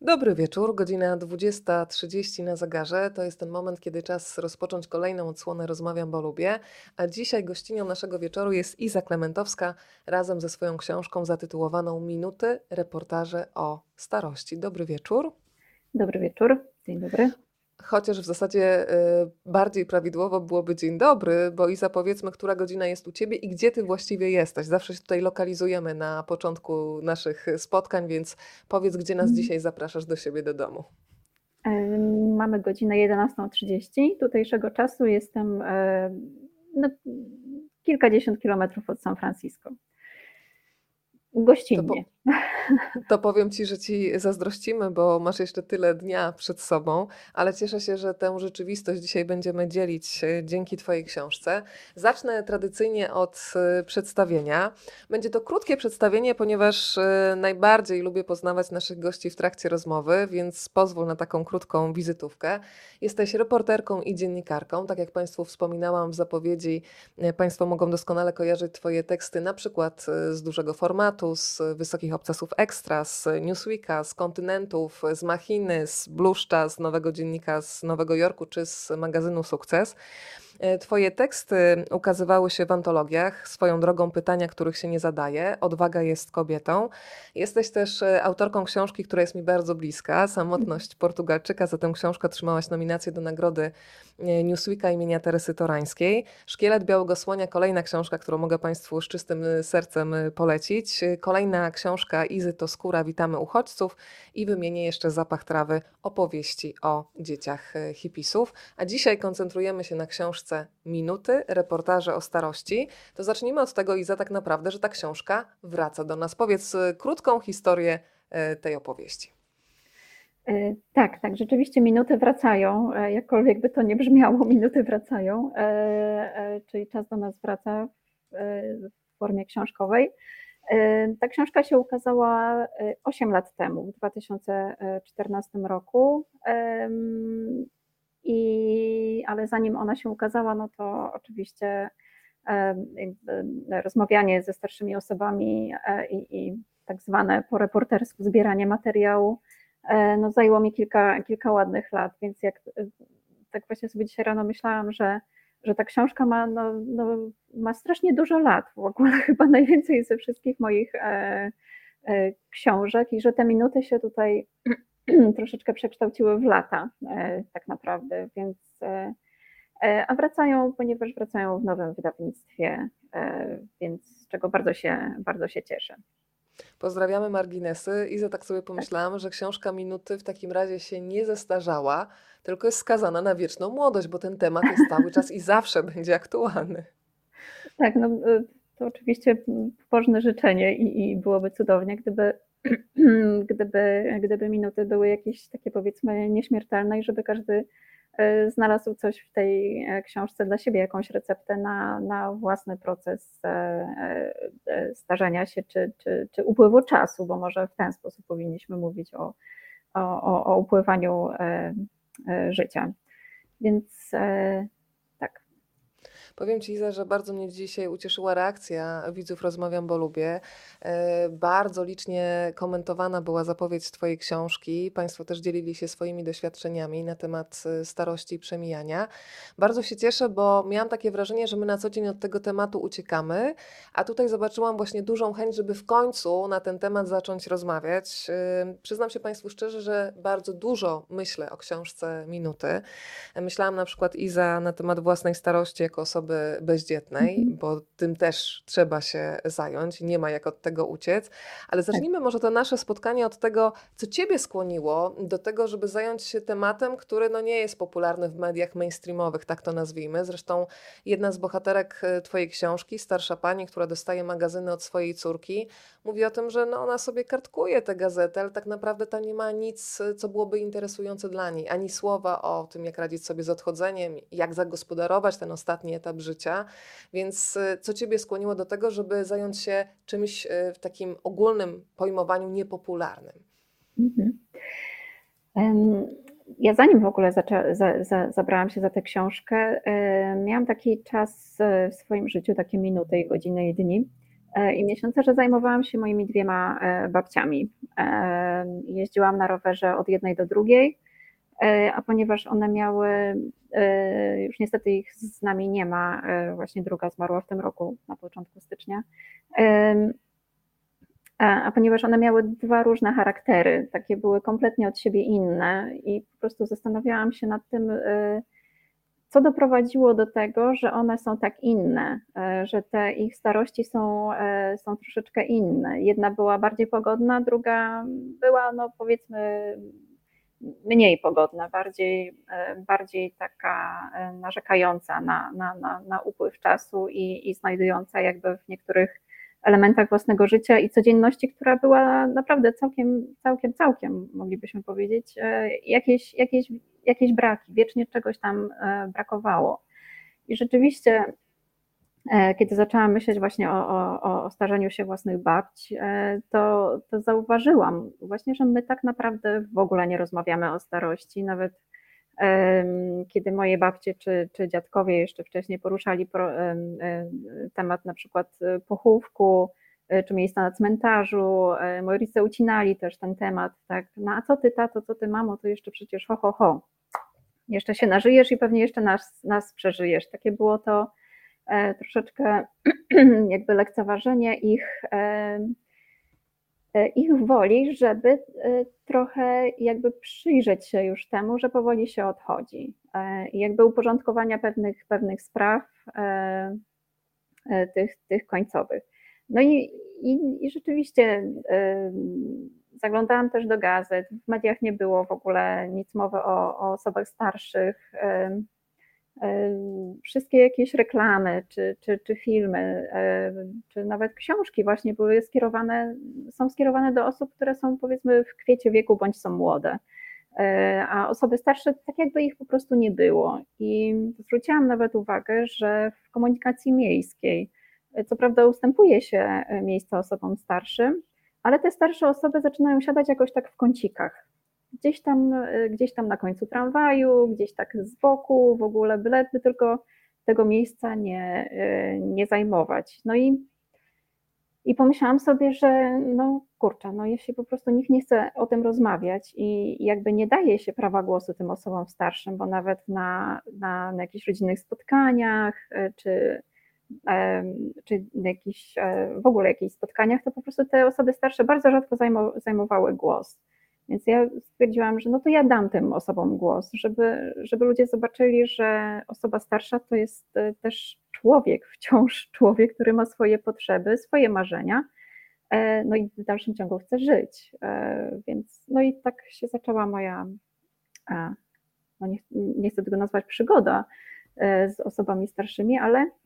Dobry wieczór, godzina 20:30 na zegarze. To jest ten moment, kiedy czas rozpocząć kolejną odsłonę Rozmawiam, bo lubię. A dzisiaj gościnią naszego wieczoru jest Iza Klementowska razem ze swoją książką zatytułowaną Minuty, reportaże o starości. Dobry wieczór. Dobry wieczór, dzień dobry. Chociaż w zasadzie bardziej prawidłowo byłoby dzień dobry, bo Iza, powiedzmy, która godzina jest u Ciebie i gdzie Ty właściwie jesteś. Zawsze się tutaj lokalizujemy na początku naszych spotkań, więc powiedz, gdzie nas dzisiaj zapraszasz do siebie do domu. Mamy godzinę 11:30 tutejszego czasu. Jestem no, kilkadziesiąt kilometrów od San Francisco. To, po, Gościnnie. To powiem Ci, że Ci zazdrościmy, bo masz jeszcze tyle dnia przed sobą, ale cieszę się, że tę rzeczywistość dzisiaj będziemy dzielić dzięki Twojej książce. Zacznę tradycyjnie od przedstawienia. Będzie to krótkie przedstawienie, ponieważ najbardziej lubię poznawać naszych gości w trakcie rozmowy, więc pozwól na taką krótką wizytówkę. Jesteś reporterką i dziennikarką. Tak jak Państwu wspominałam w zapowiedzi, Państwo mogą doskonale kojarzyć Twoje teksty na przykład z dużego formatu, z Wysokich Obcasów Ekstra, z Newsweeka, z Kontynentów, z Machiny, z Bluszcza, z Nowego Dziennika z Nowego Jorku czy z magazynu Sukces. Twoje teksty ukazywały się w antologiach, swoją drogą pytania, których się nie zadaje. Odwaga jest kobietą. Jesteś też autorką książki, która jest mi bardzo bliska, Samotność Portugalczyka. Za tę książkę otrzymałaś nominację do nagrody Newsweeka imienia Teresy Torańskiej. Szkielet Białego Słonia, kolejna książka, którą mogę Państwu z czystym sercem polecić. Kolejna książka Izy to Skóra, witamy uchodźców i wymienię jeszcze Zapach trawy, opowieści o dzieciach hipisów. A dzisiaj koncentrujemy się na książce Minuty, reportaże o starości. To zacznijmy od tego, Iza, tak naprawdę, że ta książka wraca do nas. Powiedz krótką historię tej opowieści. Tak, tak, rzeczywiście minuty wracają, jakkolwiek by to nie brzmiało, minuty wracają, czyli czas do nas wraca w formie książkowej. Ta książka się ukazała 8 lat temu, w 2014 roku. Ale zanim ona się ukazała, no to oczywiście rozmawianie ze starszymi osobami i tak zwane po reportersku zbieranie materiału no zajęło mi kilka ładnych lat, więc jak tak właśnie sobie dzisiaj rano myślałam, że ta książka ma strasznie dużo lat, w ogóle chyba najwięcej ze wszystkich moich książek i że te minuty się tutaj troszeczkę przekształciły w lata tak naprawdę, więc a wracają, ponieważ wracają w nowym wydawnictwie, więc z czego bardzo się cieszę. Pozdrawiamy marginesy. Iza, tak sobie pomyślałam, że książka Minuty w takim razie się nie zestarzała, tylko jest skazana na wieczną młodość, bo ten temat jest cały czas i zawsze będzie aktualny. Tak, no to oczywiście pobożne życzenie i byłoby cudownie, gdyby minuty były jakieś takie, powiedzmy, nieśmiertelne i żeby każdy znalazł coś w tej książce dla siebie, jakąś receptę na własny proces starzenia się czy upływu czasu, bo może w ten sposób powinniśmy mówić o upływaniu życia. Więc tak. Powiem Ci, Iza, że bardzo mnie dzisiaj ucieszyła reakcja widzów Rozmawiam, bo lubię. Bardzo licznie komentowana była zapowiedź Twojej książki. Państwo też dzielili się swoimi doświadczeniami na temat starości i przemijania. Bardzo się cieszę, bo miałam takie wrażenie, że my na co dzień od tego tematu uciekamy, a tutaj zobaczyłam właśnie dużą chęć, żeby w końcu na ten temat zacząć rozmawiać. Przyznam się Państwu szczerze, że bardzo dużo myślę o książce Minuty. Myślałam na przykład, Iza, na temat własnej starości jako osoby bezdzietnej, bo tym też trzeba się zająć, nie ma jak od tego uciec. Ale Tak. zacznijmy może to nasze spotkanie od tego, co Ciebie skłoniło do tego, żeby zająć się tematem, który no nie jest popularny w mediach mainstreamowych, tak to nazwijmy. Zresztą jedna z bohaterek Twojej książki, starsza pani, która dostaje magazyny od swojej córki, mówi o tym, że no ona sobie kartkuje tę gazetę, ale tak naprawdę tam nie ma nic, co byłoby interesujące dla niej. Ani słowa o tym, jak radzić sobie z odchodzeniem, jak zagospodarować ten ostatni etap życia. Więc co Ciebie skłoniło do tego, żeby zająć się czymś w takim ogólnym pojmowaniu niepopularnym? Mhm. Ja zanim w ogóle zabrałam się za tę książkę, miałam taki czas w swoim życiu, takie minuty i godziny i dni, i miesiące, że zajmowałam się moimi 2 babciami. Jeździłam na rowerze od jednej do drugiej, a ponieważ one miały, już niestety ich z nami nie ma, właśnie druga zmarła w tym roku na początku stycznia, a ponieważ one miały 2 różne charaktery, takie były kompletnie od siebie inne i po prostu zastanawiałam się nad tym, co doprowadziło do tego, że one są tak inne, że te ich starości są troszeczkę inne. Jedna była bardziej pogodna, druga była, no powiedzmy, mniej pogodna, bardziej taka narzekająca na upływ czasu i znajdująca jakby w niektórych elementach własnego życia i codzienności, która była naprawdę całkiem, moglibyśmy powiedzieć, jakieś braki, wiecznie czegoś tam brakowało. I rzeczywiście, kiedy zaczęłam myśleć właśnie o starzeniu się własnych babci, to zauważyłam właśnie, że my tak naprawdę w ogóle nie rozmawiamy o starości, nawet kiedy moje babcie czy dziadkowie jeszcze wcześniej poruszali temat na przykład pochówku, czy miejsca na cmentarzu, moi rodzice ucinali też ten temat, tak, no a co ty tato, co ty mamo, to jeszcze przecież ho, jeszcze się nażyjesz i pewnie jeszcze nas przeżyjesz. Takie było to troszeczkę jakby lekceważenie ich woli, żeby trochę jakby przyjrzeć się już temu, że powoli się odchodzi. I jakby uporządkowania pewnych spraw tych końcowych. No i rzeczywiście zaglądałam też do gazet, w mediach nie było w ogóle nic mowy o osobach starszych. Wszystkie jakieś reklamy, czy filmy, czy nawet książki właśnie są skierowane do osób, które są powiedzmy w kwiecie wieku bądź są młode. A osoby starsze tak jakby ich po prostu nie było. I zwróciłam nawet uwagę, że w komunikacji miejskiej, co prawda ustępuje się miejsca osobom starszym, ale te starsze osoby zaczynają siadać jakoś tak w kącikach. Gdzieś tam na końcu tramwaju, gdzieś tak z boku, w ogóle byleby tylko tego miejsca nie zajmować. No i pomyślałam sobie, że no kurczę, no jeśli po prostu nikt nie chce o tym rozmawiać i jakby nie daje się prawa głosu tym osobom starszym, bo nawet na jakichś rodzinnych spotkaniach, czy w ogóle jakichś spotkaniach, to po prostu te osoby starsze bardzo rzadko zajmowały głos. Więc ja stwierdziłam, że no to ja dam tym osobom głos, żeby ludzie zobaczyli, że osoba starsza to jest też człowiek, wciąż człowiek, który ma swoje potrzeby, swoje marzenia, no i w dalszym ciągu chce żyć. Więc no i tak się zaczęła moja, no nie chcę tego nazwać przygoda z osobami starszymi,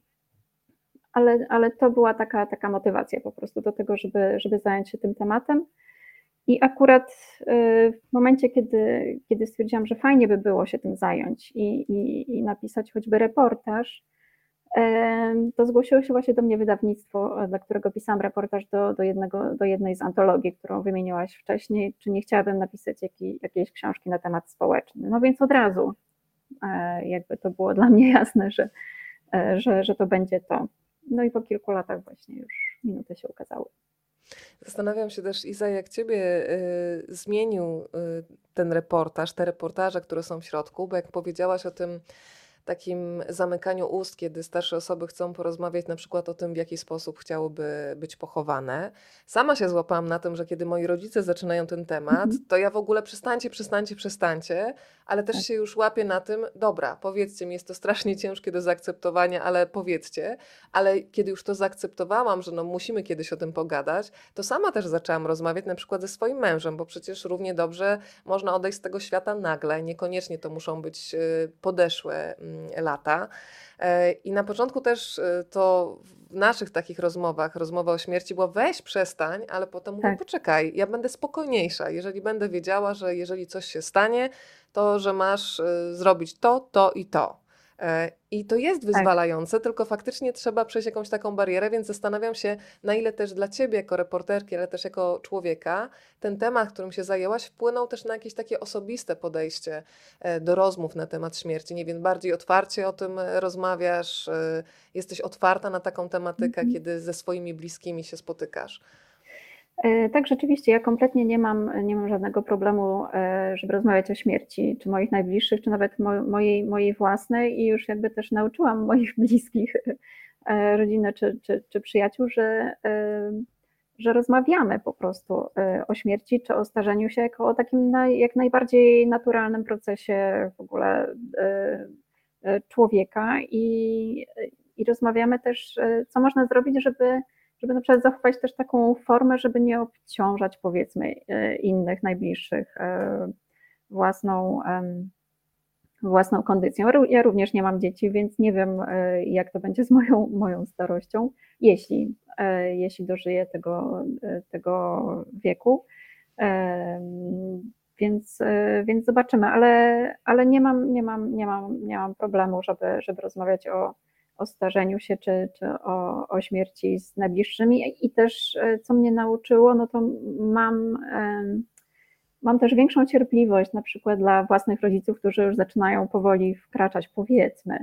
ale to była taka motywacja po prostu do tego, żeby zająć się tym tematem. I akurat w momencie, kiedy stwierdziłam, że fajnie by było się tym zająć i napisać choćby reportaż, to zgłosiło się właśnie do mnie wydawnictwo, dla którego pisałam reportaż do jednej z antologii, którą wymieniłaś wcześniej, czy nie chciałabym napisać jakiejś książki na temat społeczny. No więc od razu jakby to było dla mnie jasne, że to będzie to. No i po kilku latach właśnie już minuty się ukazały. Zastanawiam się też, Iza, jak ciebie zmienił ten reportaż, te reportaże, które są w środku, bo jak powiedziałaś o tym takim zamykaniu ust, kiedy starsze osoby chcą porozmawiać na przykład o tym, w jaki sposób chciałyby być pochowane. Sama się złapałam na tym, że kiedy moi rodzice zaczynają ten temat, to ja w ogóle przestańcie, ale też się już łapię na tym, dobra, powiedzcie mi, jest to strasznie ciężkie do zaakceptowania, ale powiedzcie, ale kiedy już to zaakceptowałam, że no musimy kiedyś o tym pogadać, to sama też zaczęłam rozmawiać na przykład ze swoim mężem, bo przecież równie dobrze można odejść z tego świata nagle, niekoniecznie to muszą być podeszłe lata. I na początku też to w naszych takich rozmowach, rozmowa o śmierci była weź, przestań, ale potem mówię, poczekaj, ja będę spokojniejsza, jeżeli będę wiedziała, że jeżeli coś się stanie, to że masz zrobić to i to. I to jest Tak. wyzwalające, tylko faktycznie trzeba przejść jakąś taką barierę, więc zastanawiam się, na ile też dla ciebie jako reporterki, ale też jako człowieka, ten temat, którym się zajęłaś, wpłynął też na jakieś takie osobiste podejście do rozmów na temat śmierci. Nie wiem, bardziej otwarcie o tym rozmawiasz, jesteś otwarta na taką tematykę, Mhm. kiedy ze swoimi bliskimi się spotykasz. Tak, rzeczywiście, ja kompletnie nie mam żadnego problemu, żeby rozmawiać o śmierci, czy moich najbliższych, czy nawet mojej własnej i już jakby też nauczyłam moich bliskich, rodzinę czy przyjaciół, że rozmawiamy po prostu o śmierci czy o starzeniu się jako o takim jak najbardziej naturalnym procesie w ogóle człowieka i rozmawiamy też, co można zrobić, żeby na przykład zachować też taką formę, żeby nie obciążać powiedzmy innych, najbliższych własną, własną kondycją. Ja również nie mam dzieci, więc nie wiem, jak to będzie z moją starością, jeśli dożyję tego wieku. Więc zobaczymy, ale nie mam problemu, żeby rozmawiać o starzeniu się czy o śmierci z najbliższymi. I też, co mnie nauczyło, no to mam też większą cierpliwość na przykład dla własnych rodziców, którzy już zaczynają powoli wkraczać, powiedzmy,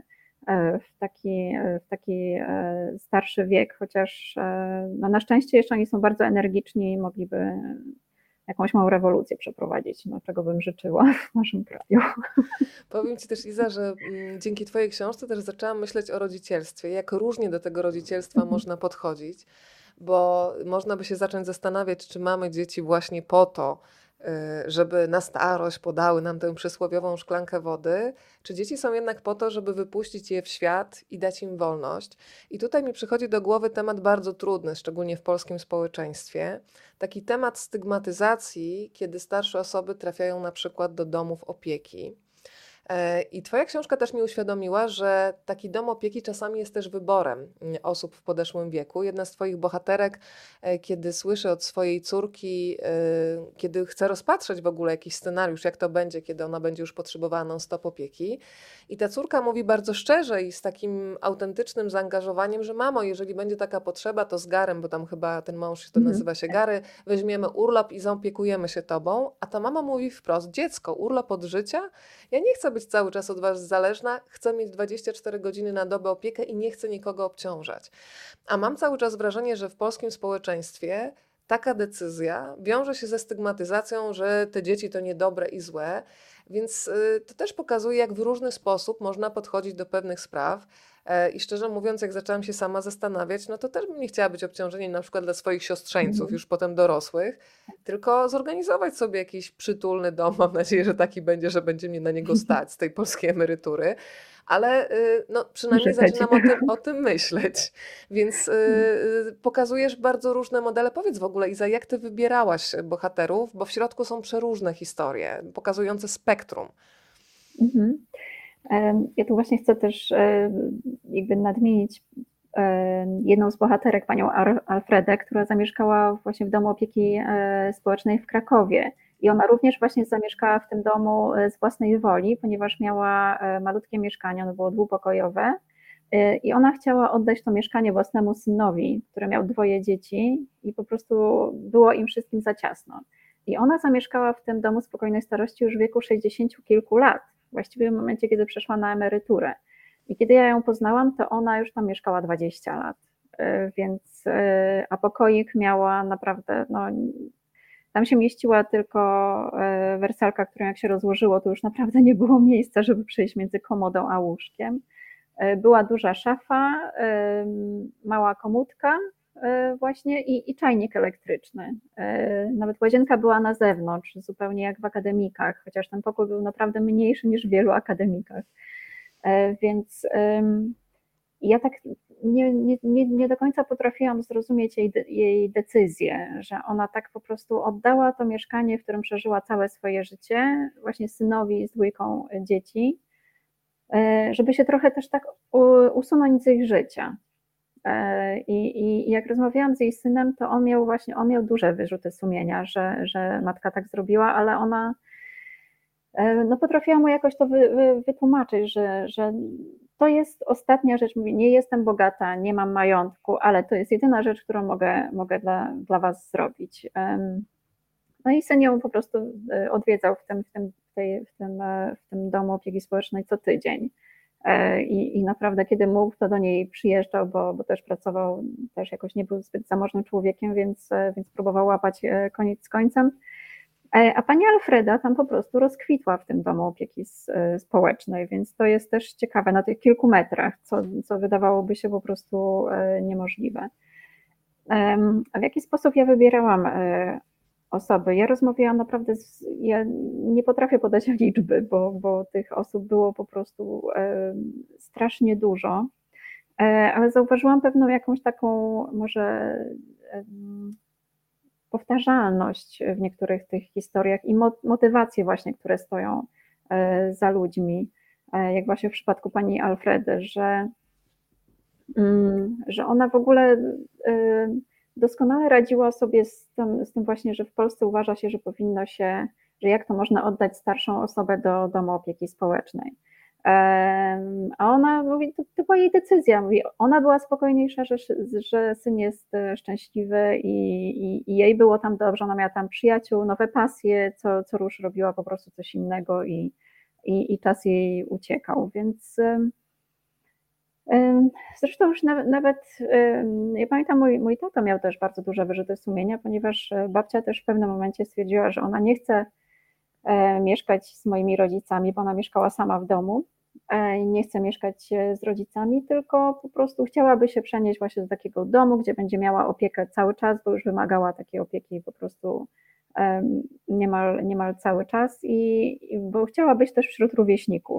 w taki starszy wiek, chociaż no na szczęście jeszcze oni są bardzo energiczni i mogliby jakąś małą rewolucję przeprowadzić, no, czego bym życzyła w naszym kraju. Powiem ci też, Iza, że dzięki twojej książce też zaczęłam myśleć o rodzicielstwie, jak różnie do tego rodzicielstwa Mhm. można podchodzić, bo można by się zacząć zastanawiać, czy mamy dzieci właśnie po to, żeby na starość podały nam tę przysłowiową szklankę wody, czy dzieci są jednak po to, żeby wypuścić je w świat i dać im wolność. I tutaj mi przychodzi do głowy temat bardzo trudny, szczególnie w polskim społeczeństwie. Taki temat stygmatyzacji, kiedy starsze osoby trafiają na przykład do domów opieki. I twoja książka też mi uświadomiła, że taki dom opieki czasami jest też wyborem osób w podeszłym wieku. Jedna z twoich bohaterek, kiedy słyszy od swojej córki, kiedy chce rozpatrzeć w ogóle jakiś scenariusz, jak to będzie, kiedy ona będzie już potrzebowała non-stop opieki. I ta córka mówi bardzo szczerze i z takim autentycznym zaangażowaniem, że mamo, jeżeli będzie taka potrzeba, to z Garem, bo tam chyba ten mąż to Mhm. nazywa się Gary, weźmiemy urlop i zaopiekujemy się tobą. A ta mama mówi wprost, dziecko, urlop od życia? Ja nie chcę być cały czas od was zależna, chcę mieć 24 godziny na dobę opiekę i nie chcę nikogo obciążać. A mam cały czas wrażenie, że w polskim społeczeństwie taka decyzja wiąże się ze stygmatyzacją, że te dzieci to niedobre i złe, więc to też pokazuje, jak w różny sposób można podchodzić do pewnych spraw. I szczerze mówiąc, jak zaczęłam się sama zastanawiać, no to też bym nie chciała być obciążeniem na przykład dla swoich siostrzeńców, Mhm. już potem dorosłych, tylko zorganizować sobie jakiś przytulny dom. Mam nadzieję, że taki będzie, że będzie mnie na niego stać z tej polskiej emerytury. Ale no, przynajmniej Życzę ci zaczynam o tego. tym myśleć. Więc pokazujesz bardzo różne modele. Powiedz w ogóle, Iza, jak ty wybierałaś bohaterów, bo w środku są przeróżne historie, pokazujące spektrum. Mhm. Ja tu właśnie chcę też jakby nadmienić jedną z bohaterek, panią Alfredę, która zamieszkała właśnie w domu opieki społecznej w Krakowie. I ona również właśnie zamieszkała w tym domu z własnej woli, ponieważ miała malutkie mieszkanie, ono było dwupokojowe. I ona chciała oddać to mieszkanie własnemu synowi, który miał dwoje dzieci i po prostu było im wszystkim za ciasno. I ona zamieszkała w tym domu spokojnej starości już w wieku 60 kilku lat, właściwie w momencie, kiedy przeszła na emeryturę. I kiedy ja ją poznałam, to ona już tam mieszkała 20 lat, więc, a pokoik miała naprawdę, no, tam się mieściła tylko wersalka, którą jak się rozłożyło, to już naprawdę nie było miejsca, żeby przejść między komodą a łóżkiem. Była duża szafa, mała komódka właśnie i czajnik elektryczny. Nawet łazienka była na zewnątrz, zupełnie jak w akademikach, chociaż ten pokój był naprawdę mniejszy niż w wielu akademikach. Więc ja tak nie do końca potrafiłam zrozumieć jej decyzję, że ona tak po prostu oddała to mieszkanie, w którym przeżyła całe swoje życie, właśnie synowi z dwójką dzieci, żeby się trochę też tak usunąć z ich życia. I jak rozmawiałam z jej synem, to on miał duże wyrzuty sumienia, że matka tak zrobiła, ale ona no potrafiła mu jakoś to wytłumaczyć, że to jest ostatnia rzecz, mówię, nie jestem bogata, nie mam majątku, ale to jest jedyna rzecz, którą mogę dla was zrobić. No i syn ją po prostu odwiedzał w tym domu opieki społecznej co tydzień. I naprawdę, kiedy mógł, to do niej przyjeżdżał, bo też pracował, też jakoś nie był zbyt zamożnym człowiekiem, więc próbował łapać koniec z końcem. A pani Alfreda tam po prostu rozkwitła w tym domu opieki społecznej, więc to jest też ciekawe na tych kilku metrach, co wydawałoby się po prostu niemożliwe. A w jaki sposób ja wybierałam osoby? Ja rozmawiałam naprawdę, ja nie potrafię podać liczby, bo tych osób było po prostu strasznie dużo, ale zauważyłam pewną jakąś taką może powtarzalność w niektórych tych historiach i motywacje właśnie, które stoją za ludźmi, jak właśnie w przypadku pani Alfredy, że ona w ogóle doskonale radziła sobie z tym właśnie, że w Polsce uważa się, że powinno się, że jak to można oddać starszą osobę do domu opieki społecznej. A ona mówi, to była jej decyzja. Mówi, ona była spokojniejsza, że syn jest szczęśliwy i jej było tam dobrze. Ona miała tam przyjaciół, nowe pasje, co rusz robiła po prostu coś innego i czas jej uciekał. Więc zresztą już nawet ja pamiętam, mój tato miał też bardzo duże wyrzuty sumienia, ponieważ babcia też w pewnym momencie stwierdziła, że ona nie chce mieszkać z moimi rodzicami, bo ona mieszkała sama w domu. Nie chce mieszkać z rodzicami, tylko po prostu chciałaby się przenieść właśnie do takiego domu, gdzie będzie miała opiekę cały czas, bo już wymagała takiej opieki po prostu niemal cały czas i bo chciała być też wśród rówieśników,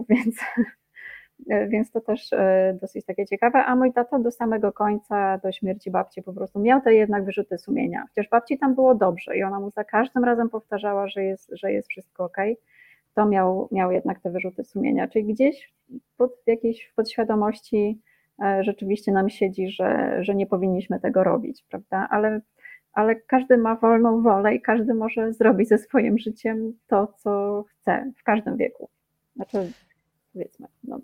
więc to też dosyć takie ciekawe, a mój tata do samego końca, do śmierci babci po prostu miał te jednak wyrzuty sumienia, chociaż babci tam było dobrze i ona mu za każdym razem powtarzała, że jest wszystko okej, to miał jednak te wyrzuty sumienia, czyli gdzieś w jakiejś podświadomości rzeczywiście nam siedzi, że nie powinniśmy tego robić, prawda, ale każdy ma wolną wolę i każdy może zrobić ze swoim życiem to, co chce w każdym wieku, znaczy powiedzmy, no.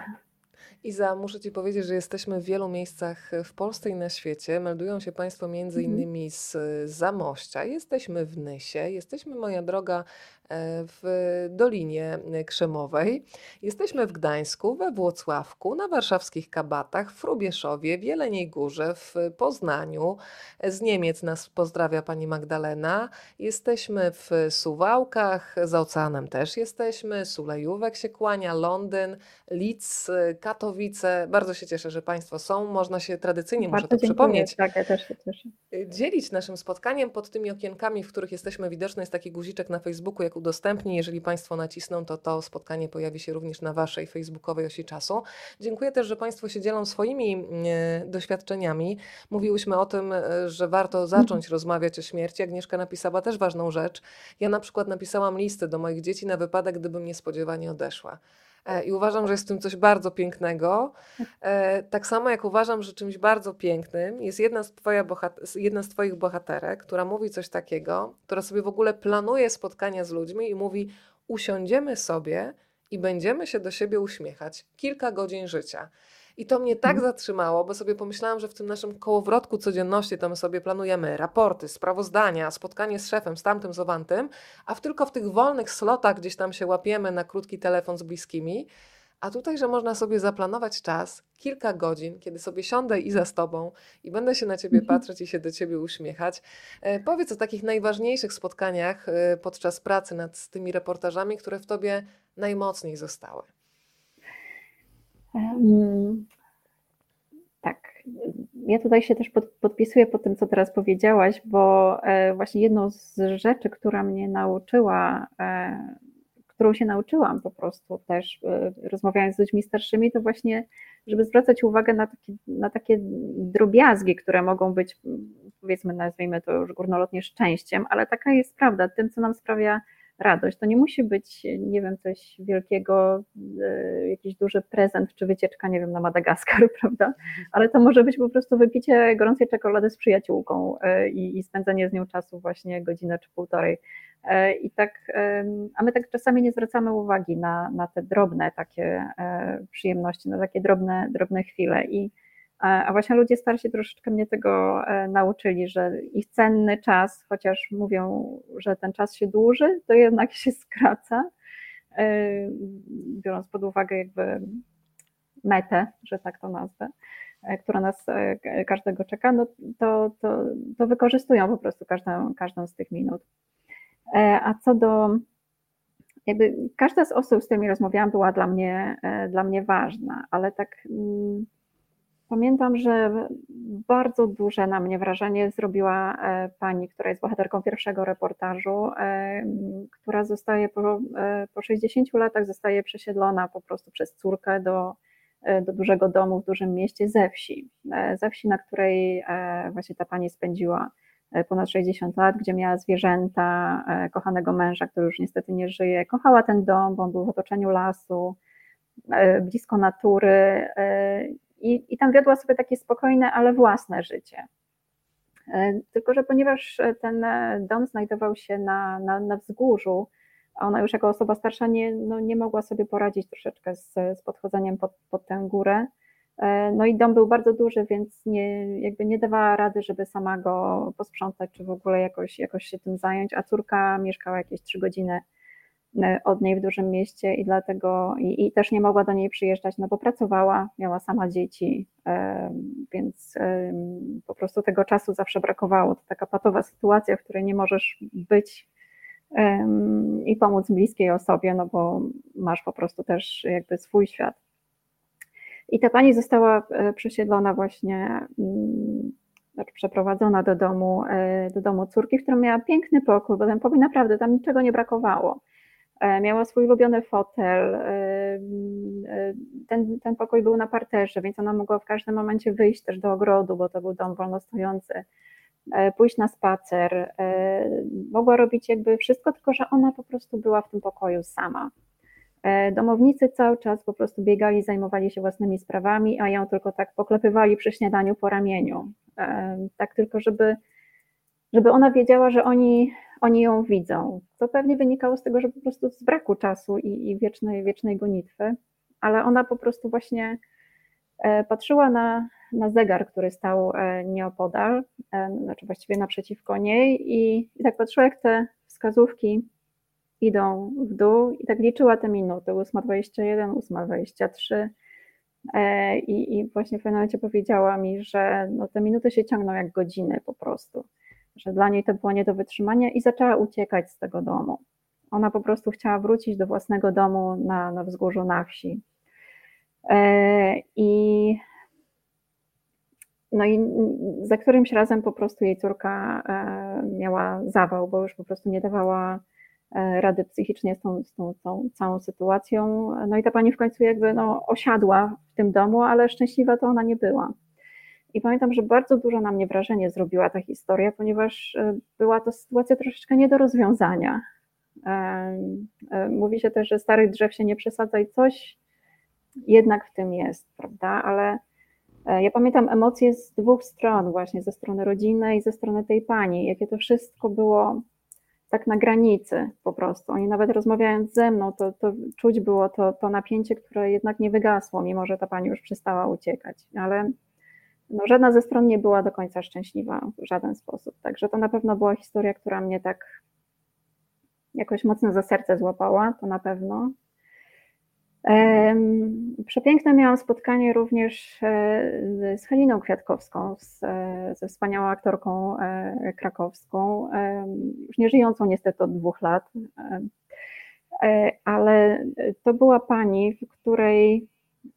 Iza, muszę Ci powiedzieć, że jesteśmy w wielu miejscach w Polsce i na świecie. Meldują się Państwo między innymi z Zamościa. Jesteśmy w Nysie, jesteśmy, moja droga, w Dolinie Krzemowej. Jesteśmy w Gdańsku, we Włocławku, na warszawskich Kabatach, w Frubieszowie, w Jeleniej Górze, w Poznaniu. Z Niemiec nas pozdrawia pani Magdalena. Jesteśmy w Suwałkach, za oceanem też jesteśmy. Sulejówek się kłania, Londyn, Leeds, Katowice. Bardzo się cieszę, że Państwo są. Można się tradycyjnie, muszę Bardzo to dziękuję. przypomnieć, Tak, ja też się cieszę. dzielić naszym spotkaniem. Pod tymi okienkami, w których jesteśmy widoczne, jest taki guziczek na Facebooku, jak udostępnij. Jeżeli Państwo nacisną, to spotkanie pojawi się również na Waszej facebookowej osi czasu. Dziękuję też, że Państwo się dzielą swoimi doświadczeniami. Mówiłyśmy o tym, że warto zacząć rozmawiać o śmierci. Agnieszka napisała też ważną rzecz. Ja na przykład napisałam listy do moich dzieci na wypadek, gdybym niespodziewanie odeszła. I uważam, że jest w tym coś bardzo pięknego. Tak samo jak uważam, że czymś bardzo pięknym jest jedna z Twoich bohaterek, która mówi coś takiego, która sobie w ogóle planuje spotkania z ludźmi i mówi: usiądziemy sobie i będziemy się do siebie uśmiechać kilka godzin życia. I to mnie tak zatrzymało, bo sobie pomyślałam, że w tym naszym kołowrotku codzienności to my sobie planujemy raporty, sprawozdania, spotkanie z szefem, z tamtym, z owantym, a tylko w tych wolnych slotach gdzieś tam się łapiemy na krótki telefon z bliskimi. A tutaj, że można sobie zaplanować czas, kilka godzin, kiedy sobie siądę i z Tobą i będę się na Ciebie patrzeć i się do Ciebie uśmiechać. Powiedz o takich najważniejszych spotkaniach podczas pracy nad tymi reportażami, które w Tobie najmocniej zostały. Tak, ja tutaj się też podpisuję po tym, co teraz powiedziałaś, bo właśnie jedną z rzeczy, którą się nauczyłam po prostu też rozmawiając z ludźmi starszymi, to właśnie, żeby zwracać uwagę na takie drobiazgi, które mogą być, powiedzmy, nazwijmy to już górnolotnie szczęściem, ale taka jest prawda, tym, co nam sprawia radość. To nie musi być, nie wiem, coś wielkiego, jakiś duży prezent czy wycieczka, nie wiem, na Madagaskar, prawda? Ale to może być po prostu wypicie gorącej czekolady z przyjaciółką i spędzenie z nią czasu właśnie godzinę czy półtorej. I tak, a my tak czasami nie zwracamy uwagi na te drobne takie przyjemności, na takie drobne chwile. A właśnie ludzie starsi troszeczkę mnie tego nauczyli, że ich cenny czas, chociaż mówią, że ten czas się dłuży, to jednak się skraca, biorąc pod uwagę jakby metę, że tak to nazwę, która nas każdego czeka, no to wykorzystują po prostu każdą z tych minut. A co do jakby każda z osób, z którymi rozmawiałam, była dla mnie ważna, ale tak pamiętam, że bardzo duże na mnie wrażenie zrobiła pani, która jest bohaterką pierwszego reportażu, która zostaje po 60 latach zostaje przesiedlona po prostu przez córkę do dużego domu w dużym mieście ze wsi, na której właśnie ta pani spędziła ponad 60 lat, gdzie miała zwierzęta, kochanego męża, który już niestety nie żyje. Kochała ten dom, bo on był w otoczeniu lasu, blisko natury i tam wiodła sobie takie spokojne, ale własne życie. Tylko że ponieważ ten dom znajdował się na wzgórzu, a ona już jako osoba starsza nie mogła sobie poradzić troszeczkę z podchodzeniem pod tę górę. No i dom był bardzo duży, więc jakby nie dawała rady, żeby sama go posprzątać, czy w ogóle jakoś się tym zająć, a córka mieszkała jakieś 3 godziny od niej w dużym mieście i dlatego i też nie mogła do niej przyjeżdżać, no bo pracowała, miała sama dzieci, więc po prostu tego czasu zawsze brakowało. To taka patowa sytuacja, w której nie możesz być i pomóc bliskiej osobie, no bo masz po prostu też jakby swój świat. I ta pani została przesiedlona właśnie, znaczy przeprowadzona do domu córki, w którym miała piękny pokój, bo ten pokój naprawdę, tam niczego nie brakowało. Miała swój ulubiony fotel, ten pokój był na parterze, więc ona mogła w każdym momencie wyjść też do ogrodu, bo to był dom wolnostojący, pójść na spacer, mogła robić jakby wszystko, tylko że ona po prostu była w tym pokoju sama. Domownicy cały czas po prostu biegali, zajmowali się własnymi sprawami, a ją tylko tak poklepywali przy śniadaniu po ramieniu. Tak tylko, żeby ona wiedziała, że oni ją widzą. To pewnie wynikało z tego, że po prostu z braku czasu i wiecznej gonitwy, ale ona po prostu właśnie patrzyła na zegar, który stał nieopodal, znaczy właściwie naprzeciwko niej i tak patrzyła, jak te wskazówki idą w dół i tak liczyła te minuty, 8:21, 8:23 i właśnie w pewnym momencie powiedziała mi, że no te minuty się ciągną jak godziny po prostu, że dla niej to było nie do wytrzymania i zaczęła uciekać z tego domu. Ona po prostu chciała wrócić do własnego domu na wzgórzu na wsi. No i za którymś razem po prostu jej córka miała zawał, bo już po prostu nie dawała rady psychicznie z tą całą sytuacją. No i ta pani w końcu jakby osiadła w tym domu, ale szczęśliwa to ona nie była. I pamiętam, że bardzo dużo na mnie wrażenie zrobiła ta historia, ponieważ była to sytuacja troszeczkę nie do rozwiązania. Mówi się też, że starych drzew się nie przesadza i coś jednak w tym jest, prawda? Ale ja pamiętam emocje z 2 stron, właśnie ze strony rodziny i ze strony tej pani, jakie to wszystko było tak na granicy po prostu. Oni nawet rozmawiając ze mną, to czuć było to napięcie, które jednak nie wygasło, mimo że ta pani już przestała uciekać. Ale żadna ze stron nie była do końca szczęśliwa w żaden sposób. Także to na pewno była historia, która mnie tak jakoś mocno za serce złapała, to na pewno. Przepiękne miałam spotkanie również z Haliną Kwiatkowską, ze wspaniałą aktorką krakowską, już nie żyjącą niestety od 2 lat, ale to była pani, w której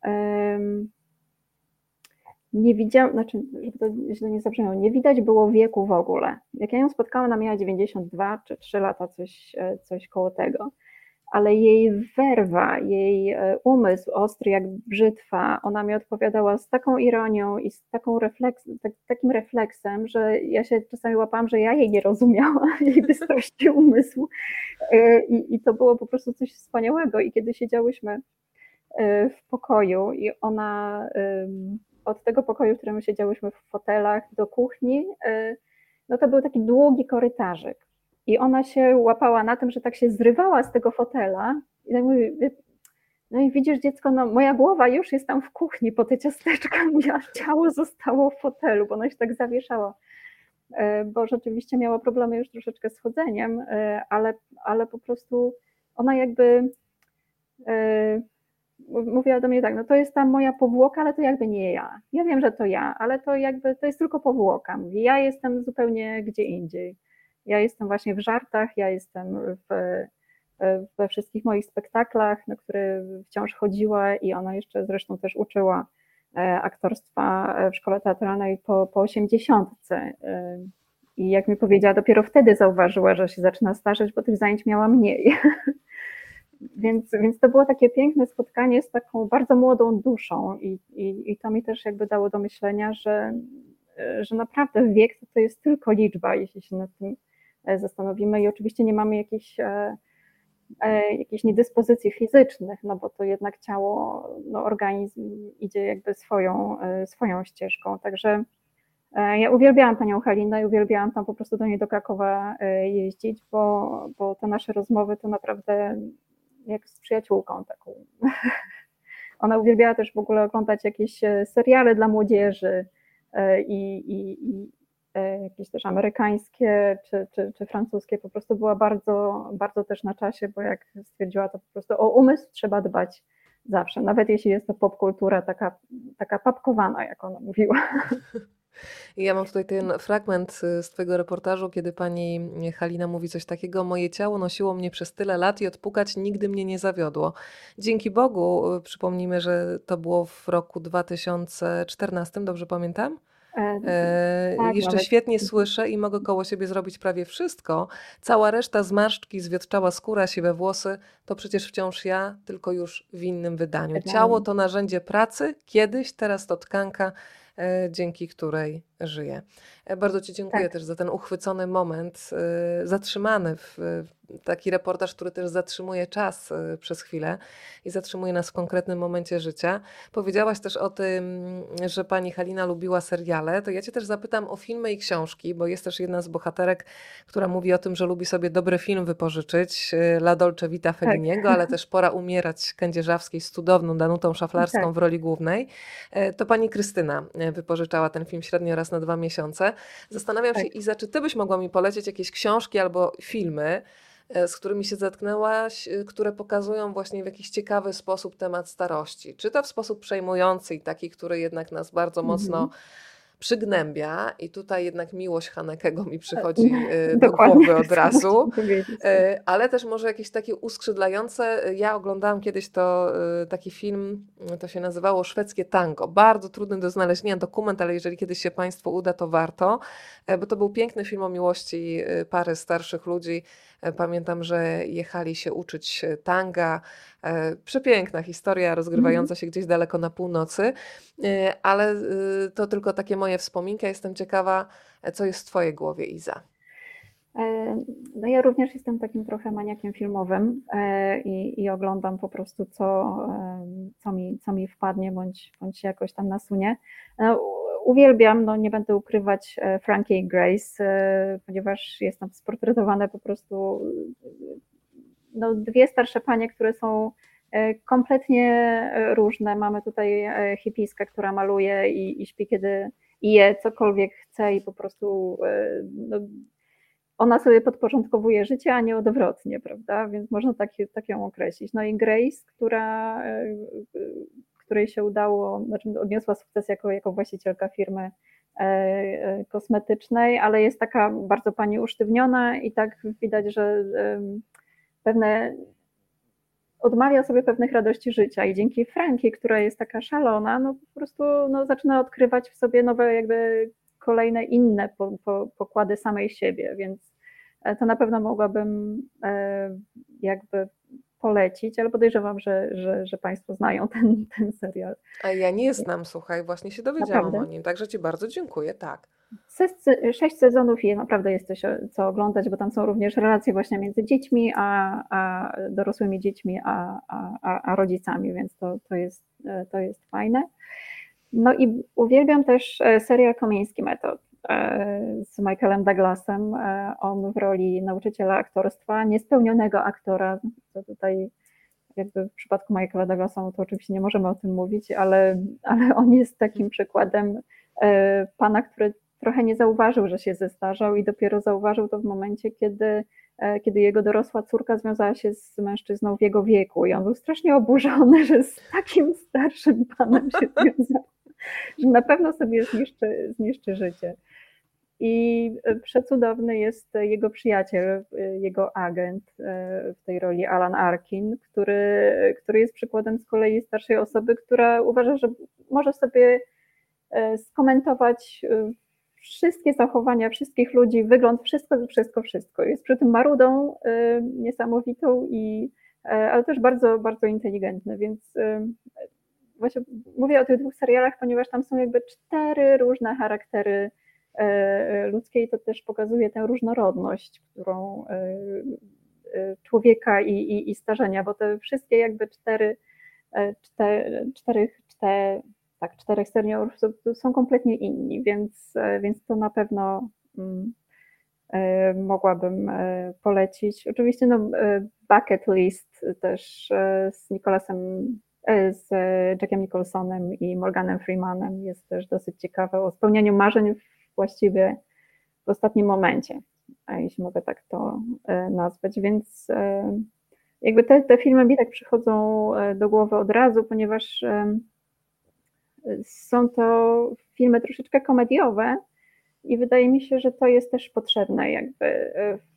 nie widziałam, znaczy, żeby to źle nie zabrzmiało, nie widać było wieku w ogóle. Jak ja ją spotkałam, ona miała 92 czy 3 lata, coś koło tego. ale jej werwa, jej umysł ostry jak brzytwa, ona mi odpowiadała z taką ironią i z takim refleksem, że ja się czasami łapałam, że ja jej nie rozumiałam, jej bystrości umysłu. I to było po prostu coś wspaniałego. I kiedy siedziałyśmy w pokoju i ona od tego pokoju, w którym siedziałyśmy w fotelach do kuchni, no to był taki długi korytarzyk. I ona się łapała na tym, że tak się zrywała z tego fotela i tak mówi, no i widzisz dziecko, no moja głowa już jest tam w kuchni po te ciasteczka, a ciało zostało w fotelu, bo ona się tak zawieszała, bo rzeczywiście miała problemy już troszeczkę z chodzeniem, ale po prostu ona jakby mówiła do mnie tak, no to jest ta moja powłoka, ale to jakby nie ja. Ja wiem, że to ja, ale to jakby to jest tylko powłoka. Mówi, ja jestem zupełnie gdzie indziej. Ja jestem właśnie w żartach, ja jestem we wszystkich moich spektaklach, na które wciąż chodziła i ona jeszcze zresztą też uczyła aktorstwa w szkole teatralnej po 80. I jak mi powiedziała, dopiero wtedy zauważyła, że się zaczyna starzeć, bo tych zajęć miała mniej. Więc to było takie piękne spotkanie z taką bardzo młodą duszą i to mi też jakby dało do myślenia, że naprawdę wiek to jest tylko liczba, jeśli się nad tym zastanowimy i oczywiście nie mamy jakichś niedyspozycji fizycznych, no bo to jednak ciało, no organizm idzie jakby swoją ścieżką, także ja uwielbiałam panią Halinę i uwielbiałam tam po prostu do niej do Krakowa jeździć, bo te nasze rozmowy to naprawdę jak z przyjaciółką taką. Ona uwielbiała też w ogóle oglądać jakieś seriale dla młodzieży i jakieś też amerykańskie czy francuskie. Po prostu była bardzo, bardzo też na czasie, bo jak stwierdziła, to po prostu o umysł trzeba dbać zawsze, nawet jeśli jest to popkultura taka papkowana, jak ona mówiła. I ja mam tutaj ten fragment z twojego reportażu, kiedy pani Halina mówi coś takiego: moje ciało nosiło mnie przez tyle lat i odpukać nigdy mnie nie zawiodło. Dzięki Bogu, przypomnijmy, że to było w roku 2014, dobrze pamiętam? Tak, Jeszcze nawet. świetnie słyszę i mogę koło siebie zrobić prawie wszystko. Cała reszta zmarszczki, zwiotczała skóra, siwe włosy, to przecież wciąż ja, tylko już w innym wydaniu. Ciało to narzędzie pracy, kiedyś, teraz to tkanka, dzięki której żyję. Bardzo ci dziękuję Tak. też za ten uchwycony moment, zatrzymany taki reportaż, który też zatrzymuje czas przez chwilę i zatrzymuje nas w konkretnym momencie życia. Powiedziałaś też o tym, że pani Halina lubiła seriale, to ja cię też zapytam o filmy i książki, bo jest też jedna z bohaterek, która mówi o tym, że lubi sobie dobry film wypożyczyć, La Dolce Vita Tak, Felliniego, ale też Pora umierać Kędzierzawskiej z cudowną Danutą tak. Szaflarską w roli głównej. To pani Krystyna wypożyczała ten film średnio raz na 2 miesiące. Zastanawiam się, Tak. Iza, czy ty byś mogła mi polecić jakieś książki albo filmy, z którymi się zetknęłaś, które pokazują właśnie w jakiś ciekawy sposób temat starości. Czy to w sposób przejmujący i taki, który jednak nas bardzo mocno przygnębia i tutaj jednak Miłość Hanekego mi przychodzi do Dokładnie głowy tak od samo razu, chciałam powiedzieć. ale też może jakieś takie uskrzydlające. Ja oglądałam kiedyś taki film, to się nazywało Szwedzkie Tango. Bardzo trudny do znalezienia dokument, ale jeżeli kiedyś się Państwu uda, to warto, bo to był piękny film o miłości pary starszych ludzi. Pamiętam, że jechali się uczyć tanga. Przepiękna historia, rozgrywająca się gdzieś daleko na północy, ale to tylko takie moje wspominki. Jestem ciekawa, co jest w twojej głowie, Iza. No ja również jestem takim trochę maniakiem filmowym i oglądam po prostu co mi wpadnie bądź się jakoś tam nasunie. Uwielbiam, no nie będę ukrywać, Frankie i Grace, ponieważ jest tam sportretowane po prostu no, dwie starsze panie, które są kompletnie różne. Mamy tutaj hipiskę, która maluje i śpi kiedy i je cokolwiek chce i po prostu no, ona sobie podporządkowuje życie, a nie odwrotnie, prawda? Więc można tak ją określić. No i Grace, której się udało, znaczy odniosła sukces jako właścicielka firmy kosmetycznej, ale jest taka bardzo pani usztywniona i tak widać, że pewne odmawia sobie pewnych radości życia i dzięki Franki, która jest taka szalona, no po prostu no, zaczyna odkrywać w sobie nowe jakby kolejne inne pokłady samej siebie, więc to na pewno mogłabym jakby polecić, ale podejrzewam, że Państwo znają ten serial. A ja nie znam, słuchaj, właśnie się dowiedziałam o Naprawdę. nim, także Ci bardzo dziękuję, tak. 6 sezonów i naprawdę jest coś, co oglądać, bo tam są również relacje właśnie między dziećmi, a dorosłymi dziećmi, a rodzicami, więc to jest fajne. No i uwielbiam też serial Komiński Metod z Michaelem Douglasem. On w roli nauczyciela aktorstwa, niespełnionego aktora, co tutaj jakby w przypadku Michaela Douglasa, no to oczywiście nie możemy o tym mówić, ale on jest takim przykładem pana, który trochę nie zauważył, że się zestarzał i dopiero zauważył to w momencie, kiedy jego dorosła córka związała się z mężczyzną w jego wieku i on był strasznie oburzony, że z takim starszym panem się związał, że na pewno sobie zniszczy życie. I przecudowny jest jego przyjaciel, jego agent w tej roli, Alan Arkin, który jest przykładem z kolei starszej osoby, która uważa, że może sobie skomentować wszystkie zachowania wszystkich ludzi, wygląd, wszystko. Jest przy tym marudą niesamowitą, ale też bardzo, bardzo inteligentny, więc właśnie mówię o tych 2 serialach, ponieważ tam są jakby 4 różne charaktery ludzkie i to też pokazuje tę różnorodność, którą człowieka i starzenia, bo te wszystkie jakby 4 seniorów są kompletnie inni, więc to na pewno mogłabym polecić. Oczywiście Bucket List też z Jackiem Nicholsonem i Morganem Freemanem jest też dosyć ciekawe o spełnianiu marzeń właściwie w ostatnim momencie, jeśli mogę tak to nazwać, więc jakby te filmy mi tak przychodzą do głowy od razu, ponieważ są to filmy troszeczkę komediowe i wydaje mi się, że to jest też potrzebne jakby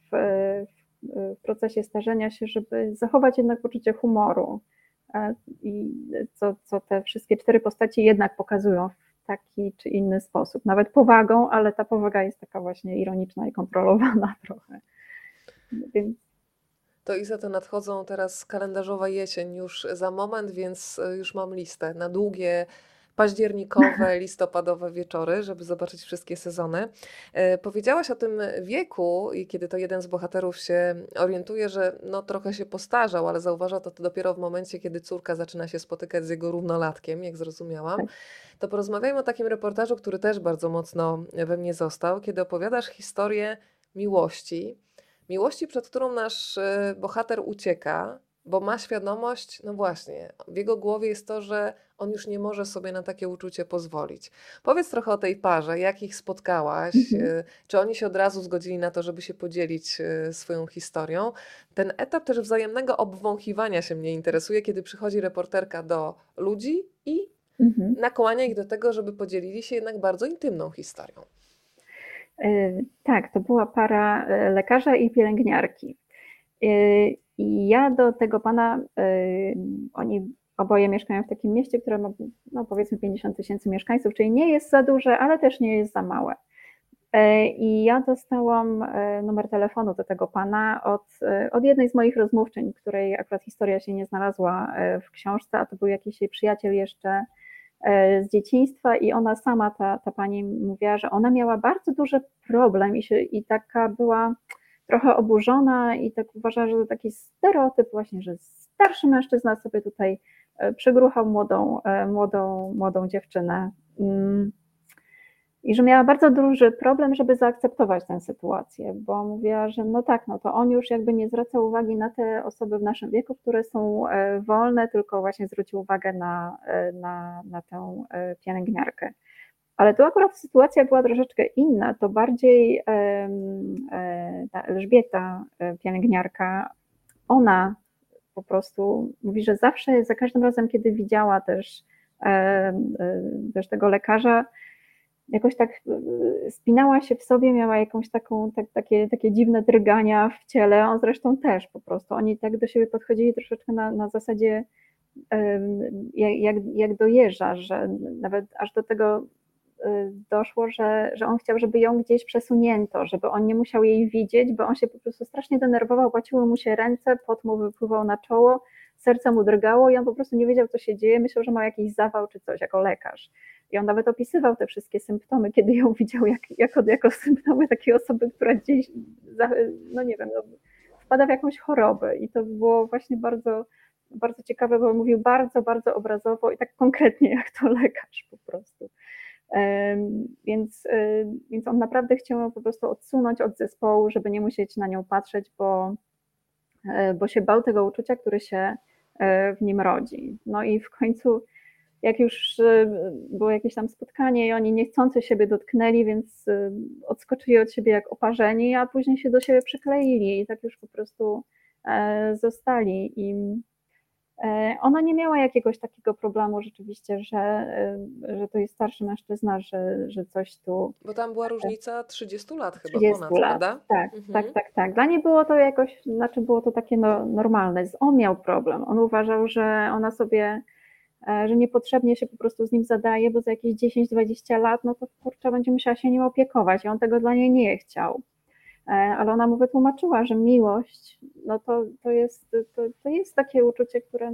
w procesie starzenia się, żeby zachować jednak poczucie humoru i co te wszystkie 4 postaci jednak pokazują w taki czy inny sposób, nawet powagą, ale ta powaga jest taka właśnie ironiczna i kontrolowana trochę. Więc To i za to nadchodzą teraz kalendarzowa jesień już za moment, więc już mam listę na długie październikowe, listopadowe wieczory, żeby zobaczyć wszystkie sezony. Powiedziałaś o tym wieku i kiedy to jeden z bohaterów się orientuje, że no trochę się postarzał, ale zauważa to dopiero w momencie, kiedy córka zaczyna się spotykać z jego równolatkiem, jak zrozumiałam. tak. To porozmawiajmy o takim reportażu, który też bardzo mocno we mnie został, kiedy opowiadasz historię miłości. Miłości, przed którą nasz bohater ucieka, bo ma świadomość, no właśnie, w jego głowie jest to, że on już nie może sobie na takie uczucie pozwolić. Powiedz trochę o tej parze, jak ich spotkałaś, czy oni się od razu zgodzili na to, żeby się podzielić swoją historią. Ten etap też wzajemnego obwąchiwania się mnie interesuje, kiedy przychodzi reporterka do ludzi i nakłania ich do tego, żeby podzielili się jednak bardzo intymną historią. Tak, to była para lekarza i pielęgniarki. I ja do tego pana, oni oboje mieszkają w takim mieście, które ma no powiedzmy 50 000 mieszkańców, czyli nie jest za duże, ale też nie jest za małe. I ja dostałam numer telefonu do tego pana od jednej z moich rozmówczyń, której akurat historia się nie znalazła w książce, a to był jakiś jej przyjaciel jeszcze z dzieciństwa i ona sama, ta pani mówiła, że ona miała bardzo duży problem i taka była trochę oburzona i tak uważała, że to taki stereotyp właśnie, że starszy mężczyzna sobie tutaj przegruchał młodą dziewczynę i że miała bardzo duży problem, żeby zaakceptować tę sytuację, bo mówiła, że no tak, no to on już jakby nie zwraca uwagi na te osoby w naszym wieku, które są wolne, tylko właśnie zwrócił uwagę na tę pielęgniarkę. Ale tu akurat sytuacja była troszeczkę inna, to bardziej ta Elżbieta, pielęgniarka, ona po prostu mówi, że zawsze, za każdym razem, kiedy widziała też tego lekarza, jakoś tak spinała się w sobie, miała jakąś takie dziwne drgania w ciele, on zresztą też po prostu, oni tak do siebie podchodzili troszeczkę na zasadzie jak do jeża, że nawet aż do tego doszło, że on chciał, żeby ją gdzieś przesunięto, żeby on nie musiał jej widzieć, bo on się po prostu strasznie denerwował, płaciły mu się ręce, pot mu wypływał na czoło, serce mu drgało i on po prostu nie wiedział, co się dzieje, myślał, że ma jakiś zawał czy coś, jako lekarz. I on nawet opisywał te wszystkie symptomy, kiedy ją widział jako symptomy takiej osoby, która gdzieś, no nie wiem, no, wpada w jakąś chorobę. I to było właśnie bardzo, bardzo ciekawe, bo mówił bardzo, bardzo obrazowo i tak konkretnie, jak to lekarz po prostu. Więc on naprawdę chciał ją po prostu odsunąć od zespołu, żeby nie musieć na nią patrzeć, bo się bał tego uczucia, które się w nim rodzi. No i w końcu, jak już było jakieś tam spotkanie i oni niechcący siebie dotknęli, więc odskoczyli od siebie jak oparzeni, a później się do siebie przykleili i tak już po prostu zostali. I ona nie miała jakiegoś takiego problemu rzeczywiście, że to jest starszy mężczyzna, że coś tu... Bo tam była różnica 30 lat chyba 30 ponad, lat, prawda? tak. Dla niej było to jakoś, znaczy było to takie normalne. On miał problem. On uważał, że ona sobie, że niepotrzebnie się po prostu z nim zadaje, bo za jakieś 10-20 lat, no to kurczę, będzie musiała się nim opiekować i on tego dla niej nie chciał. Ale ona mu wytłumaczyła, że miłość, no to jest takie uczucie, które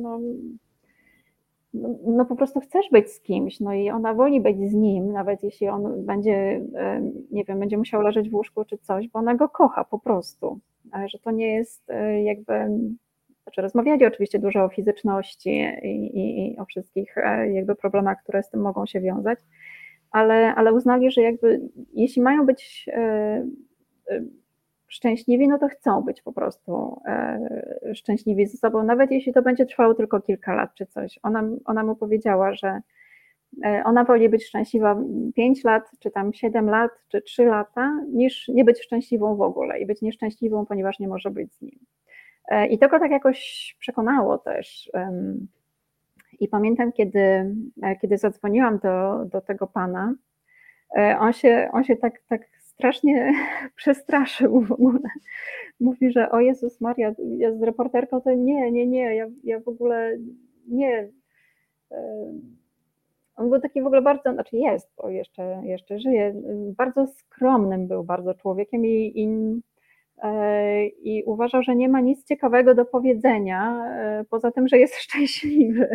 no po prostu chcesz być z kimś, no i ona woli być z nim, nawet jeśli on będzie, nie wiem, będzie musiał leżeć w łóżku czy coś, bo ona go kocha po prostu, ale że to nie jest jakby, znaczy rozmawiali oczywiście dużo o fizyczności i o wszystkich jakby problemach, które z tym mogą się wiązać, ale uznali, że jakby jeśli mają być szczęśliwi, no to chcą być po prostu szczęśliwi ze sobą, nawet jeśli to będzie trwało tylko kilka lat czy coś. Ona mu powiedziała, że ona woli być szczęśliwa 5 lat, czy tam 7 lat, czy 3 lata, niż nie być szczęśliwą w ogóle i być nieszczęśliwą, ponieważ nie może być z nim. I to go tak jakoś przekonało też. I pamiętam, kiedy zadzwoniłam do tego pana, on się tak strasznie przestraszył w ogóle. Mówi, że o Jezus Maria, ja z reporterką to nie, ja w ogóle nie. On był taki w ogóle bardzo, znaczy jest, bo jeszcze żyje, bardzo skromnym był bardzo człowiekiem i uważał, że nie ma nic ciekawego do powiedzenia, poza tym, że jest szczęśliwy.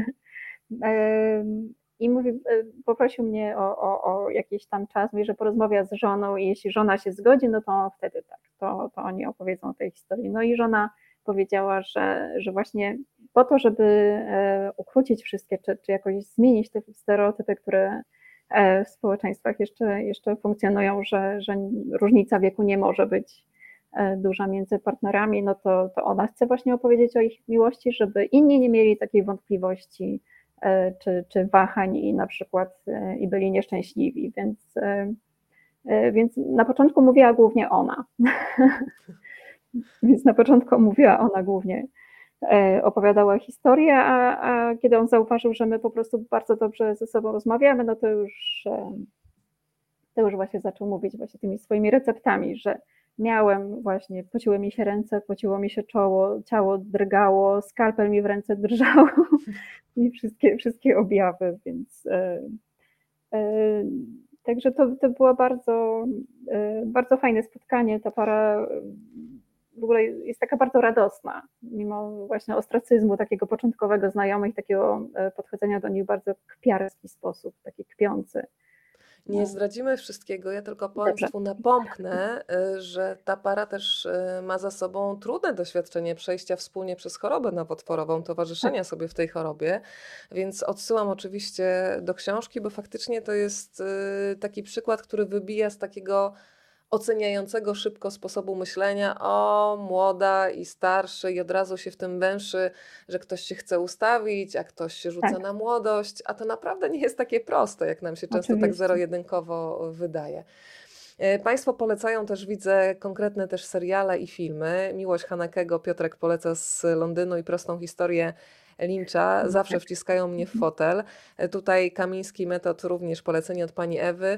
I mówi, poprosił mnie o jakiś tam czas, mówi, że porozmawia z żoną i jeśli żona się zgodzi, no to wtedy tak, to oni opowiedzą o tej historii. No i żona powiedziała, że właśnie po to, żeby ukrócić wszystkie, czy jakoś zmienić te stereotypy, które w społeczeństwach jeszcze funkcjonują, że różnica wieku nie może być duża między partnerami, no to ona chce właśnie opowiedzieć o ich miłości, żeby inni nie mieli takiej wątpliwości, czy wahań i na przykład i byli nieszczęśliwi, więc na początku mówiła głównie ona. Więc na początku mówiła ona głównie, opowiadała historię, a kiedy on zauważył, że my po prostu bardzo dobrze ze sobą rozmawiamy, no to już właśnie zaczął mówić właśnie tymi swoimi receptami, że miałem właśnie, pociły mi się ręce, pociło mi się czoło, ciało drgało, skalpel mi w ręce drżał i wszystkie objawy, więc także to było bardzo, bardzo fajne spotkanie. Ta para w ogóle jest taka bardzo radosna, mimo właśnie ostracyzmu takiego początkowego znajomych, takiego podchodzenia do nich w bardzo kpiarski sposób, taki kpiący. Nie zdradzimy wszystkiego, ja tylko Dobrze. Państwu napomknę, że ta para też ma za sobą trudne doświadczenie przejścia wspólnie przez chorobę nowotworową, towarzyszenia sobie w tej chorobie, więc odsyłam oczywiście do książki, bo faktycznie to jest taki przykład, który wybija z takiego oceniającego szybko sposobu myślenia, o młoda i starszy i od razu się w tym węszy, że ktoś się chce ustawić, a ktoś się rzuca na młodość, a to naprawdę nie jest takie proste, jak nam się często tak zero-jedynkowo wydaje. Państwo polecają też, widzę, konkretne też seriale i filmy. Miłość Hanekego, Piotrek poleca z Londynu i Prostą historię Lyncha. Zawsze wciskają mnie w fotel. Tutaj Kamiński Metod, również polecenie od pani Ewy.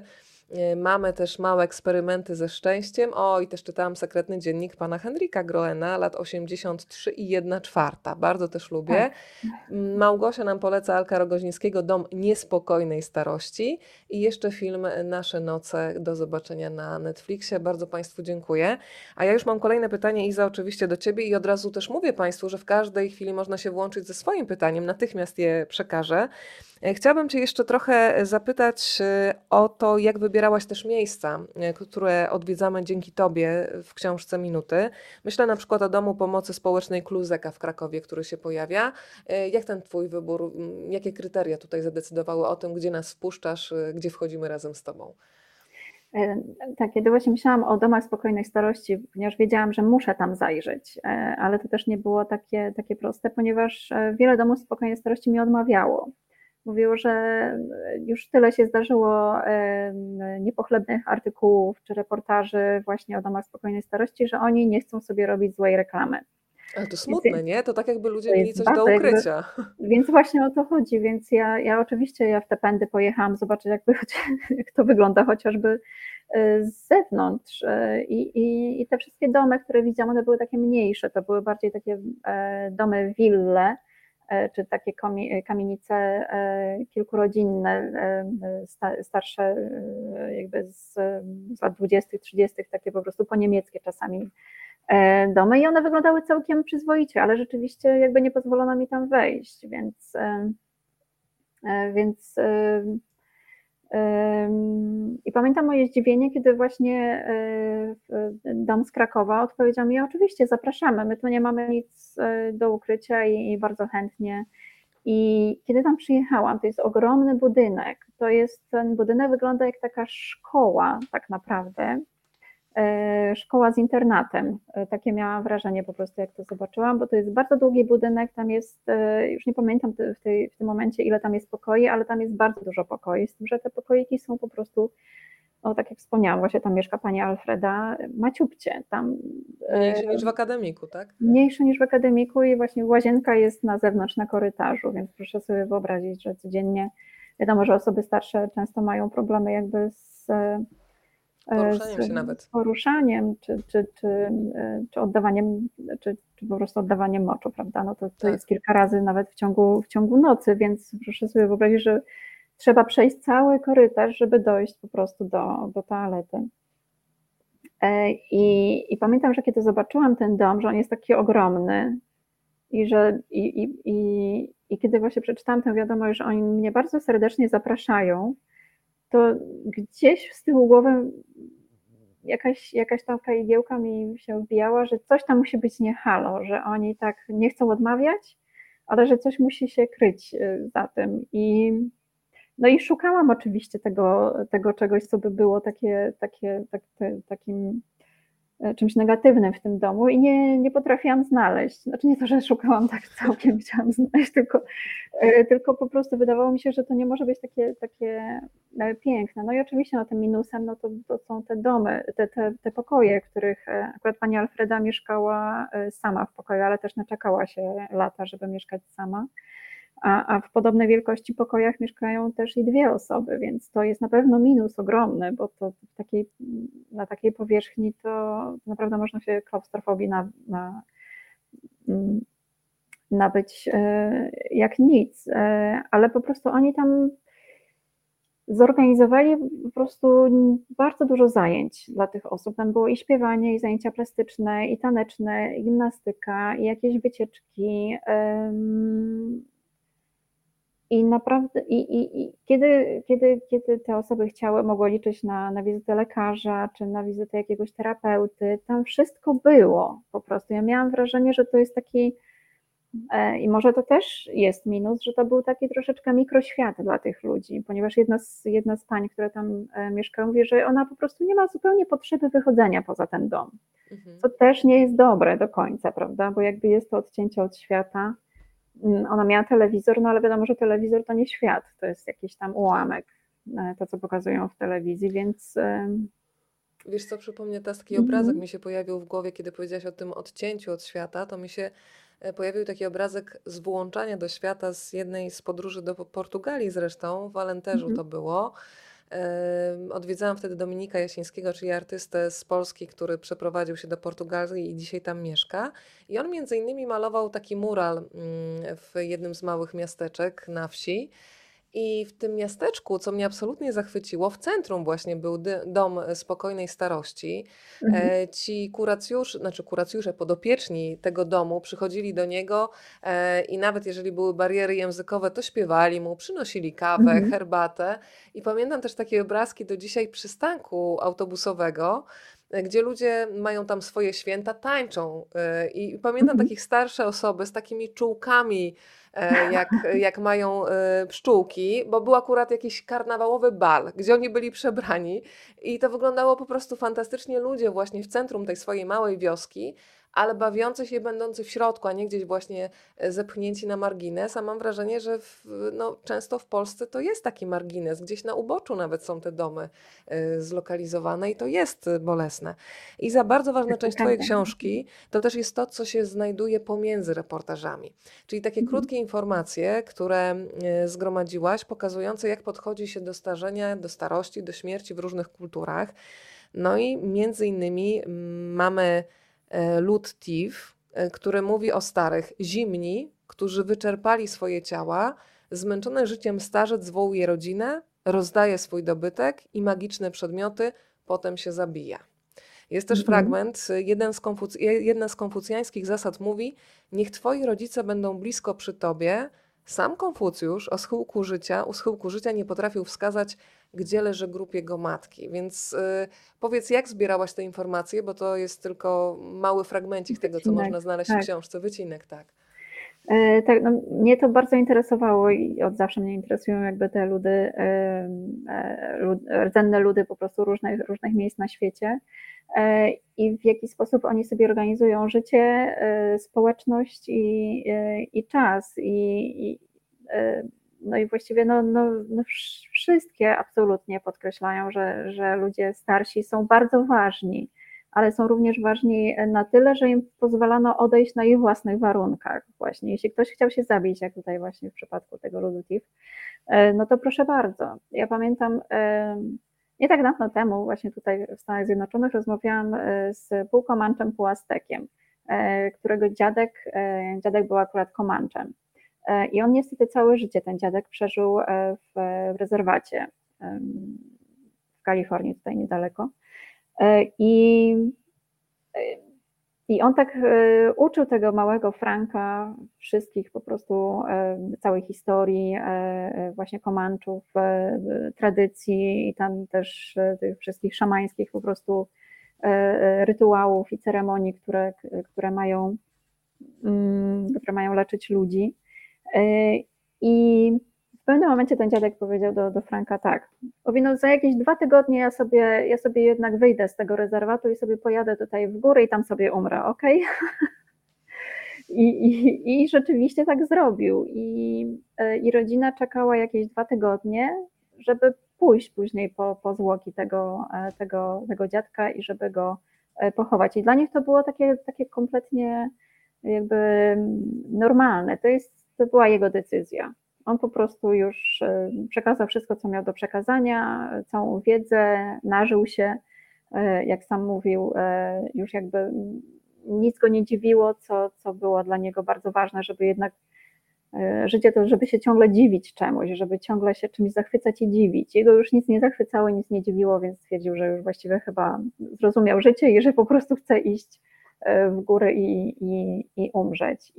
Mamy też małe eksperymenty ze szczęściem. O, i też czytałam sekretny dziennik pana Henryka Groena, lat 83 i 1/4. Bardzo też lubię. Tak. Małgosia nam poleca Alka Rogoźnickiego Dom niespokojnej starości i jeszcze film Nasze noce do zobaczenia na Netflixie. Bardzo Państwu dziękuję. A ja już mam kolejne pytanie, Iza, oczywiście do Ciebie i od razu też mówię Państwu, że w każdej chwili można się włączyć ze swoim pytaniem, natychmiast je przekażę. Chciałabym Cię jeszcze trochę zapytać o to, jak wybierałaś też miejsca, które odwiedzamy dzięki Tobie w książce Minuty. Myślę na przykład o Domu Pomocy Społecznej Kluzeka w Krakowie, który się pojawia. Jak ten Twój wybór, jakie kryteria tutaj zadecydowały o tym, gdzie nas wpuszczasz, gdzie wchodzimy razem z Tobą? Tak, kiedy właśnie myślałam o domach spokojnej starości, ponieważ wiedziałam, że muszę tam zajrzeć, ale to też nie było takie proste, ponieważ wiele domów spokojnej starości mi odmawiało. Mówiło, że już tyle się zdarzyło niepochlebnych artykułów czy reportaży właśnie o domach spokojnej starości, że oni nie chcą sobie robić złej reklamy. Ale to smutne, nie? To tak jakby ludzie To mieli jest coś do bardzo jakby, ukrycia. więc właśnie o to chodzi, więc ja oczywiście w te pędy pojechałam zobaczyć, jak to wygląda chociażby z zewnątrz i te wszystkie domy, które widziałam, one były takie mniejsze, to były bardziej takie domy wille, czy takie kamienice kilkurodzinne, starsze jakby z lat 20., 30., takie po prostu po niemieckie czasami domy i one wyglądały całkiem przyzwoicie, ale rzeczywiście jakby nie pozwolono mi tam wejść, więc i pamiętam moje zdziwienie, kiedy właśnie dom z Krakowa odpowiedział mi: oczywiście zapraszamy, my tu nie mamy nic do ukrycia i bardzo chętnie. I kiedy tam przyjechałam, to jest ogromny budynek, ten budynek wygląda jak taka szkoła tak naprawdę, szkoła z internatem. Takie miałam wrażenie po prostu, jak to zobaczyłam, bo to jest bardzo długi budynek, tam jest, już nie pamiętam w tym momencie, ile tam jest pokoi, ale tam jest bardzo dużo pokoi, z tym, że te pokoiki są po prostu, no tak jak wspomniałam, właśnie tam mieszka pani Alfreda, maciubcie, tam Mniejsze niż w akademiku, tak? mniejsze niż w akademiku i właśnie łazienka jest na zewnątrz, na korytarzu, więc proszę sobie wyobrazić, że codziennie, wiadomo, że osoby starsze często mają problemy jakby z Poruszaniem się nawet. poruszaniem, czy oddawaniem, czy po prostu oddawaniem moczu, prawda? No to Tak. jest kilka razy nawet w ciągu nocy, więc proszę sobie wyobrazić, że trzeba przejść cały korytarz, żeby dojść po prostu do toalety. I pamiętam, że kiedy zobaczyłam ten dom, że on jest taki ogromny i kiedy właśnie przeczytałam tę wiadomość, że oni mnie bardzo serdecznie zapraszają, to gdzieś z tyłu głowy jakaś taka igiełka mi się wbijała, że coś tam musi być nie halo, że oni tak nie chcą odmawiać, ale że coś musi się kryć za tym. No i szukałam oczywiście tego czegoś, co by było takim czymś negatywnym w tym domu i nie potrafiłam znaleźć. Znaczy nie to, że szukałam tak całkiem, chciałam znaleźć, tylko po prostu wydawało mi się, że to nie może być takie piękne. No i oczywiście tym minusem to są te domy, te pokoje, w których akurat pani Alfreda mieszkała sama w pokoju, ale też naczekała się lata, żeby mieszkać sama. A w podobnej wielkości pokojach mieszkają też i dwie osoby, więc to jest na pewno minus ogromny, bo to na takiej powierzchni to naprawdę można się klaustrofobii nabyć jak nic, ale po prostu oni tam zorganizowali po prostu bardzo dużo zajęć dla tych osób. Tam było i śpiewanie, i zajęcia plastyczne, i taneczne, i gimnastyka, i jakieś wycieczki. I naprawdę, kiedy te osoby mogły liczyć na wizytę lekarza, czy na wizytę jakiegoś terapeuty, tam wszystko było po prostu. Ja miałam wrażenie, że to jest taki, i może to też jest minus, że to był taki troszeczkę mikroświat dla tych ludzi, ponieważ jedna z pań, która tam mieszka, mówi, że ona po prostu nie ma zupełnie potrzeby wychodzenia poza ten dom, co też nie jest dobre do końca, prawda, bo jakby jest to odcięcie od świata. Ona miała telewizor, no ale wiadomo, że telewizor to nie świat, to jest jakiś tam ułamek, to co pokazują w telewizji, więc... Wiesz co, przypomnę teraz taki obrazek mi się pojawił w głowie, kiedy powiedziałaś o tym odcięciu od świata, to mi się pojawił taki obrazek z włączania do świata z jednej z podróży do Portugalii zresztą, w Alenteżu to było. Odwiedzałam wtedy Dominika Jasińskiego, czyli artystę z Polski, który przeprowadził się do Portugalii i dzisiaj tam mieszka. I on między innymi malował taki mural w jednym z małych miasteczek na wsi. I w tym miasteczku, co mnie absolutnie zachwyciło, w centrum właśnie był dom spokojnej starości. Mhm. Ci kuracjusze, podopieczni tego domu przychodzili do niego i nawet jeżeli były bariery językowe, to śpiewali mu, przynosili kawę, Mhm. herbatę. I pamiętam też takie obrazki do dzisiaj przystanku autobusowego, gdzie ludzie mają tam swoje święta, tańczą. I pamiętam Mhm. takich starsze osoby z takimi czułkami, jak mają pszczółki, bo był akurat jakiś karnawałowy bal, gdzie oni byli przebrani i to wyglądało po prostu fantastycznie. Ludzie właśnie w centrum tej swojej małej wioski, ale bawiący się, będący w środku, a nie gdzieś właśnie zepchnięci na margines, a mam wrażenie, że często w Polsce to jest taki margines, gdzieś na uboczu nawet są te domy zlokalizowane i to jest bolesne. I za bardzo ważna Tak, to część Twojej prawda. książki to też jest to, co się znajduje pomiędzy reportażami. Czyli takie Mhm. krótkie informacje, które zgromadziłaś, pokazujące, jak podchodzi się do starzenia, do starości, do śmierci w różnych kulturach. No i między innymi mamy lud Tiv, który mówi o starych. Zimni, którzy wyczerpali swoje ciała, zmęczony życiem starzec zwołuje rodzinę, rozdaje swój dobytek i magiczne przedmioty, potem się zabija. Jest też Mhm. fragment, jedna z konfucjańskich zasad mówi: niech twoi rodzice będą blisko przy tobie. Sam Konfucjusz u schyłku życia nie potrafił wskazać, gdzie leży grób jego matki. Więc powiedz, jak zbierałaś te informacje, bo to jest tylko mały fragmencik tego, co Wycinek, można znaleźć w tak. książce. Wycinek, tak. Tak, no, mnie to bardzo interesowało i od zawsze mnie interesują jakby te ludy, rdzenne ludy po prostu różnych miejsc na świecie i w jaki sposób oni sobie organizują życie, społeczność i czas. No i właściwie no wszystkie absolutnie podkreślają, że ludzie starsi są bardzo ważni, ale są również ważni na tyle, że im pozwalano odejść na ich własnych warunkach. Właśnie, jeśli ktoś chciał się zabić, jak tutaj właśnie w przypadku tego ludu Tiv, no to proszę bardzo. Ja pamiętam, nie tak dawno temu, właśnie tutaj w Stanach Zjednoczonych, rozmawiałam z półkomanczem, półaztekiem, którego dziadek był akurat komanczem. I on niestety całe życie, ten dziadek, przeżył w rezerwacie w Kalifornii, tutaj niedaleko. I, I on tak uczył tego małego Franka wszystkich po prostu, całej historii właśnie Komanczów, tradycji i tam też tych wszystkich szamańskich po prostu rytuałów i ceremonii, które mają leczyć ludzi. I w pewnym momencie ten dziadek powiedział do Franka tak: mówi, no za jakieś 2 tygodnie ja sobie jednak wyjdę z tego rezerwatu i sobie pojadę tutaj w góry i tam sobie umrę, okej? I rzeczywiście tak zrobił. I rodzina czekała jakieś 2 tygodnie, żeby pójść później po zwłoki tego dziadka i żeby go pochować. I dla nich to było takie kompletnie jakby normalne. To była jego decyzja. On po prostu już przekazał wszystko, co miał do przekazania, całą wiedzę, nażył się, jak sam mówił, już jakby nic go nie dziwiło, co było dla niego bardzo ważne, żeby jednak życie to, żeby się ciągle dziwić czemuś, żeby ciągle się czymś zachwycać i dziwić. Jego już nic nie zachwycało, nic nie dziwiło, więc stwierdził, że już właściwie chyba zrozumiał życie i że po prostu chce iść w górę i umrzeć.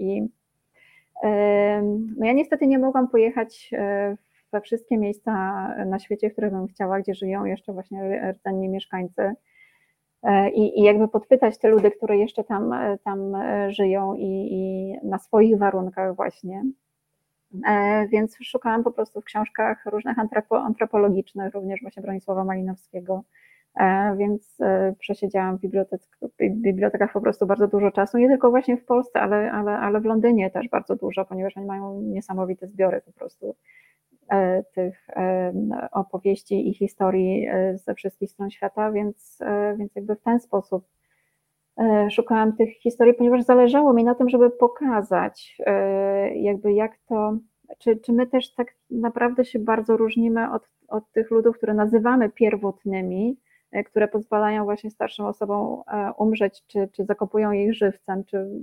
No ja niestety nie mogłam pojechać we wszystkie miejsca na świecie, w których bym chciała, gdzie żyją jeszcze właśnie rdzenni mieszkańcy. I jakby podpytać te ludy, które jeszcze tam żyją i na swoich warunkach właśnie. Więc szukałam po prostu w książkach różnych antropologicznych, również właśnie Bronisława Malinowskiego, więc przesiedziałam w bibliotekach po prostu bardzo dużo czasu, nie tylko właśnie w Polsce, ale w Londynie też bardzo dużo, ponieważ oni mają niesamowite zbiory po prostu tych opowieści i historii ze wszystkich stron świata, więc jakby w ten sposób szukałam tych historii, ponieważ zależało mi na tym, żeby pokazać jakby czy my też tak naprawdę się bardzo różnimy od tych ludów, które nazywamy pierwotnymi, które pozwalają właśnie starszym osobom umrzeć, czy zakopują ich żywcem,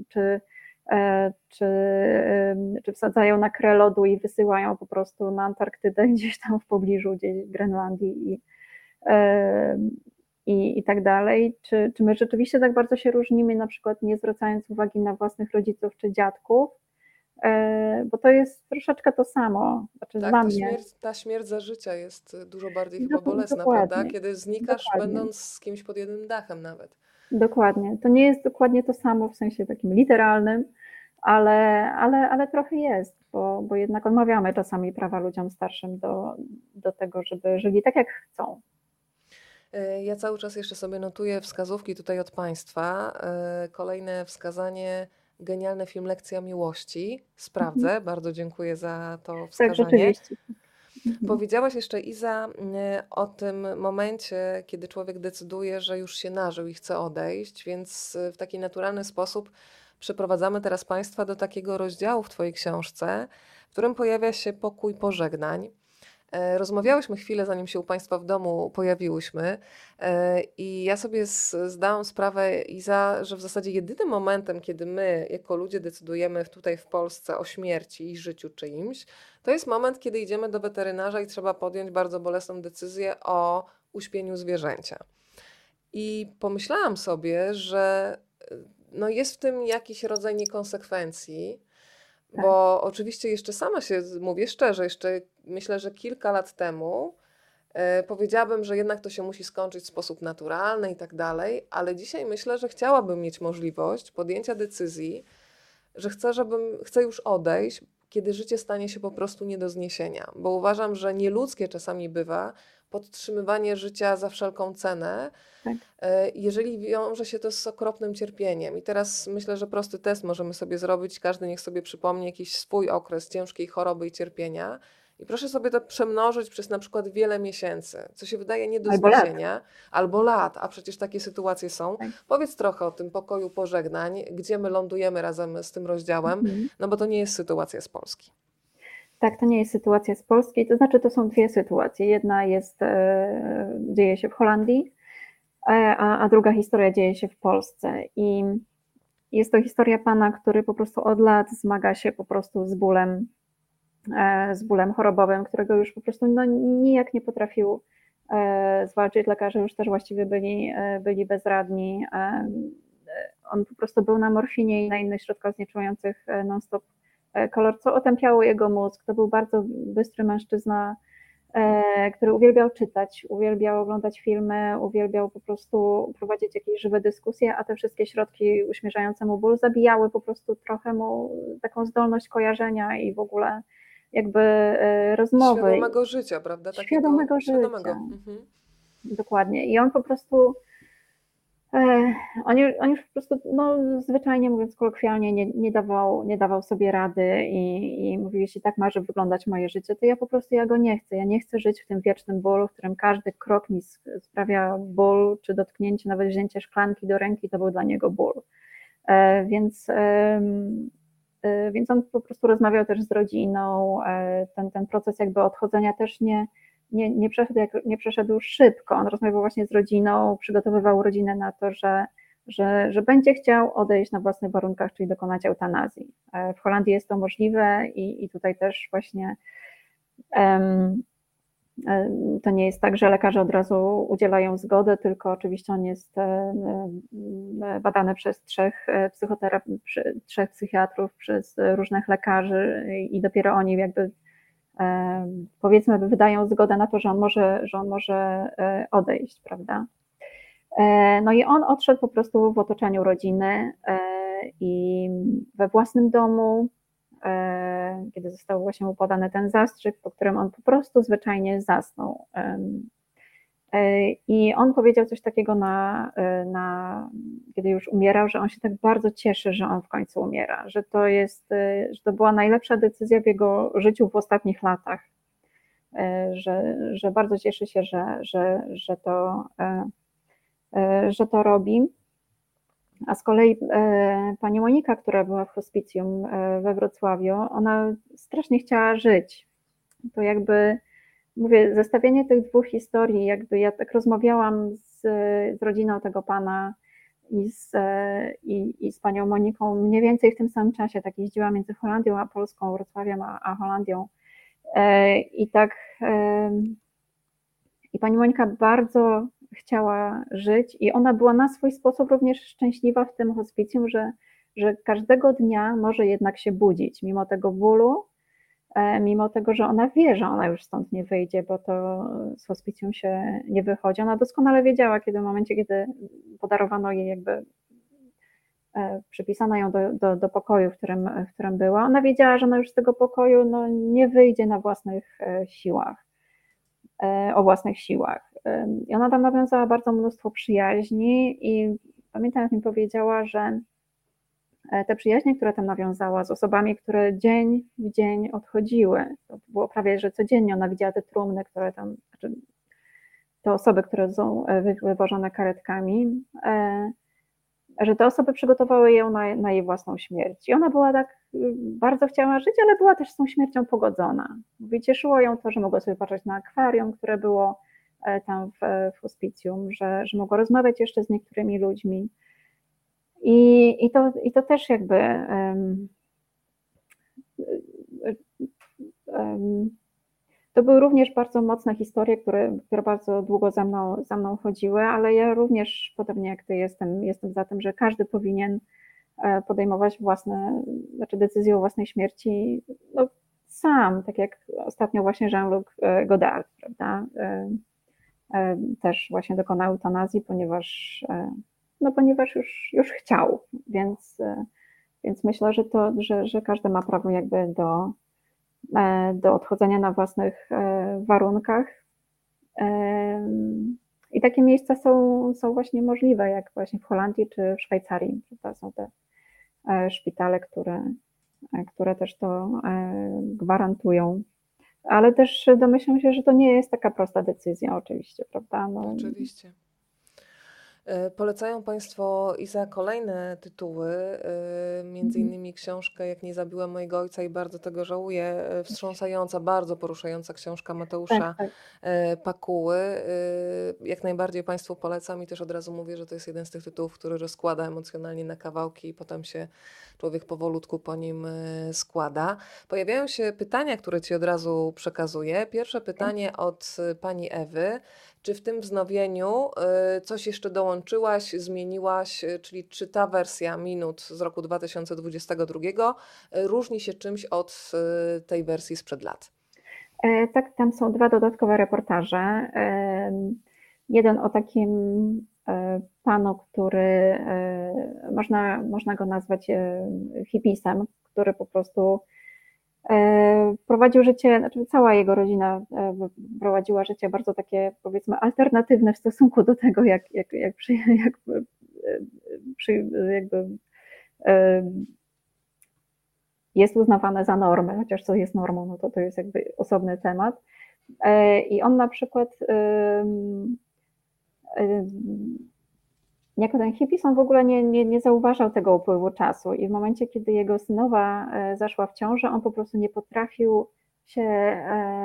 czy, czy wsadzają na krę lodu i wysyłają po prostu na Antarktydę gdzieś tam w pobliżu, gdzieś w Grenlandii i tak dalej. Czy my rzeczywiście tak bardzo się różnimy, na przykład nie zwracając uwagi na własnych rodziców czy dziadków, bo to jest troszeczkę to samo, znaczy Tak, dla mnie. ta śmierć za życia jest dużo bardziej chyba bolesna, prawda? Dokładnie, Kiedy znikasz, dokładnie. będąc z kimś pod jednym dachem nawet. Dokładnie. To nie jest dokładnie to samo w sensie takim literalnym, ale trochę jest, bo jednak odmawiamy czasami prawa ludziom starszym do tego, żeby żyli tak, jak chcą. Ja cały czas jeszcze sobie notuję wskazówki tutaj od Państwa. Kolejne wskazanie, genialny film Lekcja Miłości. Mhm. Sprawdzę, bardzo dziękuję za to Tak, wskazanie. rzeczywiście. Mhm. Powiedziałaś jeszcze, Iza, o tym momencie, kiedy człowiek decyduje, że już się nażył i chce odejść, więc w taki naturalny sposób przeprowadzamy teraz Państwa do takiego rozdziału w Twojej książce, w którym pojawia się pokój pożegnań. Rozmawiałyśmy chwilę, zanim się u Państwa w domu pojawiłyśmy i ja sobie zdałam sprawę, Iza, że w zasadzie jedynym momentem, kiedy my jako ludzie decydujemy tutaj w Polsce o śmierci i życiu czyimś, to jest moment, kiedy idziemy do weterynarza i trzeba podjąć bardzo bolesną decyzję o uśpieniu zwierzęcia. I pomyślałam sobie, że no jest w tym jakiś rodzaj niekonsekwencji, Tak. bo oczywiście jeszcze sama się, mówię szczerze, jeszcze myślę, że kilka lat temu powiedziałabym, że jednak to się musi skończyć w sposób naturalny i tak dalej, ale dzisiaj myślę, że chciałabym mieć możliwość podjęcia decyzji, że chcę już odejść, kiedy życie stanie się po prostu nie do zniesienia, bo uważam, że nieludzkie czasami bywa podtrzymywanie życia za wszelką cenę, Tak. jeżeli wiąże się to z okropnym cierpieniem. I teraz myślę, że prosty test możemy sobie zrobić, każdy niech sobie przypomni jakiś swój okres ciężkiej choroby i cierpienia i proszę sobie to przemnożyć przez na przykład wiele miesięcy, co się wydaje nie do Albo lat. zniesienia, albo lat, a przecież takie sytuacje są. Tak. Powiedz trochę o tym pokoju pożegnań, gdzie my lądujemy razem z tym rozdziałem, Mhm. no bo to nie jest sytuacja z Polski. Tak, to nie jest sytuacja z Polski, to znaczy to są dwie sytuacje. Jedna jest, dzieje się w Holandii, a druga historia dzieje się w Polsce. I jest to historia pana, który po prostu od lat zmaga się po prostu z bólem chorobowym, którego już po prostu no, nijak nie potrafił zwalczyć. Lekarze już też właściwie byli bezradni. On po prostu był na morfinie i na innych środkach znieczulających non-stop kolor, co otępiało jego mózg. To był bardzo bystry mężczyzna, który uwielbiał czytać, uwielbiał oglądać filmy, uwielbiał po prostu prowadzić jakieś żywe dyskusje, a te wszystkie środki uśmierzające mu ból zabijały po prostu trochę mu taką zdolność kojarzenia i w ogóle jakby rozmowy. Świadomego życia, prawda? Świadomego Świadomego. życia. Mhm. Dokładnie. I on po prostu on już po prostu, no, zwyczajnie mówiąc kolokwialnie, nie dawał sobie rady i mówił, jeśli tak ma wyglądać moje życie, to ja go nie chcę. Ja nie chcę żyć w tym wiecznym bólu, w którym każdy krok mi sprawia ból, czy dotknięcie, nawet wzięcie szklanki do ręki, to był dla niego ból. Więc on po prostu rozmawiał też z rodziną. Ten proces jakby odchodzenia też nie przeszedł szybko. On rozmawiał właśnie z rodziną, przygotowywał rodzinę na to, że będzie chciał odejść na własnych warunkach, czyli dokonać eutanazji. W Holandii jest to możliwe i tutaj też właśnie to nie jest tak, że lekarze od razu udzielają zgody, tylko oczywiście on jest badany przez trzech psychiatrów, przez różnych lekarzy i dopiero oni jakby powiedzmy wydają zgodę na to, że on może odejść, prawda? No i on odszedł po prostu w otoczeniu rodziny i we własnym domu, kiedy został właśnie mu podany ten zastrzyk, po którym on po prostu zwyczajnie zasnął. I on powiedział coś takiego, kiedy już umierał, że on się tak bardzo cieszy, że on w końcu umiera, że to była najlepsza decyzja w jego życiu w ostatnich latach, że bardzo cieszy się, że to robi. A z kolei pani Monika, która była w hospicjum we Wrocławiu, ona strasznie chciała żyć. To jakby, mówię, zestawienie tych dwóch historii, jakby ja tak rozmawiałam z rodziną tego pana i z panią Moniką mniej więcej w tym samym czasie, tak jeździła między Holandią a Polską, Wrocławiem a Holandią. I tak i pani Monika bardzo chciała żyć i ona była na swój sposób również szczęśliwa w tym hospicjum, że każdego dnia może jednak się budzić, mimo tego bólu, mimo tego, że ona wie, że ona już stąd nie wyjdzie, bo to z hospicjum się nie wychodzi. Ona doskonale wiedziała, kiedy w momencie, kiedy podarowano jej jakby, przypisano ją do pokoju, w którym była, ona wiedziała, że ona już z tego pokoju no, nie wyjdzie na własnych siłach, o własnych siłach. I ona tam nawiązała bardzo mnóstwo przyjaźni i pamiętam, jak mi powiedziała, że te przyjaźnie, które tam nawiązała z osobami, które dzień w dzień odchodziły, to było prawie, że codziennie ona widziała te trumny, które tam, znaczy te osoby, które są wywożone karetkami, że te osoby przygotowały ją na jej własną śmierć. I ona była tak, bardzo chciała żyć, ale była też z tą śmiercią pogodzona. Mówi, cieszyło ją to, że mogła sobie patrzeć na akwarium, które było tam w hospicjum, że mogła rozmawiać jeszcze z niektórymi ludźmi. I to też jakby to były również bardzo mocne historie, które bardzo długo za mną chodziły, ale ja również, podobnie jak ty, jestem za tym, że każdy powinien podejmować znaczy decyzję o własnej śmierci no, sam, tak jak ostatnio właśnie Jean-Luc Godard, prawda? Też właśnie dokonał eutanazji, ponieważ już chciał, więc myślę, że każdy ma prawo jakby do odchodzenia na własnych warunkach. I takie miejsca są właśnie możliwe, jak właśnie w Holandii czy w Szwajcarii. To są te szpitale, które też to gwarantują. Ale też domyślam się, że to nie jest taka prosta decyzja oczywiście, prawda? No. Oczywiście. Polecają Państwo i za kolejne tytuły, między innymi książkę Jak nie zabiłem mojego ojca i bardzo tego żałuję, wstrząsająca, bardzo poruszająca książka Mateusza Tak. Pakuły. Jak najbardziej Państwu polecam i też od razu mówię, że to jest jeden z tych tytułów, który rozkłada emocjonalnie na kawałki i potem się człowiek powolutku po nim składa. Pojawiają się pytania, które Ci od razu przekazuję. Pierwsze pytanie od pani Ewy. Czy w tym wznowieniu coś jeszcze dołączyłaś, zmieniłaś, czyli czy ta wersja minut z roku 2022 różni się czymś od tej wersji sprzed lat? Tak, tam są dwa dodatkowe reportaże. Jeden o takim panu, który można go nazwać hipisem, który po prostu prowadził życie, znaczy cała jego rodzina prowadziła życie bardzo takie, powiedzmy, alternatywne w stosunku do tego, jakby jest uznawane za normę, chociaż co jest normą, no to jest jakby osobny temat. I on na przykład jako ten hippies on w ogóle nie zauważał tego upływu czasu i w momencie, kiedy jego synowa zaszła w ciążę, on po prostu nie potrafił się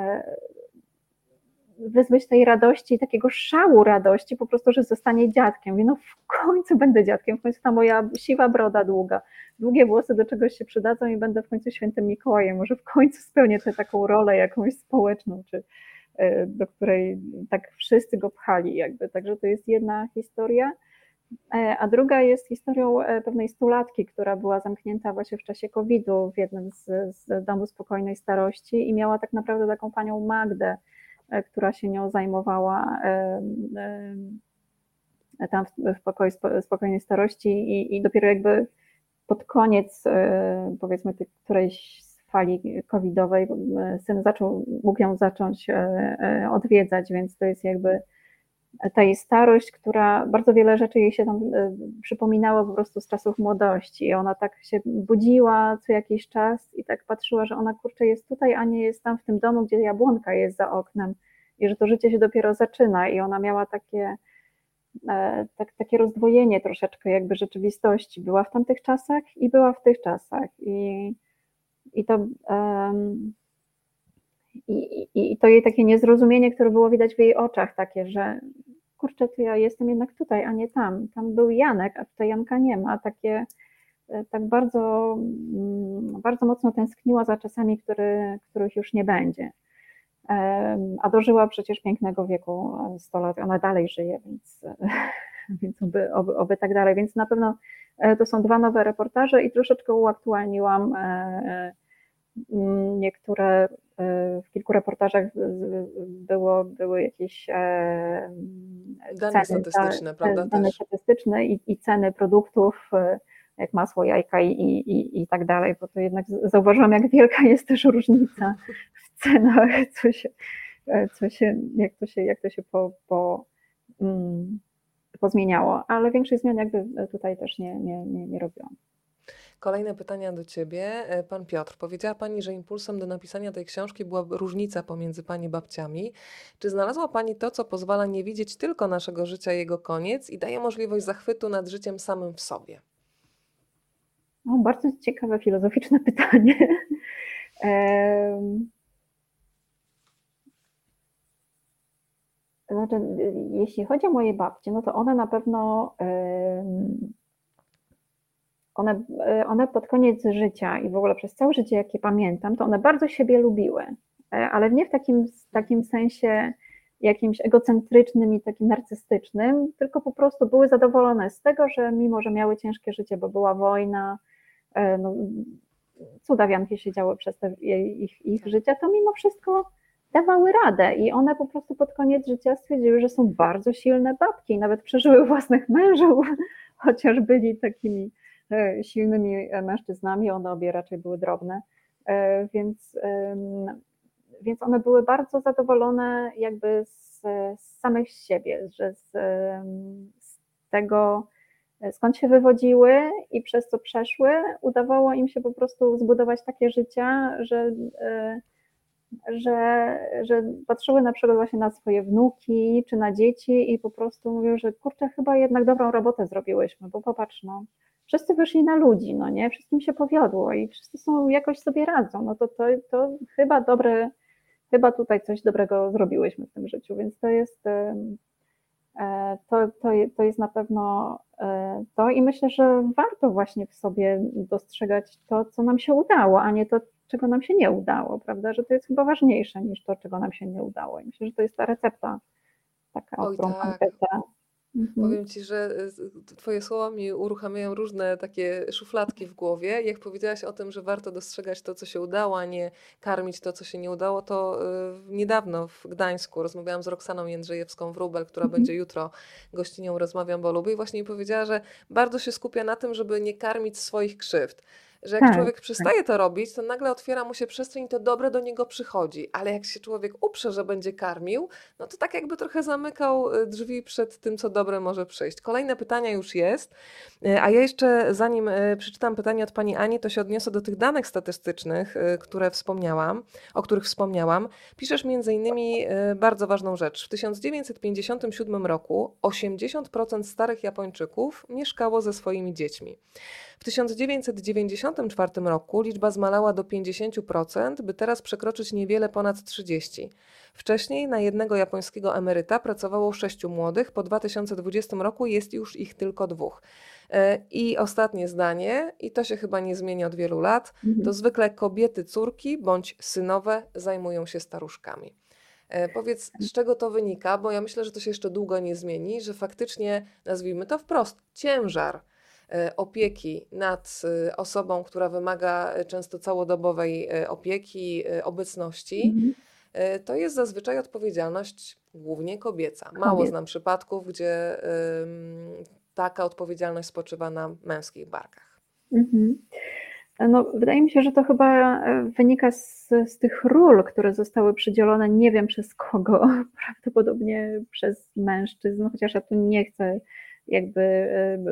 wyzbyć tej radości, takiego szału radości, po prostu, że zostanie dziadkiem. Mówi, no w końcu będę dziadkiem, w końcu ta moja siwa broda długa, długie włosy do czegoś się przydadzą i będę w końcu świętym Mikołajem, może w końcu spełnię tę taką rolę jakąś społeczną, czy do której tak wszyscy go pchali jakby. Także to jest jedna historia. A druga jest historią pewnej stulatki, która była zamknięta właśnie w czasie COVID-u w jednym z domów spokojnej starości i miała tak naprawdę taką panią Magdę, która się nią zajmowała tam w pokoju spokojnej starości i dopiero jakby pod koniec, powiedzmy, którejś fali covidowej syn mógł ją zacząć odwiedzać, więc to jest jakby ta jej starość, która bardzo wiele rzeczy jej się tam przypominało po prostu z czasów młodości i ona tak się budziła co jakiś czas i tak patrzyła, że ona kurczę jest tutaj, a nie jest tam w tym domu, gdzie jabłonka jest za oknem i że to życie się dopiero zaczyna i ona miała takie takie rozdwojenie troszeczkę jakby rzeczywistości. Była w tamtych czasach i była w tych czasach. I to, i to jej takie niezrozumienie, które było widać w jej oczach, takie, że kurczę, to ja jestem jednak tutaj, a nie tam. Tam był Janek, a tutaj Janka nie ma. Takie, tak bardzo, bardzo mocno tęskniła za czasami, których już nie będzie. A dożyła przecież pięknego wieku, 100 lat, ona dalej żyje, więc oby tak dalej. Więc na pewno to są 2 nowe reportaże i troszeczkę uaktualniłam niektóre. W kilku reportażach były jakieś Dane statystyczne, prawda? dane Też. statystyczne i ceny produktów, jak masło, jajka i tak dalej, bo to jednak zauważyłam, jak wielka jest też różnica w cenach, jak to się pozmieniało, ale większych zmian jakby tutaj też nie robiłam. Kolejne pytania do Ciebie. Pan Piotr, powiedziała Pani, że impulsem do napisania tej książki była różnica pomiędzy Pani babciami. Czy znalazła Pani to, co pozwala nie widzieć tylko naszego życia, jego koniec i daje możliwość zachwytu nad życiem samym w sobie? O, bardzo ciekawe, filozoficzne pytanie. Znaczy, jeśli chodzi o moje babcie, no to one na pewno one pod koniec życia i w ogóle przez całe życie, jakie pamiętam, to one bardzo siebie lubiły, ale nie w takim sensie jakimś egocentrycznym i takim narcystycznym, tylko po prostu były zadowolone z tego, że mimo, że miały ciężkie życie, bo była wojna, no, cudawianki się działy przez te ich życia, to mimo wszystko dawały radę i one po prostu pod koniec życia stwierdziły, że są bardzo silne babki i nawet przeżyły własnych mężów, chociaż byli takimi silnymi mężczyznami, one obie raczej były drobne, więc one były bardzo zadowolone jakby z samych siebie, że z tego, skąd się wywodziły i przez co przeszły, udawało im się po prostu zbudować takie życia, że patrzyły na przykład właśnie na swoje wnuki czy na dzieci i po prostu mówią, że kurczę, chyba jednak dobrą robotę zrobiłyśmy, bo popatrz, no, wszyscy wyszli na ludzi, no nie, wszystkim się powiodło i wszyscy jakoś sobie radzą, no to chyba tutaj coś dobrego zrobiłyśmy w tym życiu, więc to jest na pewno to i myślę, że warto właśnie w sobie dostrzegać to, co nam się udało, a nie to, czego nam się nie udało, prawda, że to jest chyba ważniejsze niż to, czego nam się nie udało i myślę, że to jest ta recepta taka, o Oj, którą Pan tak. pyta. Powiem Ci, że Twoje słowa mi uruchamiają różne takie szufladki w głowie. Jak powiedziałaś o tym, że warto dostrzegać to, co się udało, a nie karmić to, co się nie udało, to niedawno w Gdańsku rozmawiałam z Roxaną Jędrzejewską-Wróbel, która będzie jutro gościnią Rozmawiam, bo lubię i właśnie mi powiedziała, że bardzo się skupia na tym, żeby nie karmić swoich krzywd. Że jak Tak, człowiek tak. przestaje to robić, to nagle otwiera mu się przestrzeń i to dobre do niego przychodzi. Ale jak się człowiek uprze, że będzie karmił, no to tak jakby trochę zamykał drzwi przed tym, co dobre może przyjść. Kolejne pytania już jest, a ja jeszcze zanim przeczytam pytanie od pani Ani, to się odniosę do tych danych statystycznych, o których wspomniałam. Piszesz między innymi bardzo ważną rzecz. W 1957 roku 80% starych Japończyków mieszkało ze swoimi dziećmi. W 1994 roku liczba zmalała do 50%, by teraz przekroczyć niewiele ponad 30%. Wcześniej na jednego japońskiego emeryta pracowało 6 młodych, po 2020 roku jest już ich tylko 2. I ostatnie zdanie, i to się chyba nie zmieni od wielu lat, to zwykle kobiety, córki bądź synowe zajmują się staruszkami. Powiedz, z czego to wynika, bo ja myślę, że to się jeszcze długo nie zmieni, że faktycznie, nazwijmy to wprost, ciężar opieki nad osobą, która wymaga często całodobowej opieki, obecności, to jest zazwyczaj odpowiedzialność głównie kobieca. Mało znam przypadków, gdzie taka odpowiedzialność spoczywa na męskich barkach. No, wydaje mi się, że to chyba wynika z tych ról, które zostały przydzielone, nie wiem przez kogo, prawdopodobnie przez mężczyzn, chociaż ja tu nie chcę jakby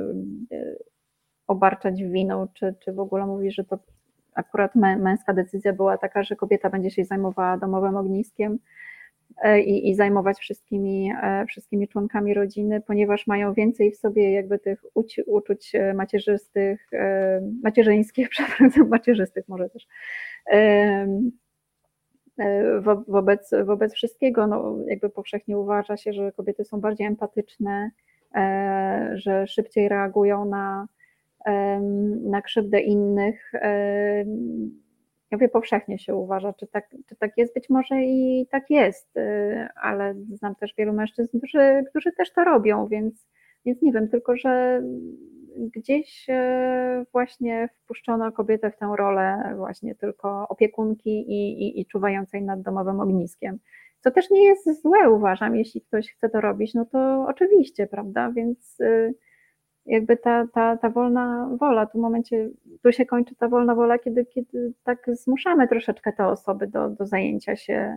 obarczać winą, czy w ogóle mówić, że to akurat męska decyzja była taka, że kobieta będzie się zajmowała domowym ogniskiem. i zajmować wszystkimi członkami rodziny, ponieważ mają więcej w sobie jakby tych uczuć macierzystych, macierzyńskich, przepraszam, macierzystych może też, wobec wszystkiego. No, jakby powszechnie uważa się, że kobiety są bardziej empatyczne, że szybciej reagują na krzywdę innych. Ja mówię, powszechnie się uważa, czy tak jest, być może i tak jest, ale znam też wielu mężczyzn, którzy też to robią, więc nie wiem, tylko że gdzieś właśnie wpuszczono kobietę w tę rolę właśnie tylko opiekunki i czuwającej nad domowym ogniskiem. Co też nie jest złe, uważam, jeśli ktoś chce to robić, no to oczywiście, prawda, więc jakby ta wolna wola, tu się kończy ta wolna wola, kiedy tak zmuszamy troszeczkę te osoby do zajęcia się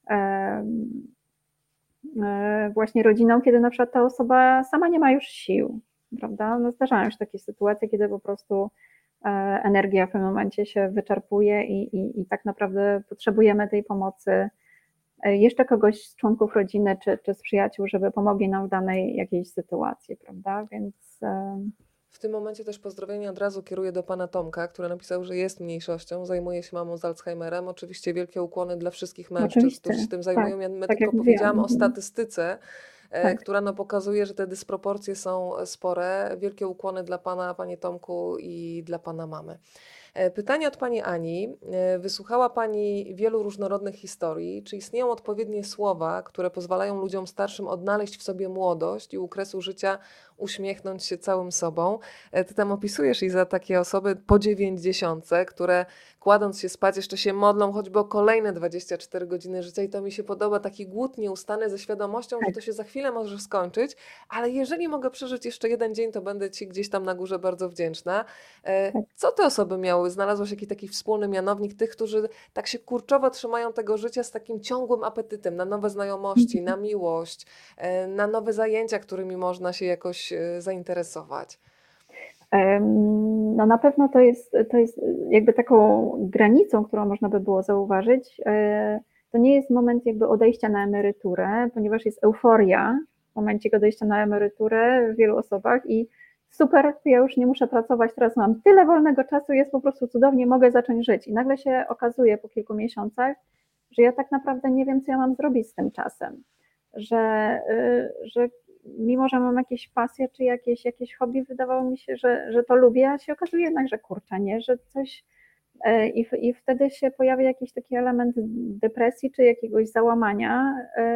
właśnie rodziną, kiedy na przykład ta osoba sama nie ma już sił, prawda? No zdarzają się takie sytuacje, kiedy po prostu energia w pewnym momencie się wyczerpuje i tak naprawdę potrzebujemy tej pomocy jeszcze kogoś z członków rodziny czy z przyjaciół, żeby pomogli nam w danej jakiejś sytuacji, prawda? Więc W tym momencie też pozdrowienia od razu kieruję do pana Tomka, który napisał, że jest mniejszością, zajmuje się mamą z Alzheimerem. Oczywiście wielkie ukłony dla wszystkich mężczyzn, którzy oczywiście, się tym tak, zajmują. Ja tak jak tylko mówiłam. powiedziałam o statystyce, Tak. która no pokazuje, że te dysproporcje są spore. Wielkie ukłony dla pana, panie Tomku, i dla pana mamy. Pytanie od pani Ani. Wysłuchała pani wielu różnorodnych historii. Czy istnieją odpowiednie słowa, które pozwalają ludziom starszym odnaleźć w sobie młodość i u kresu życia uśmiechnąć się całym sobą? Ty tam opisujesz, Iza, takie osoby po 90, które kładąc się spać jeszcze się modlą choćby o kolejne 24 godziny życia, i to mi się podoba, taki głód nieustany ze świadomością, że Tak, to się za chwilę może skończyć, ale jeżeli mogę przeżyć jeszcze jeden dzień, to będę ci gdzieś tam na górze bardzo wdzięczna. tak. Co te osoby miały? Znalazłeś jakiś taki wspólny mianownik tych, którzy tak się kurczowo trzymają tego życia z takim ciągłym apetytem na nowe znajomości, na miłość, na nowe zajęcia, którymi można się jakoś zainteresować? No na pewno to jest jakby taką granicą, którą można by było zauważyć. To nie jest moment jakby odejścia na emeryturę, ponieważ jest euforia w momencie odejścia na emeryturę w wielu osobach i super, ja już nie muszę pracować, teraz mam tyle wolnego czasu, jest po prostu cudownie, mogę zacząć żyć. I nagle się okazuje po kilku miesiącach, że ja tak naprawdę nie wiem, co ja mam zrobić z tym czasem. Że mimo, że mam jakieś pasje czy jakieś hobby, wydawało mi się, że to lubię, a się okazuje jednak, że kurczę, nie, że coś i wtedy się pojawia jakiś taki element depresji czy jakiegoś załamania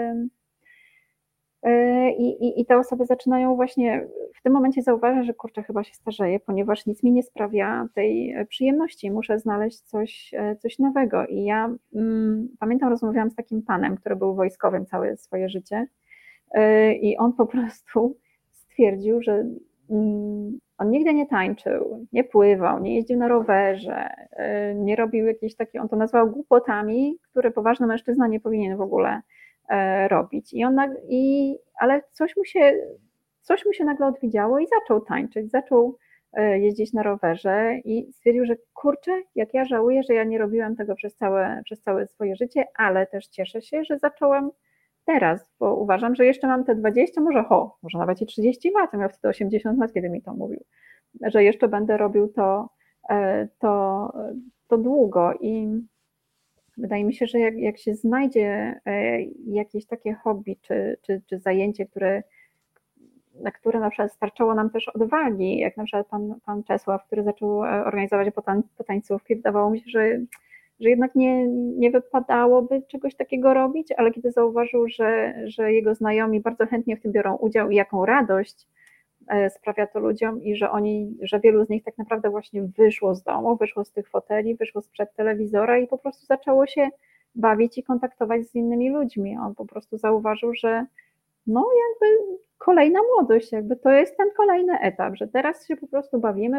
i te osoby zaczynają właśnie w tym momencie zauważyć, że kurczę, chyba się starzeję, ponieważ nic mi nie sprawia tej przyjemności, muszę znaleźć coś nowego. I ja pamiętam, rozmawiałam z takim panem, który był wojskowym całe swoje życie i on po prostu stwierdził, że on nigdy nie tańczył, nie pływał, nie jeździł na rowerze, nie robił jakichś takich, on to nazwał głupotami, które poważny mężczyzna nie powinien w ogóle robić. Ale coś mu się nagle odwiedziało i zaczął tańczyć, zaczął jeździć na rowerze i stwierdził, że kurczę, jak ja żałuję, że ja nie robiłam tego przez całe swoje życie, ale też cieszę się, że zacząłem teraz, bo uważam, że jeszcze mam te 20, może nawet i 30 lat, miał wtedy 80 lat, kiedy mi to mówił, że jeszcze będę robił to, to długo i wydaje mi się, że jak się znajdzie jakieś takie hobby czy zajęcie, na które na przykład starczyło nam też odwagi, jak na przykład pan Czesław, który zaczął organizować potańcówki, wydawało mi się, że jednak nie wypadałoby czegoś takiego robić, ale kiedy zauważył, że jego znajomi bardzo chętnie w tym biorą udział i jaką radość sprawia to ludziom i że wielu z nich tak naprawdę właśnie wyszło z domu, wyszło z tych foteli, wyszło sprzed telewizora i po prostu zaczęło się bawić i kontaktować z innymi ludźmi. On po prostu zauważył, że no jakby kolejna młodość, jakby to jest ten kolejny etap, że teraz się po prostu bawimy,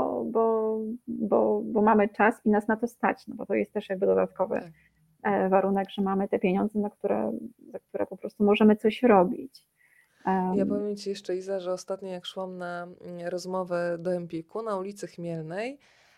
bo mamy czas i nas na to stać, no bo to jest też jakby dodatkowy Tak. warunek, że mamy te pieniądze, za które po prostu możemy coś robić. Ja powiem ci jeszcze, Iza, że ostatnio jak szłam na rozmowę do Empiku na ulicy Chmielnej,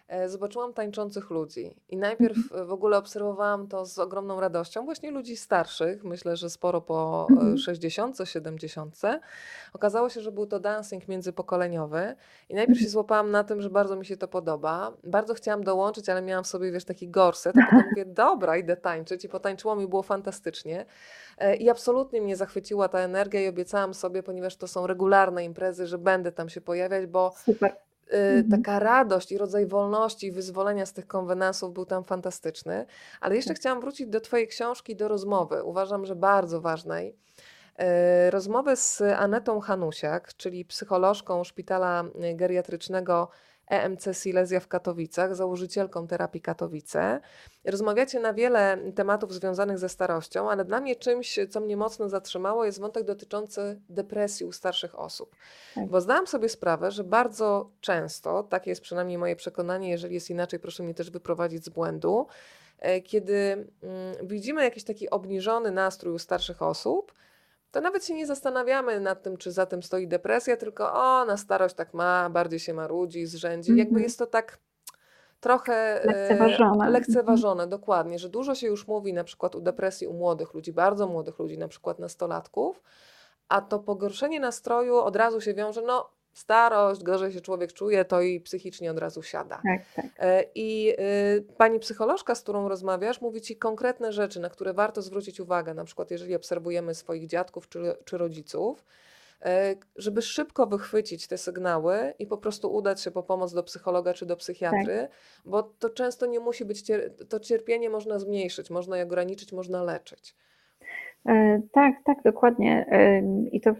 zobaczyłam tańczących ludzi i najpierw Mhm. w ogóle obserwowałam to z ogromną radością, właśnie ludzi starszych, myślę, że sporo po Mhm. 60, 70. Okazało się, że był to dancing międzypokoleniowy i najpierw Mhm. się złapałam na tym, że bardzo mi się to podoba. Bardzo chciałam dołączyć, ale miałam w sobie, wiesz, taki gorset, a potem mówię, dobra, idę tańczyć i potańczyło mi, było fantastycznie. I absolutnie mnie zachwyciła ta energia i obiecałam sobie, ponieważ to są regularne imprezy, że będę tam się pojawiać, bo Super. Mhm. taka radość i rodzaj wolności i wyzwolenia z tych konwenansów był tam fantastyczny. Ale jeszcze Tak. chciałam wrócić do Twojej książki, do rozmowy. Uważam, że bardzo ważnej. Rozmowy z Anetą Hanusiak, czyli psycholożką szpitala geriatrycznego EMC Silesia w Katowicach, założycielką terapii Katowice. Rozmawiacie na wiele tematów związanych ze starością, ale dla mnie czymś, co mnie mocno zatrzymało, jest wątek dotyczący depresji u starszych osób. Tak. Bo zdałam sobie sprawę, że bardzo często, takie jest przynajmniej moje przekonanie, jeżeli jest inaczej, proszę mnie też wyprowadzić z błędu, kiedy widzimy jakiś taki obniżony nastrój u starszych osób, to nawet się nie zastanawiamy nad tym, czy za tym stoi depresja, tylko na starość tak ma, bardziej się marudzi, zrzędzi. Jakby Mhm. jest to tak trochę Lekceważone. Mhm. lekceważone, dokładnie, że dużo się już mówi na przykład u depresji u młodych ludzi, bardzo młodych ludzi, na przykład nastolatków, a to pogorszenie nastroju od razu się wiąże, no starość, gorzej się człowiek czuje, to i psychicznie od razu siada. Tak, tak. I pani psycholożka, z którą rozmawiasz, mówi ci konkretne rzeczy, na które warto zwrócić uwagę, na przykład jeżeli obserwujemy swoich dziadków czy rodziców, żeby szybko wychwycić te sygnały i po prostu udać się po pomoc do psychologa czy do Tak. psychiatry, bo to często nie musi być, to cierpienie można zmniejszyć, można je ograniczyć, można leczyć. Tak, tak, dokładnie. I to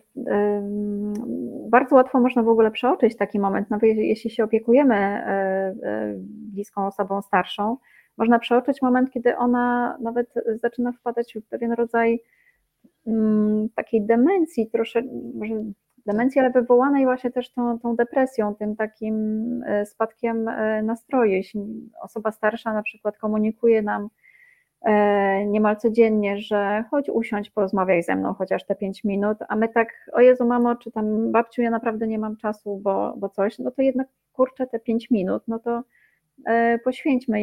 bardzo łatwo można w ogóle przeoczyć taki moment, nawet jeśli się opiekujemy bliską osobą starszą, można przeoczyć moment, kiedy ona nawet zaczyna wpadać w pewien rodzaj takiej demencji, trosze, może Tak. demencji, ale wywołanej właśnie też tą depresją, tym takim spadkiem nastroju. Jeśli osoba starsza na przykład komunikuje nam niemal codziennie, że chodź usiądź, porozmawiaj ze mną chociaż te 5 minut, a my tak, o Jezu mamo, czy tam babciu, ja naprawdę nie mam czasu, bo coś, no to jednak kurczę te 5 minut, no to poświęćmy,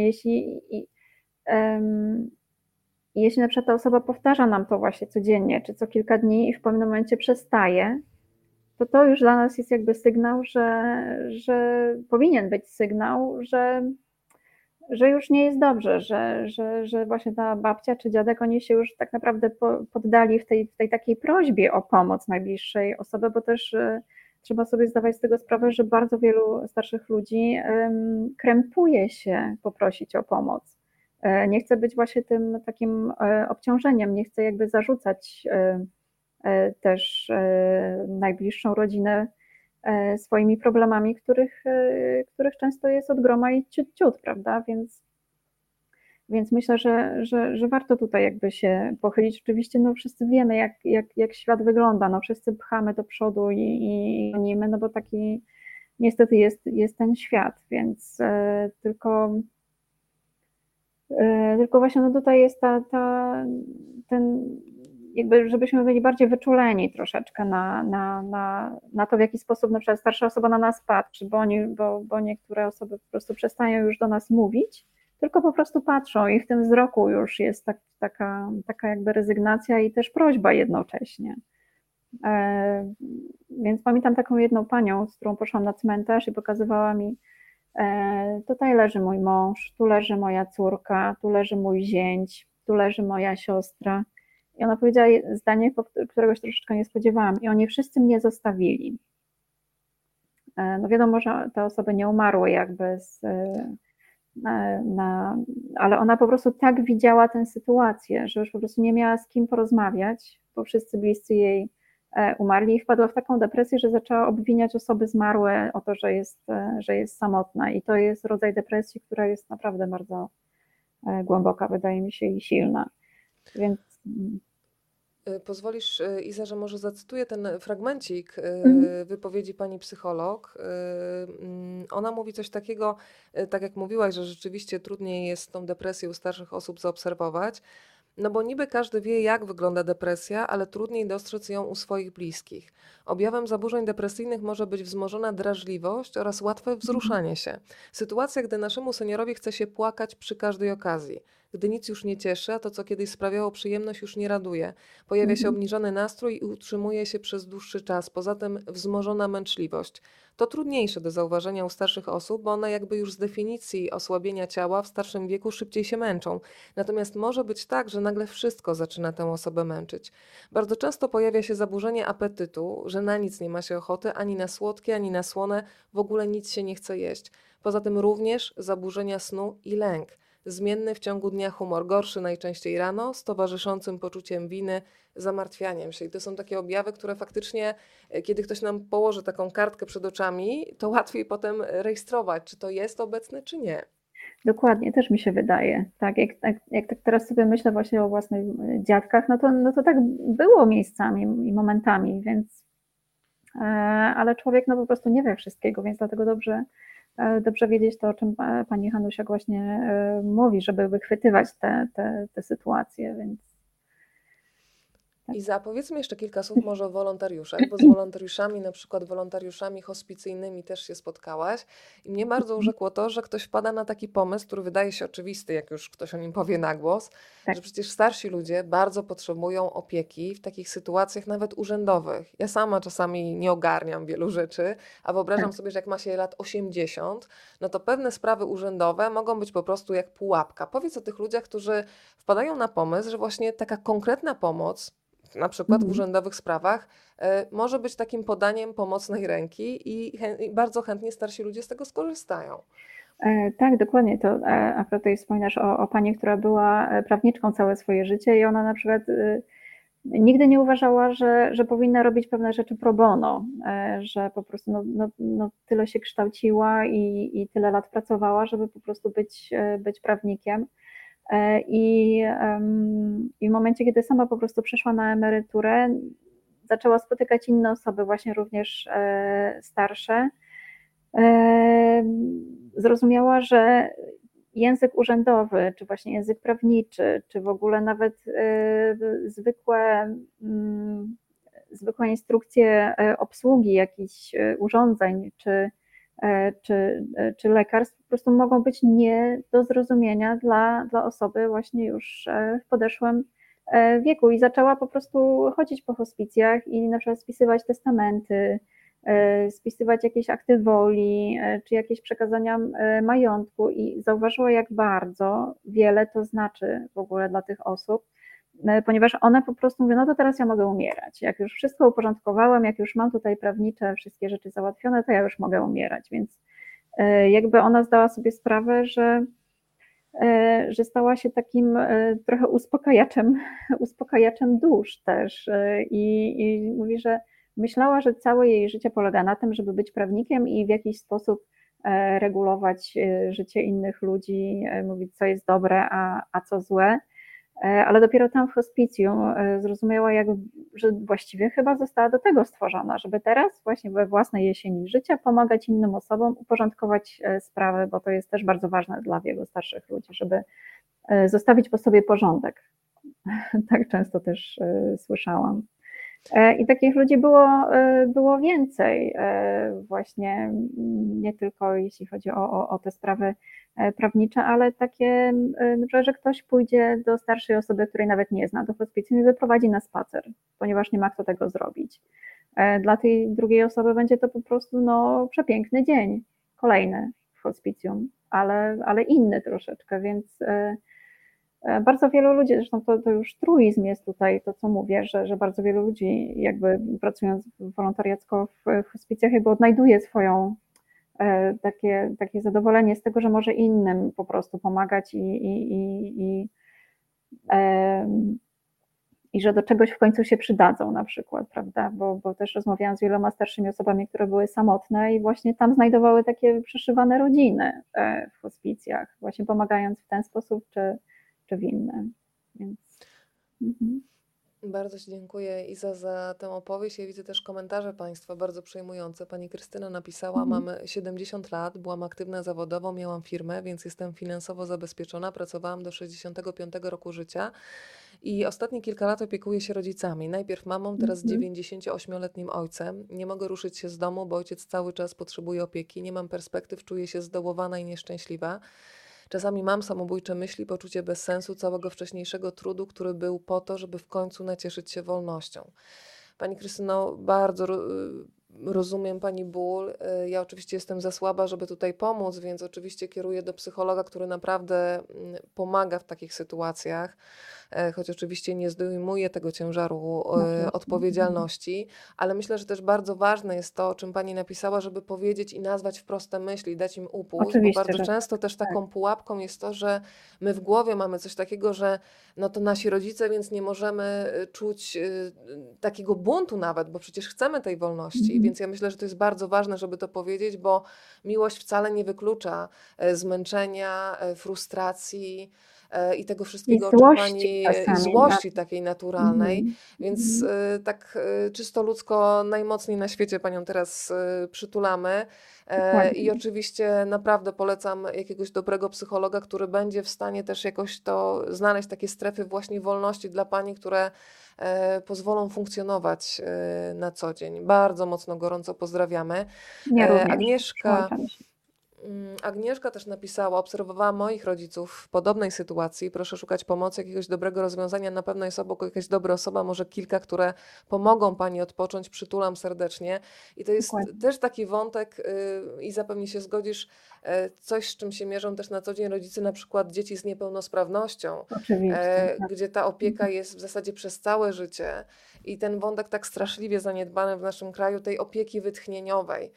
jeśli na przykład ta osoba powtarza nam to właśnie codziennie, czy co kilka dni i w pewnym momencie przestaje, to już dla nas jest jakby sygnał, że powinien być sygnał, że już nie jest dobrze, że właśnie ta babcia czy dziadek, oni się już tak naprawdę poddali w tej takiej prośbie o pomoc najbliższej osoby, bo też trzeba sobie zdawać z tego sprawę, że bardzo wielu starszych ludzi krępuje się poprosić o pomoc. Nie chce być właśnie tym takim obciążeniem, nie chce jakby zarzucać też najbliższą rodzinę swoimi problemami, których często jest od groma i ciut, prawda? Więc myślę, że warto tutaj jakby się pochylić. Oczywiście no wszyscy wiemy, jak świat wygląda, no wszyscy pchamy do przodu i gonimy, no bo taki niestety jest ten świat, więc tylko właśnie no tutaj jest ten jakby, żebyśmy byli bardziej wyczuleni troszeczkę na to, w jaki sposób na przykład starsza osoba na nas patrzy, bo niektóre osoby po prostu przestają już do nas mówić, tylko po prostu patrzą i w tym wzroku już jest taka jakby rezygnacja i też prośba jednocześnie. Więc pamiętam taką jedną panią, z którą poszłam na cmentarz i pokazywała mi, tutaj leży mój mąż, tu leży moja córka, tu leży mój zięć, tu leży moja siostra. I ona powiedziała zdanie, którego się troszeczkę nie spodziewałam. I oni wszyscy mnie zostawili. No wiadomo, że te osoby nie umarły jakby ale ona po prostu tak widziała tę sytuację, że już po prostu nie miała z kim porozmawiać, bo wszyscy bliscy jej umarli i wpadła w taką depresję, że zaczęła obwiniać osoby zmarłe o to, że jest samotna. I to jest rodzaj depresji, która jest naprawdę bardzo głęboka, wydaje mi się, i silna. Więc Pozwolisz, Iza, że może zacytuję ten fragmencik wypowiedzi pani psycholog. Ona mówi coś takiego, tak jak mówiłaś, że rzeczywiście trudniej jest tą depresję u starszych osób zaobserwować, No bo niby każdy wie, jak wygląda depresja, ale trudniej dostrzec ją u swoich bliskich. Objawem zaburzeń depresyjnych może być wzmożona drażliwość oraz łatwe Mhm. wzruszanie się. Sytuacja, gdy naszemu seniorowi chce się płakać przy każdej okazji. Gdy nic już nie cieszy, a to, co kiedyś sprawiało przyjemność, już nie raduje. Pojawia się Mhm. obniżony nastrój i utrzymuje się przez dłuższy czas. Poza tym wzmożona męczliwość. To trudniejsze do zauważenia u starszych osób, bo one jakby już z definicji osłabienia ciała w starszym wieku szybciej się męczą. Natomiast może być tak, że nagle wszystko zaczyna tę osobę męczyć. Bardzo często pojawia się zaburzenie apetytu, że na nic nie ma się ochoty, ani na słodkie, ani na słone, w ogóle nic się nie chce jeść. Poza tym również zaburzenia snu i lęk. Zmienny w ciągu dnia humor, gorszy najczęściej rano, z towarzyszącym poczuciem winy, zamartwianiem się. I to są takie objawy, które faktycznie, kiedy ktoś nam położy taką kartkę przed oczami, to łatwiej potem rejestrować, czy to jest obecne, czy nie. Dokładnie, też mi się wydaje. Tak, jak tak teraz sobie myślę właśnie o własnych dziadkach, no to tak było miejscami i momentami, więc ale człowiek no po prostu nie wie wszystkiego, więc dlatego dobrze wiedzieć to, o czym pani Hanusiak właśnie mówi, żeby wychwytywać te sytuacje, więc tak. Iza, powiedzmy jeszcze kilka słów może o wolontariuszach, bo z wolontariuszami, na przykład wolontariuszami hospicyjnymi też się spotkałaś i mnie bardzo urzekło to, że ktoś wpada na taki pomysł, który wydaje się oczywisty, jak już ktoś o nim powie na głos, Tak. że przecież starsi ludzie bardzo potrzebują opieki w takich sytuacjach nawet urzędowych. Ja sama czasami nie ogarniam wielu rzeczy, a wyobrażam Tak. sobie, że jak ma się lat 80, no to pewne sprawy urzędowe mogą być po prostu jak pułapka. Powiedz o tych ludziach, którzy wpadają na pomysł, że właśnie taka konkretna pomoc, na przykład w Mhm. urzędowych sprawach, może być takim podaniem pomocnej ręki i bardzo chętnie starsi ludzie z tego skorzystają. Tak, dokładnie. To akurat tutaj wspominasz o pani, która była prawniczką całe swoje życie i ona na przykład nigdy nie uważała, że powinna robić pewne rzeczy pro bono, że po prostu no tyle się kształciła i tyle lat pracowała, żeby po prostu być prawnikiem. I w momencie, kiedy sama po prostu przeszła na emeryturę, zaczęła spotykać inne osoby, właśnie również starsze. Zrozumiała, że język urzędowy, czy właśnie język prawniczy, czy w ogóle nawet zwykłe instrukcje obsługi jakichś urządzeń, czy lekarstw po prostu mogą być nie do zrozumienia dla osoby właśnie już w podeszłym wieku. I zaczęła po prostu chodzić po hospicjach i na przykład spisywać testamenty, spisywać jakieś akty woli, czy jakieś przekazania majątku i zauważyła, jak bardzo wiele to znaczy w ogóle dla tych osób, ponieważ one po prostu mówią, no to teraz ja mogę umierać. Jak już wszystko uporządkowałem, jak już mam tutaj prawnicze wszystkie rzeczy załatwione, to ja już mogę umierać. Więc jakby ona zdała sobie sprawę, że stała się takim trochę uspokajaczem dusz też. I mówi, że myślała, że całe jej życie polega na tym, żeby być prawnikiem i w jakiś sposób regulować życie innych ludzi, mówić, co jest dobre, a co złe. Ale dopiero tam w hospicjum zrozumiała, że właściwie chyba została do tego stworzona, żeby teraz właśnie we własnej jesieni życia pomagać innym osobom, uporządkować sprawy, bo to jest też bardzo ważne dla wielu starszych ludzi, żeby zostawić po sobie porządek. Tak często też słyszałam. I takich ludzi było więcej, właśnie nie tylko jeśli chodzi o te sprawy prawnicze, ale takie, że ktoś pójdzie do starszej osoby, której nawet nie zna, do hospicjum i wyprowadzi na spacer, ponieważ nie ma kto tego zrobić. Dla tej drugiej osoby będzie to po prostu no, przepiękny dzień, kolejny w hospicjum, ale inny troszeczkę, więc bardzo wielu ludzi, zresztą to już truizm jest tutaj to, co mówię, że bardzo wielu ludzi jakby pracując wolontariacko w hospicjach jakby odnajduje takie zadowolenie z tego, że może innym po prostu pomagać i że do czegoś w końcu się przydadzą na przykład, prawda, bo też rozmawiałam z wieloma starszymi osobami, które były samotne i właśnie tam znajdowały takie przeszywane rodziny w hospicjach, właśnie pomagając w ten sposób czy w inny. Więc, Bardzo Ci dziękuję, Iza, za tę opowieść. Ja widzę też komentarze Państwa bardzo przejmujące. Pani Krystyna napisała: Mhm. Mam 70 lat, byłam aktywna zawodowo, miałam firmę, więc jestem finansowo zabezpieczona. Pracowałam do 65 roku życia i ostatnie kilka lat opiekuję się rodzicami. Najpierw mamą, teraz Mhm. 98-letnim ojcem. Nie mogę ruszyć się z domu, bo ojciec cały czas potrzebuje opieki. Nie mam perspektyw, czuję się zdołowana i nieszczęśliwa. Czasami mam samobójcze myśli, poczucie bezsensu całego wcześniejszego trudu, który był po to, żeby w końcu nacieszyć się wolnością. Pani Krystyno, bardzo rozumiem Pani ból. Ja oczywiście jestem za słaba, żeby tutaj pomóc, więc oczywiście kieruję do psychologa, który naprawdę pomaga w takich sytuacjach, choć oczywiście nie zdejmuje tego ciężaru Oczywiście. Mhm. odpowiedzialności, ale myślę, że też bardzo ważne jest to, o czym Pani napisała, żeby powiedzieć i nazwać wprost te myśli, dać im upust, bo Oczywiście, bardzo że tak. często też Tak. taką pułapką jest to, że my w głowie mamy coś takiego, że no to nasi rodzice, więc nie możemy czuć takiego buntu nawet, bo przecież chcemy tej wolności, Mhm. więc ja myślę, że to jest bardzo ważne, żeby to powiedzieć, bo miłość wcale nie wyklucza zmęczenia, frustracji i tego I wszystkiego, o czym złości Pani, i czasami złości takiej naturalnej, mhm. więc Mhm. tak czysto ludzko najmocniej na świecie Panią teraz przytulamy. I Dokładnie. oczywiście naprawdę polecam jakiegoś dobrego psychologa, który będzie w stanie też jakoś to znaleźć takie strefy właśnie wolności dla Pani, które pozwolą funkcjonować na co dzień. Bardzo mocno gorąco pozdrawiamy. Ja również Agnieszka. przyłączam się. Agnieszka też napisała: obserwowała moich rodziców w podobnej sytuacji. Proszę szukać pomocy, jakiegoś dobrego rozwiązania. Na pewno jest obok jakaś dobra osoba, może kilka, które pomogą Pani odpocząć. Przytulam serdecznie. I to jest Dokładnie. też taki wątek, i zapewne się zgodzisz, coś, z czym się mierzą też na co dzień rodzice, na przykład dzieci z niepełnosprawnością, Oczywiście. Tak. gdzie ta opieka Mhm. jest w zasadzie przez całe życie. I ten wątek tak straszliwie zaniedbany w naszym kraju, tej opieki wytchnieniowej,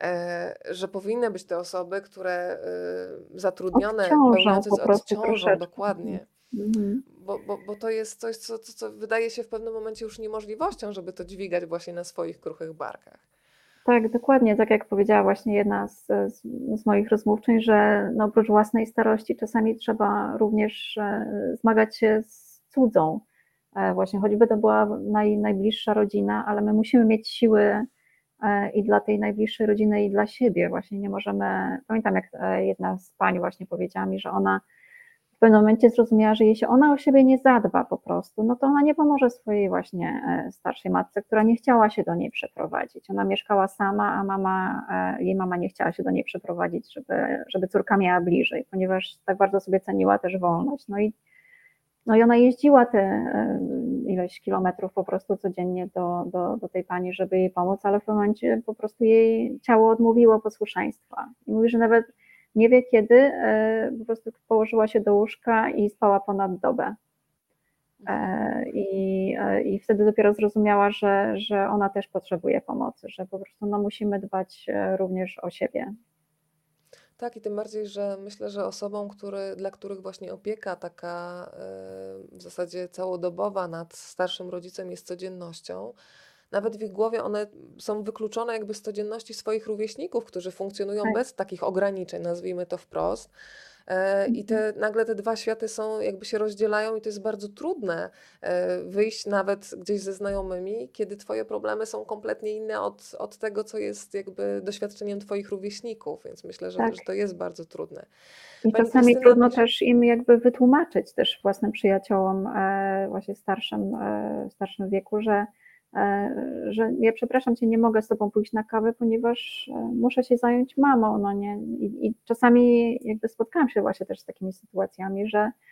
że powinny być te osoby, które zatrudnione, Odciążą pełniące po prostu odciążą troszeczkę. Mhm. dokładnie, Mhm. bo to jest coś, co wydaje się w pewnym momencie już niemożliwością, żeby to dźwigać właśnie na swoich kruchych barkach. Tak, dokładnie, tak jak powiedziała właśnie jedna z moich rozmówczyń, że no oprócz własnej starości czasami trzeba również zmagać się z cudzą. Właśnie choćby to była najbliższa rodzina, ale my musimy mieć siły i dla tej najbliższej rodziny, i dla siebie. Właśnie nie możemy. Pamiętam, jak jedna z pań właśnie powiedziała mi, że ona w pewnym momencie zrozumiała, że jeśli ona o siebie nie zadba po prostu, no to ona nie pomoże swojej właśnie starszej matce, która nie chciała się do niej przeprowadzić. Ona mieszkała sama, a jej mama nie chciała się do niej przeprowadzić, żeby córka miała bliżej, ponieważ tak bardzo sobie ceniła też wolność. No i ona jeździła te ileś kilometrów po prostu codziennie do tej pani, żeby jej pomóc, ale w pewnym momencie po prostu jej ciało odmówiło posłuszeństwa. I mówi, że nawet nie wie kiedy, po prostu położyła się do łóżka i spała ponad dobę. Mhm. I wtedy dopiero zrozumiała, że ona też potrzebuje pomocy, że po prostu no, musimy dbać również o siebie. Tak, i tym bardziej, że myślę, że osobom, dla których właśnie opieka taka w zasadzie całodobowa nad starszym rodzicem jest codziennością, nawet w ich głowie one są wykluczone jakby z codzienności swoich rówieśników, którzy funkcjonują Tak. bez takich ograniczeń, nazwijmy to wprost. I Mhm. nagle te dwa światy są, jakby się rozdzielają i to jest bardzo trudne wyjść nawet gdzieś ze znajomymi, kiedy twoje problemy są kompletnie inne od tego, co jest jakby doświadczeniem twoich rówieśników, więc myślę, Tak. że to jest bardzo trudne. I Pani czasami Krystyna trudno napisze. też im jakby wytłumaczyć też własnym przyjaciołom właśnie starszym wieku, że ja przepraszam cię, nie mogę z tobą pójść na kawę, ponieważ muszę się zająć mamą, no nie. I czasami jakby spotkałam się właśnie też z takimi sytuacjami,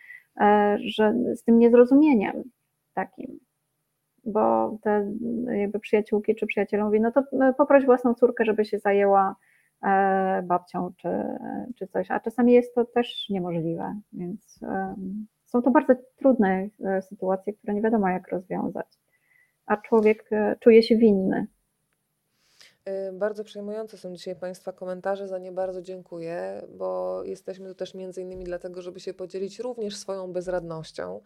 że z tym niezrozumieniem takim, bo te jakby przyjaciółki czy przyjaciele mówią, no to poproś własną córkę, żeby się zajęła babcią czy coś, a czasami jest to też niemożliwe, więc są to bardzo trudne sytuacje, które nie wiadomo jak rozwiązać, a człowiek czuje się winny. Bardzo przejmujące są dzisiaj Państwa komentarze, za nie bardzo dziękuję, bo jesteśmy tu też między innymi dlatego, żeby się podzielić również swoją bezradnością.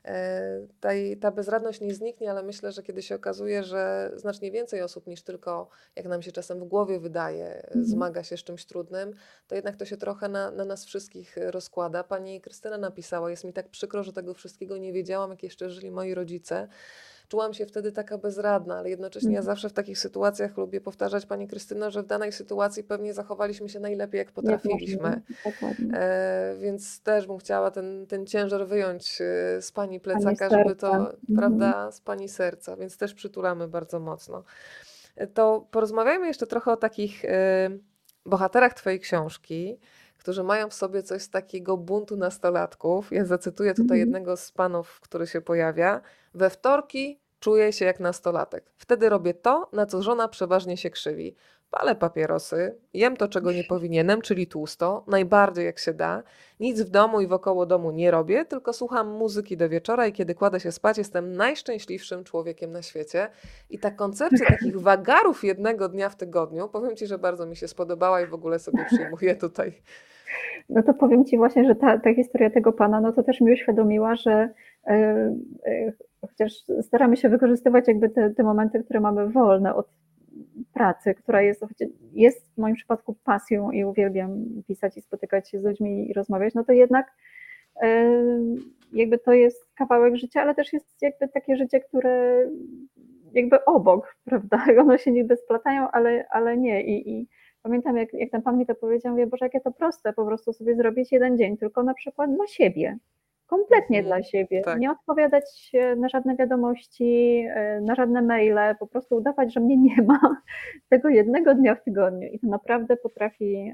Ta bezradność nie zniknie, ale myślę, że kiedy się okazuje, że znacznie więcej osób niż tylko, jak nam się czasem w głowie wydaje, Mhm. zmaga się z czymś trudnym, to jednak to się trochę na nas wszystkich rozkłada. Pani Krystyna napisała: jest mi tak przykro, że tego wszystkiego nie wiedziałam, jak jeszcze żyli moi rodzice. czułam się wtedy taka bezradna, ale jednocześnie ja zawsze w takich sytuacjach lubię powtarzać, Pani Krystyno, że w danej sytuacji pewnie zachowaliśmy się najlepiej, jak Jak możemy, potrafiliśmy. dokładnie. Więc też bym chciała ten ciężar wyjąć z Pani Pani plecaka, żeby serca. to, prawda, z Pani serca, więc też przytulamy bardzo mocno. To porozmawiajmy jeszcze trochę o takich bohaterach Twojej książki, którzy mają w sobie coś z takiego buntu nastolatków. Ja zacytuję tutaj jednego z panów, który się pojawia. We wtorki czuję się jak nastolatek. Wtedy robię to, na co żona przeważnie się krzywi. Palę papierosy, jem to, czego nie powinienem, czyli tłusto, najbardziej jak się da. Nic w domu i wokoło domu nie robię, tylko słucham muzyki do wieczora i kiedy kładę się spać, jestem najszczęśliwszym człowiekiem na świecie. I ta koncepcja takich wagarów jednego dnia w tygodniu, powiem Ci, że bardzo mi się spodobała i w ogóle sobie przyjmuję tutaj. No to powiem Ci właśnie, że ta historia tego pana, no to też mi uświadomiła, że chociaż staramy się wykorzystywać jakby te momenty, które mamy wolne od pracy, która jest w moim przypadku pasją i uwielbiam pisać i spotykać się z ludźmi i rozmawiać, no to jednak jakby to jest kawałek życia, ale też jest jakby takie życie, które jakby obok, prawda? I one się niby splatają, ale nie. I pamiętam, jak ten pan mi to powiedział, mówię, Boże, jakie to proste, po prostu sobie zrobić jeden dzień, tylko na przykład dla siebie. Kompletnie dla siebie. Tak. Nie odpowiadać na żadne wiadomości, na żadne maile, po prostu udawać, że mnie nie ma tego jednego dnia w tygodniu. I to naprawdę potrafi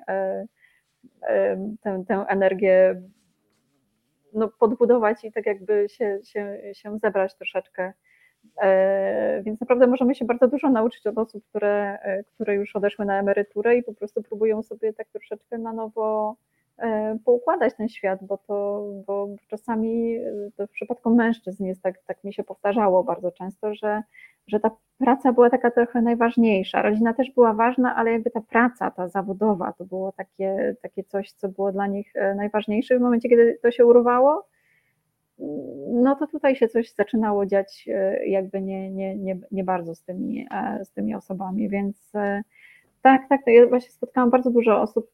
tę energię podbudować i tak jakby się zebrać troszeczkę. Więc naprawdę możemy się bardzo dużo nauczyć od osób, które już odeszły na emeryturę i po prostu próbują sobie tak troszeczkę na nowo poukładać ten świat, bo czasami to w przypadku mężczyzn jest tak mi się powtarzało bardzo często, że ta praca była taka trochę najważniejsza. Rodzina też była ważna, ale jakby ta praca, ta zawodowa, to było takie coś, co było dla nich najważniejsze. W momencie, kiedy to się urwało, no to tutaj się coś zaczynało dziać jakby nie bardzo z tymi osobami, więc tak, to ja właśnie spotkałam bardzo dużo osób,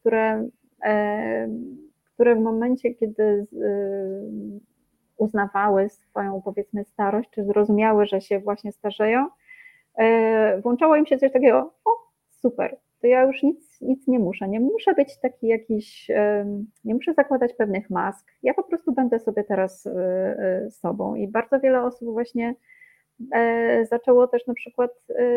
które w momencie, kiedy uznawały swoją, powiedzmy, starość, czy zrozumiały, że się właśnie starzeją, włączało im się coś takiego, o super, to ja już nic nie muszę być taki jakiś, nie muszę zakładać pewnych mask, ja po prostu będę sobie teraz sobą. I bardzo wiele osób właśnie zaczęło też na przykład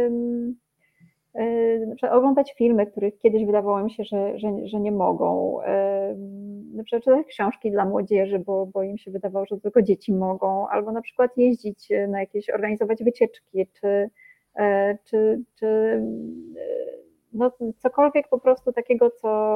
oglądać filmy, których kiedyś wydawało mi się, że nie mogą. Na przykład czytać książki dla młodzieży, bo im się wydawało, że tylko dzieci mogą, albo na przykład jeździć na jakieś, organizować wycieczki, czy no, cokolwiek po prostu takiego,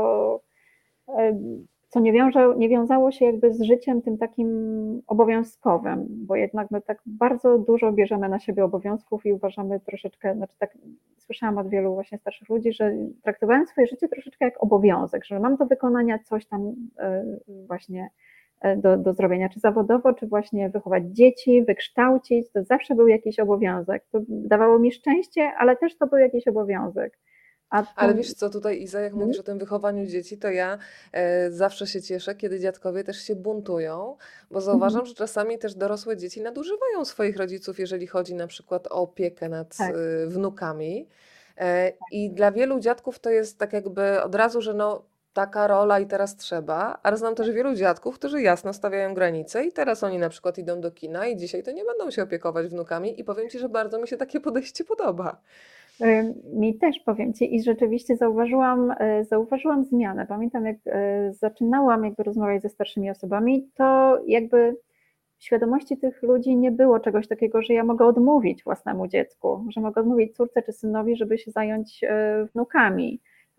co nie wiązało się jakby z życiem tym takim obowiązkowym, bo jednak my tak bardzo dużo bierzemy na siebie obowiązków i uważamy troszeczkę, znaczy tak słyszałam od wielu właśnie starszych ludzi, że traktowają swoje życie troszeczkę jak obowiązek, że mam do wykonania coś tam właśnie do zrobienia, czy zawodowo, czy właśnie wychować dzieci, wykształcić, to zawsze był jakiś obowiązek. To dawało mi szczęście, ale też to był jakiś obowiązek. Ale wiesz co, tutaj Iza, jak mówisz o tym wychowaniu dzieci, to ja zawsze się cieszę, kiedy dziadkowie też się buntują, bo zauważam, że czasami też dorosłe dzieci nadużywają swoich rodziców, jeżeli chodzi na przykład o opiekę nad wnukami. I dla wielu dziadków to jest tak jakby od razu, że no taka rola i teraz trzeba, ale znam też wielu dziadków, którzy jasno stawiają granice i teraz oni na przykład idą do kina i dzisiaj to nie będą się opiekować wnukami i powiem Ci, że bardzo mi się takie podejście podoba. Mi też, powiem Ci, i rzeczywiście zauważyłam zmianę. Pamiętam, jak zaczynałam jakby rozmawiać ze starszymi osobami, to jakby w świadomości tych ludzi nie było czegoś takiego, że ja mogę odmówić własnemu dziecku, że mogę odmówić córce czy synowi, żeby się zająć wnukami.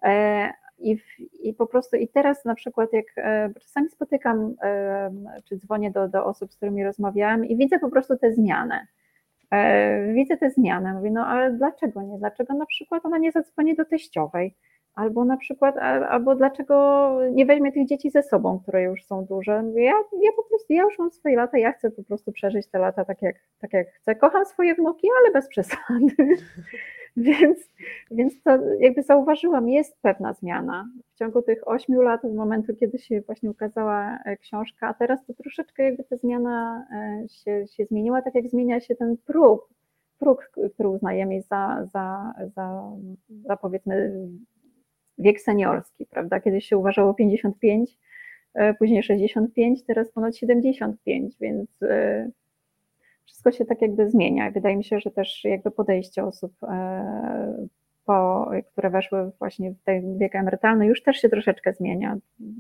I po prostu i teraz na przykład jak czasami spotykam czy dzwonię do osób, z którymi rozmawiałam i widzę po prostu tę zmianę. Widzę tę zmianę, mówię, no ale dlaczego nie? Dlaczego na przykład ona nie zadzwoni do teściowej? Albo na przykład, albo dlaczego nie weźmie tych dzieci ze sobą, które już są duże? Mówię, ja po prostu, ja już mam swoje lata, ja chcę po prostu przeżyć te lata tak jak chcę. Kocham swoje wnuki, ale bez przesady. Więc to jakby zauważyłam, jest pewna zmiana. w ciągu tych 8 lat od momentu, kiedy się właśnie ukazała książka, a teraz to troszeczkę jakby ta zmiana się zmieniła, tak jak zmienia się ten próg, który uznajemy za powiedzmy wiek seniorski, prawda? Kiedyś się uważało 55, później 65, teraz ponad 75, więc wszystko się tak jakby zmienia. Wydaje mi się, że też jakby podejście osób, które weszły właśnie w ten wiek emerytalny, już też się troszeczkę zmienia.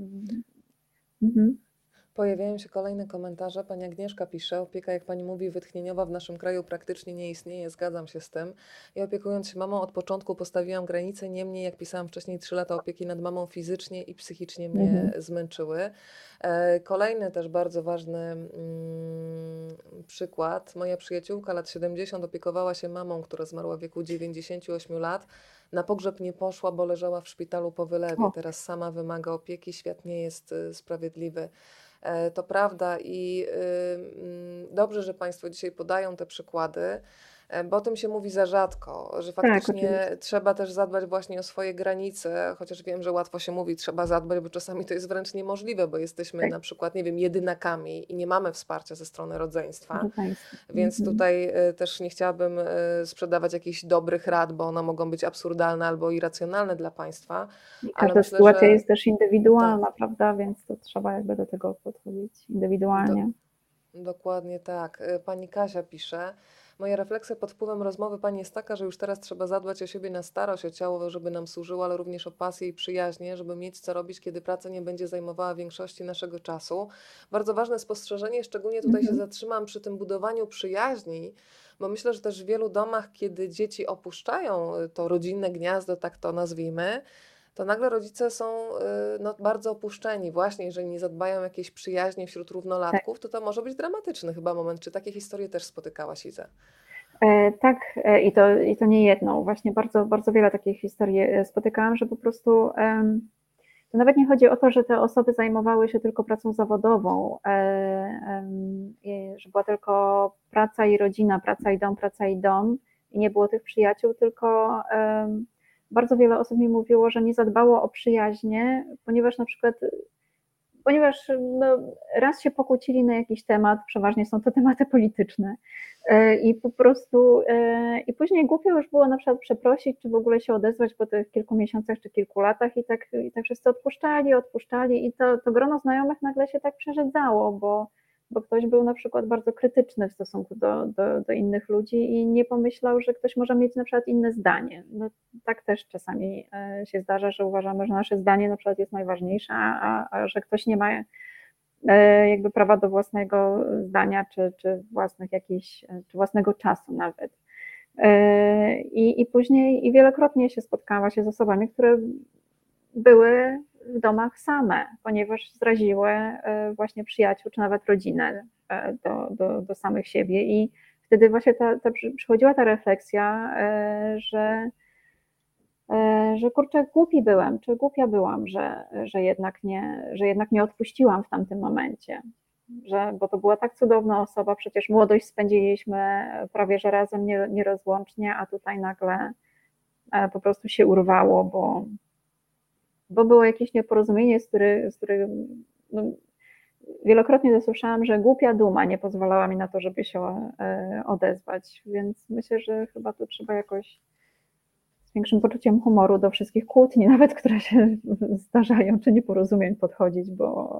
Mhm. Pojawiają się kolejne komentarze. Pani Agnieszka pisze: opieka, jak pani mówi, wytchnieniowa w naszym kraju praktycznie nie istnieje. Zgadzam się z tym. Ja, opiekując się mamą, od początku postawiłam granice, niemniej, jak pisałam wcześniej, 3 lata opieki nad mamą fizycznie i psychicznie mnie zmęczyły. Kolejny też bardzo ważny przykład. Moja przyjaciółka lat 70 opiekowała się mamą, która zmarła w wieku 98 lat. Na pogrzeb nie poszła, bo leżała w szpitalu po wylewie. Teraz sama wymaga opieki. Świat nie jest sprawiedliwy. To prawda i dobrze, że Państwo dzisiaj podają te przykłady, bo o tym się mówi za rzadko, że faktycznie trzeba też zadbać właśnie o swoje granice, chociaż wiem, że łatwo się mówi, trzeba zadbać, bo czasami to jest wręcz niemożliwe, bo jesteśmy na przykład, nie wiem, jedynakami i nie mamy wsparcia ze strony rodzeństwa, więc tutaj też nie chciałabym sprzedawać jakichś dobrych rad, bo one mogą być absurdalne albo irracjonalne dla Państwa. Każda sytuacja jest też indywidualna, prawda, więc to trzeba jakby do tego podchodzić indywidualnie. Dokładnie tak. Pani Kasia pisze: moja refleksja pod wpływem rozmowy pani jest taka, że już teraz trzeba zadbać o siebie na starość, o ciało, żeby nam służyło, ale również o pasję i przyjaźnie, żeby mieć co robić, kiedy praca nie będzie zajmowała większości naszego czasu. Bardzo ważne spostrzeżenie, szczególnie tutaj się zatrzymam przy tym budowaniu przyjaźni, bo myślę, że też w wielu domach, kiedy dzieci opuszczają to rodzinne gniazdo, tak to nazwijmy, to nagle rodzice są bardzo opuszczeni. Właśnie, jeżeli nie zadbają o jakieś przyjaźnie wśród równolatków, to może być dramatyczny chyba moment. Czy takie historie też spotykałaś, Iza? Tak, i to nie jedną. Właśnie bardzo, bardzo wiele takich historii spotykałam, że po prostu to nawet nie chodzi o to, że te osoby zajmowały się tylko pracą zawodową, że była tylko praca i rodzina, praca i dom i nie było tych przyjaciół, tylko bardzo wiele osób mi mówiło, że nie zadbało o przyjaźnie, ponieważ raz się pokłócili na jakiś temat, przeważnie są to tematy polityczne i po prostu i później głupio już było na przykład przeprosić, czy w ogóle się odezwać po tych kilku miesiącach czy kilku latach i tak wszyscy odpuszczali i to grono znajomych nagle się tak przerzedzało, bo ktoś był na przykład bardzo krytyczny w stosunku do innych ludzi i nie pomyślał, że ktoś może mieć na przykład inne zdanie. No, tak też czasami się zdarza, że uważamy, że nasze zdanie na przykład jest najważniejsze, a że ktoś nie ma jakby prawa do własnego zdania, czy własnych jakichś, czy własnego czasu nawet. I później wielokrotnie się spotkała się z osobami, które były w domach same, ponieważ zraziły właśnie przyjaciół, czy nawet rodzinę do samych siebie i wtedy właśnie przychodziła ta refleksja, że kurczę, głupi byłem, czy głupia byłam, że jednak nie odpuściłam w tamtym momencie, bo to była tak cudowna osoba, przecież młodość spędziliśmy prawie że razem nierozłącznie, a tutaj nagle po prostu się urwało, bo było jakieś nieporozumienie, z którym wielokrotnie zasłyszałam, że głupia duma nie pozwalała mi na to, żeby się odezwać, więc myślę, że chyba tu trzeba jakoś z większym poczuciem humoru do wszystkich kłótni, nawet które się zdarzają, czy nieporozumień podchodzić, bo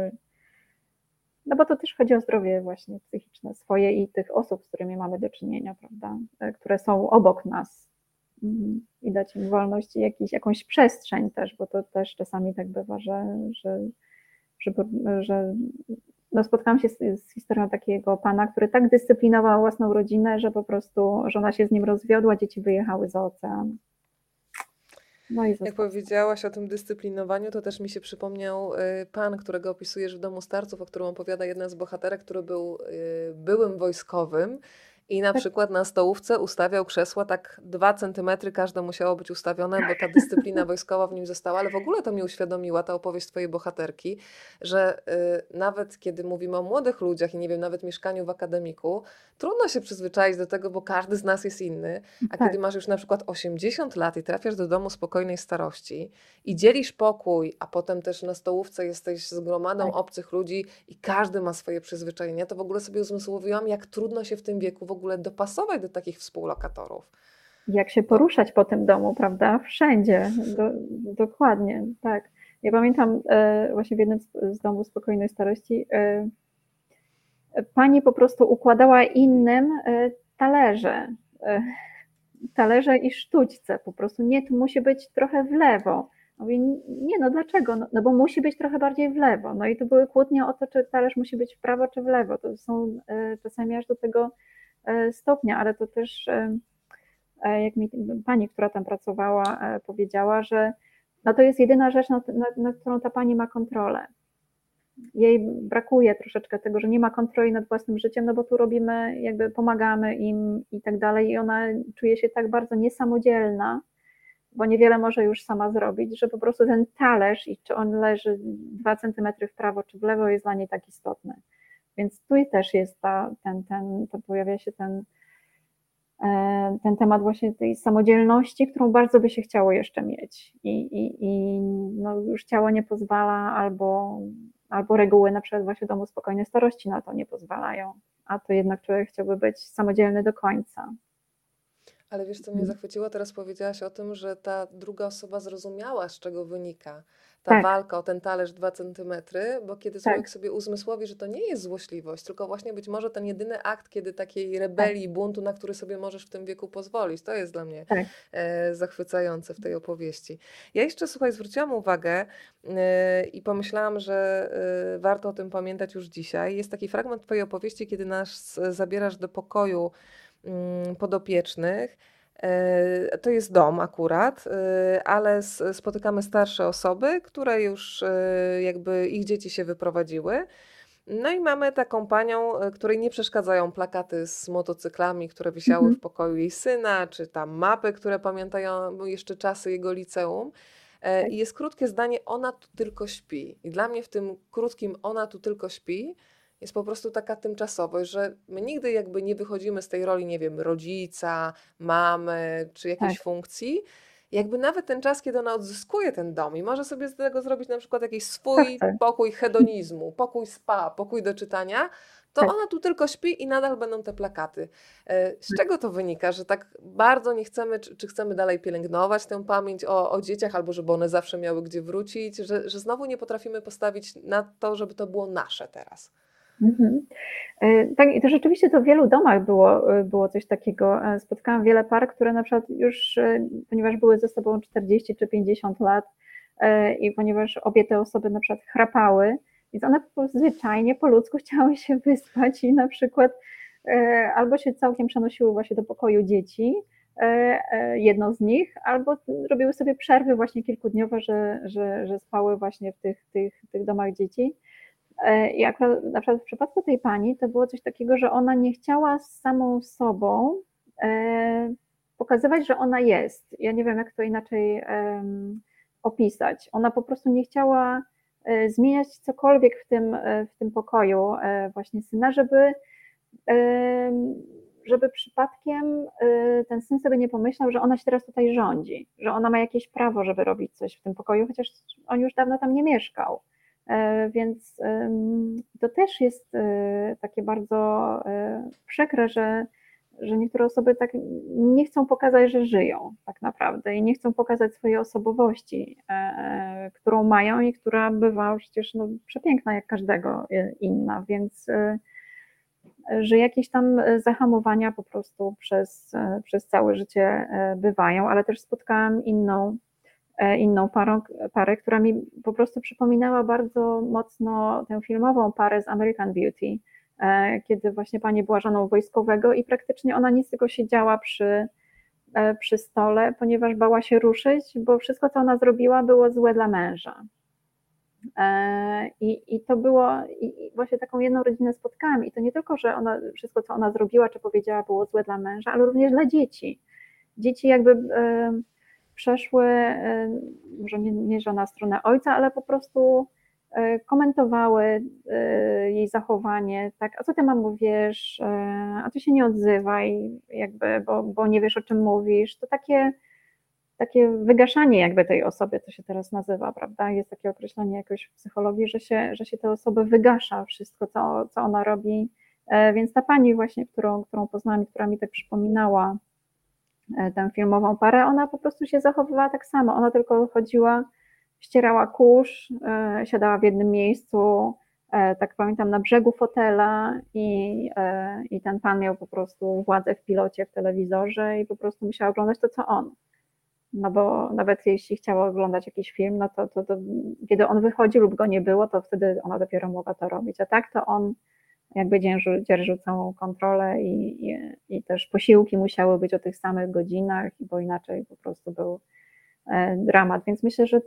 to też chodzi o zdrowie właśnie psychiczne swoje i tych osób, z którymi mamy do czynienia, prawda, które są obok nas i dać im wolność i jakąś przestrzeń też, bo to też czasami tak bywa, że spotkałam się z historią takiego pana, który tak dyscyplinował własną rodzinę, że po prostu żona się z nim rozwiodła, dzieci wyjechały za ocean. No i jak powiedziałaś o tym dyscyplinowaniu, to też mi się przypomniał pan, którego opisujesz w Domu Starców, o którym opowiada jedna z bohaterek, który był byłym wojskowym I na Tak, przykład na stołówce ustawiał krzesła tak 2 centymetry, każde musiało być ustawione, bo ta dyscyplina wojskowa w nim została, ale w ogóle to mi uświadomiła ta opowieść twojej bohaterki, że nawet kiedy mówimy o młodych ludziach i nie wiem, nawet mieszkaniu w akademiku, trudno się przyzwyczaić do tego, bo każdy z nas jest inny, a kiedy tak, masz już na przykład 80 lat i trafiasz do domu spokojnej starości i dzielisz pokój, a potem też na stołówce jesteś z gromadą tak. obcych ludzi i każdy ma swoje przyzwyczajenia, to w ogóle sobie uzmysłowiłam, jak trudno się w tym wieku w ogóle dopasować do takich współlokatorów. Jak się No, poruszać po tym domu, prawda? Wszędzie. Dokładnie, tak. Ja pamiętam właśnie w jednym z domów spokojnej starości pani po prostu układała innym talerze. e, Talerze i sztućce. Po prostu nie, tu musi być trochę w lewo. Mówię, nie, no dlaczego? No bo musi być trochę bardziej w lewo. No i to były kłótnie o to, czy talerz musi być w prawo, czy w lewo. To są czasami aż do tego stopnia, ale to też jak mi pani, która tam pracowała, powiedziała, że no to jest jedyna rzecz, nad którą ta pani ma kontrolę. Jej brakuje troszeczkę tego, że nie ma kontroli nad własnym życiem, no bo tu robimy, jakby pomagamy im i tak dalej i ona czuje się tak bardzo niesamodzielna, bo niewiele może już sama zrobić, że po prostu ten talerz i czy on leży 2 centymetry w prawo czy w lewo jest dla niej tak istotny. Więc tu też jest to pojawia się ten temat właśnie tej samodzielności, którą bardzo by się chciało jeszcze mieć i no już ciało nie pozwala albo reguły na przykład właśnie domu spokojnej starości na to nie pozwalają, a to jednak człowiek chciałby być samodzielny do końca. ale wiesz, co mnie zachwyciło? Teraz powiedziałaś o tym, że ta druga osoba zrozumiała, z czego wynika ta Tak, walka o ten talerz 2 centymetry, bo kiedy tak, człowiek sobie uzmysłowi, że to nie jest złośliwość, tylko właśnie być może ten jedyny akt, kiedy takiej tak, rebelii, buntu, na który sobie możesz w tym wieku pozwolić. To jest dla mnie tak. zachwycające w tej opowieści. Ja jeszcze, słuchaj, zwróciłam uwagę i pomyślałam, że warto o tym pamiętać już dzisiaj. Jest taki fragment twojej opowieści, kiedy nas zabierasz do pokoju podopiecznych. To jest dom akurat, ale spotykamy starsze osoby, które już jakby ich dzieci się wyprowadziły. No i mamy taką panią, której nie przeszkadzają plakaty z motocyklami, które wisiały Mhm. w pokoju jej syna, czy tam mapy, które pamiętają jeszcze czasy jego liceum. Tak, I jest krótkie zdanie, ona tu tylko śpi. I dla mnie w tym krótkim ona tu tylko śpi jest po prostu taka tymczasowość, że my nigdy jakby nie wychodzimy z tej roli, nie wiem, rodzica, mamy, czy tak, jakiejś funkcji. Jakby nawet ten czas, kiedy ona odzyskuje ten dom i może sobie z tego zrobić na przykład jakiś to swój chcę. pokój hedonizmu, pokój spa, pokój do czytania, to Tak. ona tu tylko śpi i nadal będą te plakaty. Z czego to wynika, że tak bardzo nie chcemy, czy chcemy dalej pielęgnować tę pamięć o dzieciach, albo żeby one zawsze miały gdzie wrócić, że znowu nie potrafimy postawić na to, żeby to było nasze teraz. Mhm. Tak, i to rzeczywiście to w wielu domach było coś takiego. Spotkałam wiele par, które na przykład już, ponieważ były ze sobą 40 czy 50 lat i ponieważ obie te osoby na przykład chrapały, więc one po prostu zwyczajnie po ludzku chciały się wyspać i na przykład albo się całkiem przenosiły właśnie do pokoju dzieci, jedną z nich, albo robiły sobie przerwy właśnie kilkudniowe, że spały właśnie w tych domach dzieci. I akurat na przykład w przypadku tej pani to było coś takiego, że ona nie chciała z samą sobą pokazywać, że ona jest. Ja nie wiem, jak to inaczej opisać. Ona po prostu nie chciała zmieniać cokolwiek w tym pokoju właśnie syna, żeby przypadkiem ten syn sobie nie pomyślał, że ona się teraz tutaj rządzi, że ona ma jakieś prawo, żeby robić coś w tym pokoju, chociaż on już dawno tam nie mieszkał. Więc to też jest takie bardzo przykre, że niektóre osoby tak nie chcą pokazać, że żyją tak naprawdę i nie chcą pokazać swojej osobowości, którą mają i która bywa przecież no, przepiękna jak każdego inna, więc że jakieś tam zahamowania po prostu przez całe życie bywają, ale też spotkałam inną parę, która mi po prostu przypominała bardzo mocno tę filmową parę z American Beauty, kiedy właśnie pani była żoną wojskowego i praktycznie ona nic tylko siedziała przy stole, ponieważ bała się ruszyć, bo wszystko, co ona zrobiła, było złe dla męża. I to było, i właśnie taką jedną rodzinę spotkałam i to nie tylko, że ona, wszystko co ona zrobiła czy powiedziała było złe dla męża, ale również dla dzieci. Dzieci jakby przeszły, może nie że na stronę ojca, ale po prostu komentowały jej zachowanie, tak, a co ty mamo wiesz, a ty się nie odzywaj, jakby, bo nie wiesz o czym mówisz, to takie wygaszanie jakby tej osoby, to się teraz nazywa, prawda? Jest takie określenie jakoś w psychologii, że się tę osobę wygasza wszystko, co ona robi. Więc ta pani właśnie, którą poznałam i która mi tak przypominała tę filmową parę, ona po prostu się zachowywała tak samo. Ona tylko chodziła, ścierała kurz, siadała w jednym miejscu, tak pamiętam, na brzegu fotela i ten pan miał po prostu władzę w pilocie, w telewizorze i po prostu musiała oglądać to, co on. No bo nawet jeśli chciała oglądać jakiś film, no to kiedy on wychodzi lub go nie było, to wtedy ona dopiero mogła to robić. A tak to on jakby dzierżył całą kontrolę i też posiłki musiały być o tych samych godzinach, bo inaczej po prostu był dramat. Więc myślę, że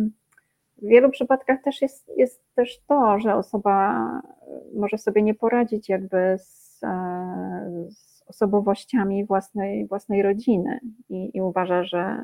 w wielu przypadkach też jest też to, że osoba może sobie nie poradzić jakby z osobowościami własnej rodziny i uważa,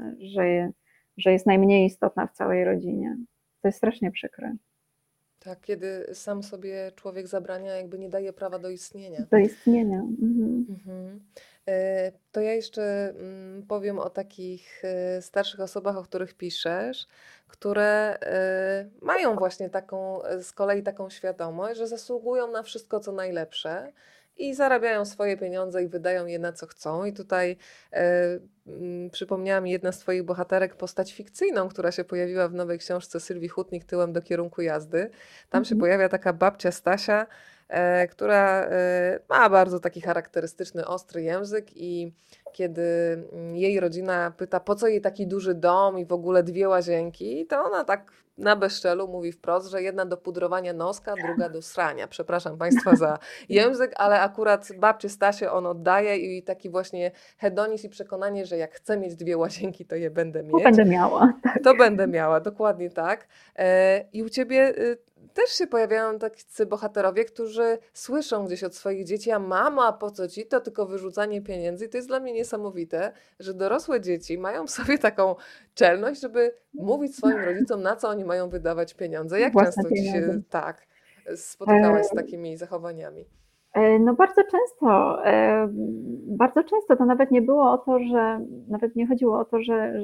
że jest najmniej istotna w całej rodzinie. To jest strasznie przykre. Tak, kiedy sam sobie człowiek zabrania, jakby nie daje prawa do istnienia. Do istnienia. Mhm. Mhm. To ja jeszcze powiem o takich starszych osobach, o których piszesz, które mają właśnie taką, z kolei taką świadomość, że zasługują na wszystko, co najlepsze i zarabiają swoje pieniądze i wydają je na co chcą. I tutaj przypomniała mi jedna z twoich bohaterek postać fikcyjną, która się pojawiła w nowej książce Sylwii Hutnik Tyłem do kierunku jazdy. Tam się pojawia taka babcia Stasia, która ma bardzo taki charakterystyczny, ostry język i kiedy jej rodzina pyta, po co jej taki duży dom i w ogóle 2 łazienki, to ona tak na bezczelu mówi wprost, że jedna do pudrowania noska, druga do srania. Przepraszam Państwa za język, ale akurat babcie Stasie on oddaje i taki właśnie hedonizm i przekonanie, że jak chcę mieć 2 łazienki, to je będę To mieć. będę miała. Tak. To będę miała, dokładnie tak. I u Ciebie też się pojawiają tacy bohaterowie, którzy słyszą gdzieś od swoich dzieci, a mama, po co ci to, tylko wyrzucanie pieniędzy. I to jest dla mnie niesamowite, że dorosłe dzieci mają w sobie taką czelność, żeby mówić swoim rodzicom, na co oni mają wydawać pieniądze. Jak Własne często ci się pieniądze. spotykałaś z takimi zachowaniami? No bardzo często to nawet nie było o to, nawet nie chodziło o to,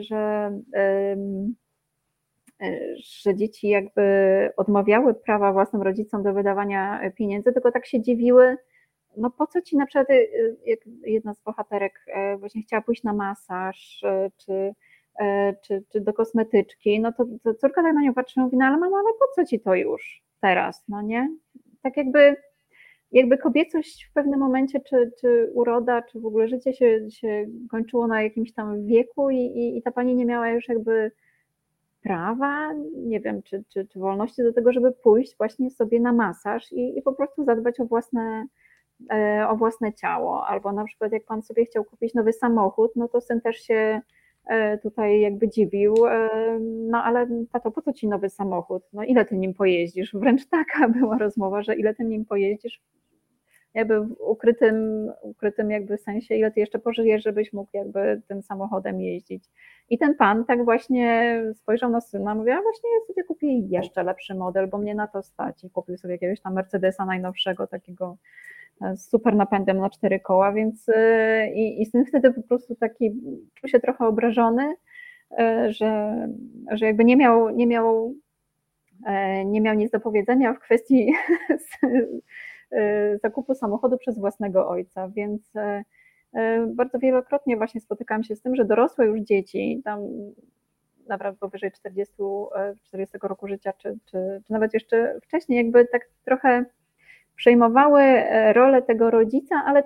że dzieci jakby odmawiały prawa własnym rodzicom do wydawania pieniędzy, tylko tak się dziwiły, no po co ci na przykład, jak jedna z bohaterek właśnie chciała pójść na masaż, czy do kosmetyczki, no to córka tak na nią patrzy i mówi, no ale mama, ale po co ci to już teraz, no nie? Tak jakby kobiecość w pewnym momencie, czy uroda, czy w ogóle życie się kończyło na jakimś tam wieku i ta pani nie miała już jakby prawa, nie wiem, czy wolności do tego, żeby pójść właśnie sobie na masaż i po prostu zadbać o własne ciało. Albo na przykład jak pan sobie chciał kupić nowy samochód, no to syn też się tutaj jakby dziwił, no ale tato, po co ci nowy samochód? No ile ty nim pojeździsz? Wręcz taka była rozmowa, że ile ty nim pojeździsz, jakby w ukrytym jakby sensie, ile ty jeszcze pożyjesz, żebyś mógł jakby tym samochodem jeździć. I ten pan tak właśnie spojrzał na syna, mówi, a właśnie ja sobie kupię jeszcze lepszy model, bo mnie na to stać. I kupił sobie jakiegoś tam Mercedesa najnowszego, takiego z super napędem na 4 koła, więc i syn wtedy po prostu taki czuł się trochę obrażony, że jakby nie miał nic do powiedzenia w kwestii zakupu samochodu przez własnego ojca, więc bardzo wielokrotnie właśnie spotykałam się z tym, że dorosłe już dzieci, tam nawet powyżej 40 roku życia, czy nawet jeszcze wcześniej, jakby tak trochę przejmowały rolę tego rodzica, ale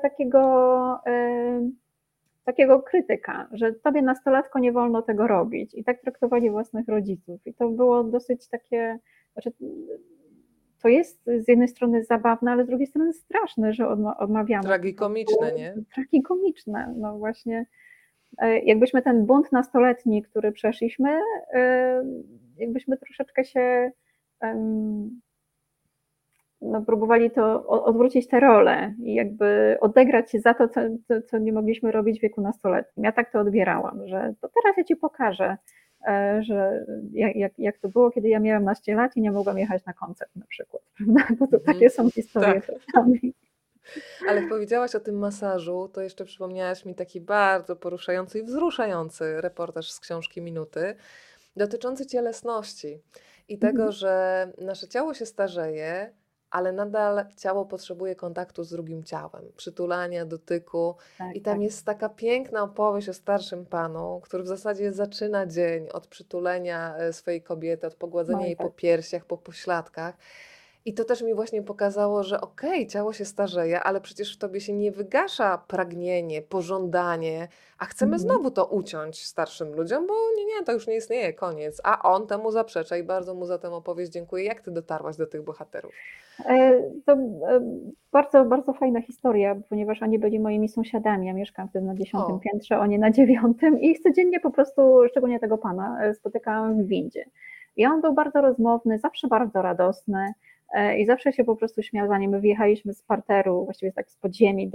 takiego krytyka, że tobie nastolatko nie wolno tego robić i tak traktowali własnych rodziców i to było dosyć takie, znaczy to jest z jednej strony zabawne, ale z drugiej strony straszne, że odmawiamy. Tragikomiczne, nie? Tragikomiczne, no właśnie. Jakbyśmy ten bunt nastoletni, który przeszliśmy, jakbyśmy troszeczkę się no, próbowali to odwrócić tę rolę i jakby odegrać się za to, co nie mogliśmy robić w wieku nastoletnim. Ja tak to odbierałam, że to teraz ja ci pokażę, że jak to było, kiedy ja miałam naście lat i nie mogłam jechać na koncert na przykład, prawda? Bo to takie są historie Tak. czasami. Ale jak powiedziałaś o tym masażu, to jeszcze przypomniałaś mi taki bardzo poruszający i wzruszający reportaż z książki Minuty, dotyczący cielesności i tego, Mhm. że nasze ciało się starzeje, ale nadal ciało potrzebuje kontaktu z drugim ciałem, przytulania, dotyku. Tak, I tam tak. jest taka piękna opowieść o starszym panu, który w zasadzie zaczyna dzień od przytulenia swojej kobiety, od pogładzenia No i jej po tak. piersiach, po pośladkach. I to też mi właśnie pokazało, że okej, ciało się starzeje, ale przecież w tobie się nie wygasza pragnienie, pożądanie, a chcemy Mhm. znowu to uciąć starszym ludziom, bo nie, to już nie istnieje, koniec. A on temu zaprzecza i bardzo mu za tę opowieść dziękuję. Jak ty dotarłaś do tych bohaterów? To bardzo, bardzo fajna historia, ponieważ oni byli moimi sąsiadami. Ja mieszkam wtedy na 10. O, piętrze, oni na 9 i ich codziennie po prostu, szczególnie tego pana, spotykałam w windzie. I on był bardzo rozmowny, zawsze bardzo radosny i zawsze się po prostu śmiał, zanim my wjechaliśmy z parteru, właściwie tak z podziemi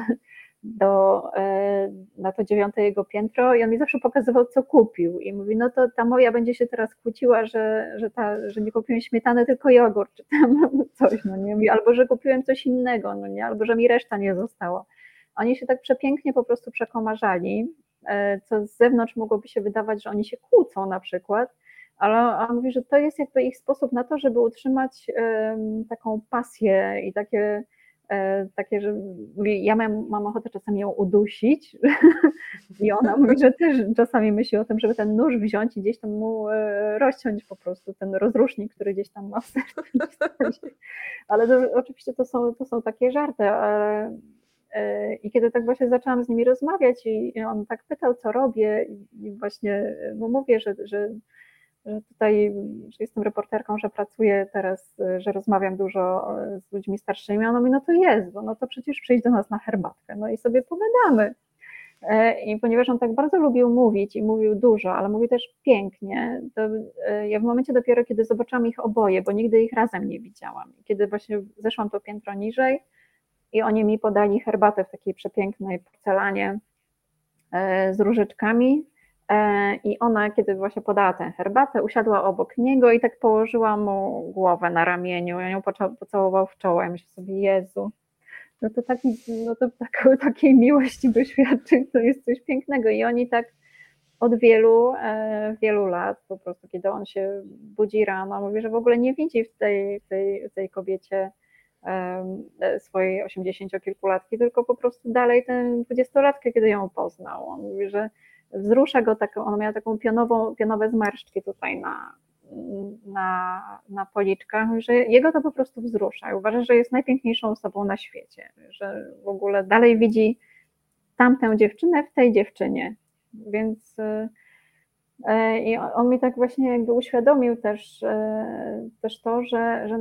do, na to 9 jego piętro i on mi zawsze pokazywał, co kupił i mówi, no to ta moja będzie się teraz kłóciła, że nie kupiłem śmietany, tylko jogurt, czy tam coś, no nie, albo że kupiłem coś innego, no nie, albo że mi reszta nie została. Oni się tak przepięknie po prostu przekomarzali, co z zewnątrz mogłoby się wydawać, że oni się kłócą na przykład, ale on mówi, że to jest jakby ich sposób na to, żeby utrzymać taką pasję i takie, że mówi, ja mam ochotę czasami ją udusić i ona mówi, że też czasami myśli o tym, żeby ten nóż wziąć i gdzieś tam mu rozciąć po prostu ten rozrusznik, który gdzieś tam ma w sercu. Ale to, oczywiście to są takie żarty, ale i kiedy tak właśnie zaczęłam z nimi rozmawiać i on tak pytał, co robię i właśnie mu mówię, że tutaj, że jestem reporterką, że pracuję teraz, że rozmawiam dużo z ludźmi starszymi, a ona mówi, no to jest, bo no to przecież przyjdź do nas na herbatkę, no i sobie pogadamy. I ponieważ on tak bardzo lubił mówić i mówił dużo, ale mówił też pięknie, to ja w momencie dopiero, kiedy zobaczyłam ich oboje, bo nigdy ich razem nie widziałam, kiedy właśnie zeszłam to piętro niżej i oni mi podali herbatę w takiej przepięknej porcelanie z różyczkami i ona, kiedy właśnie podała tę herbatę, usiadła obok niego i tak położyła mu głowę na ramieniu, ja ją pocałował w czoło, ja myślę sobie, Jezu, no to takiej miłości doświadczeń to jest coś pięknego i oni tak od wielu lat po prostu, kiedy on się budzi rano, mówi, że w ogóle nie widzi w tej kobiecie swojej 80-kilkulatki, tylko po prostu dalej tę 20-latkę, kiedy ją poznał. On mówi, że wzrusza go taką, ona miała taką pionowe zmarszczki tutaj na policzkach, że jego to po prostu wzrusza i uważa, że jest najpiękniejszą osobą na świecie, że w ogóle dalej widzi tamtę dziewczynę w tej dziewczynie, więc i on mi tak właśnie jakby uświadomił też to, że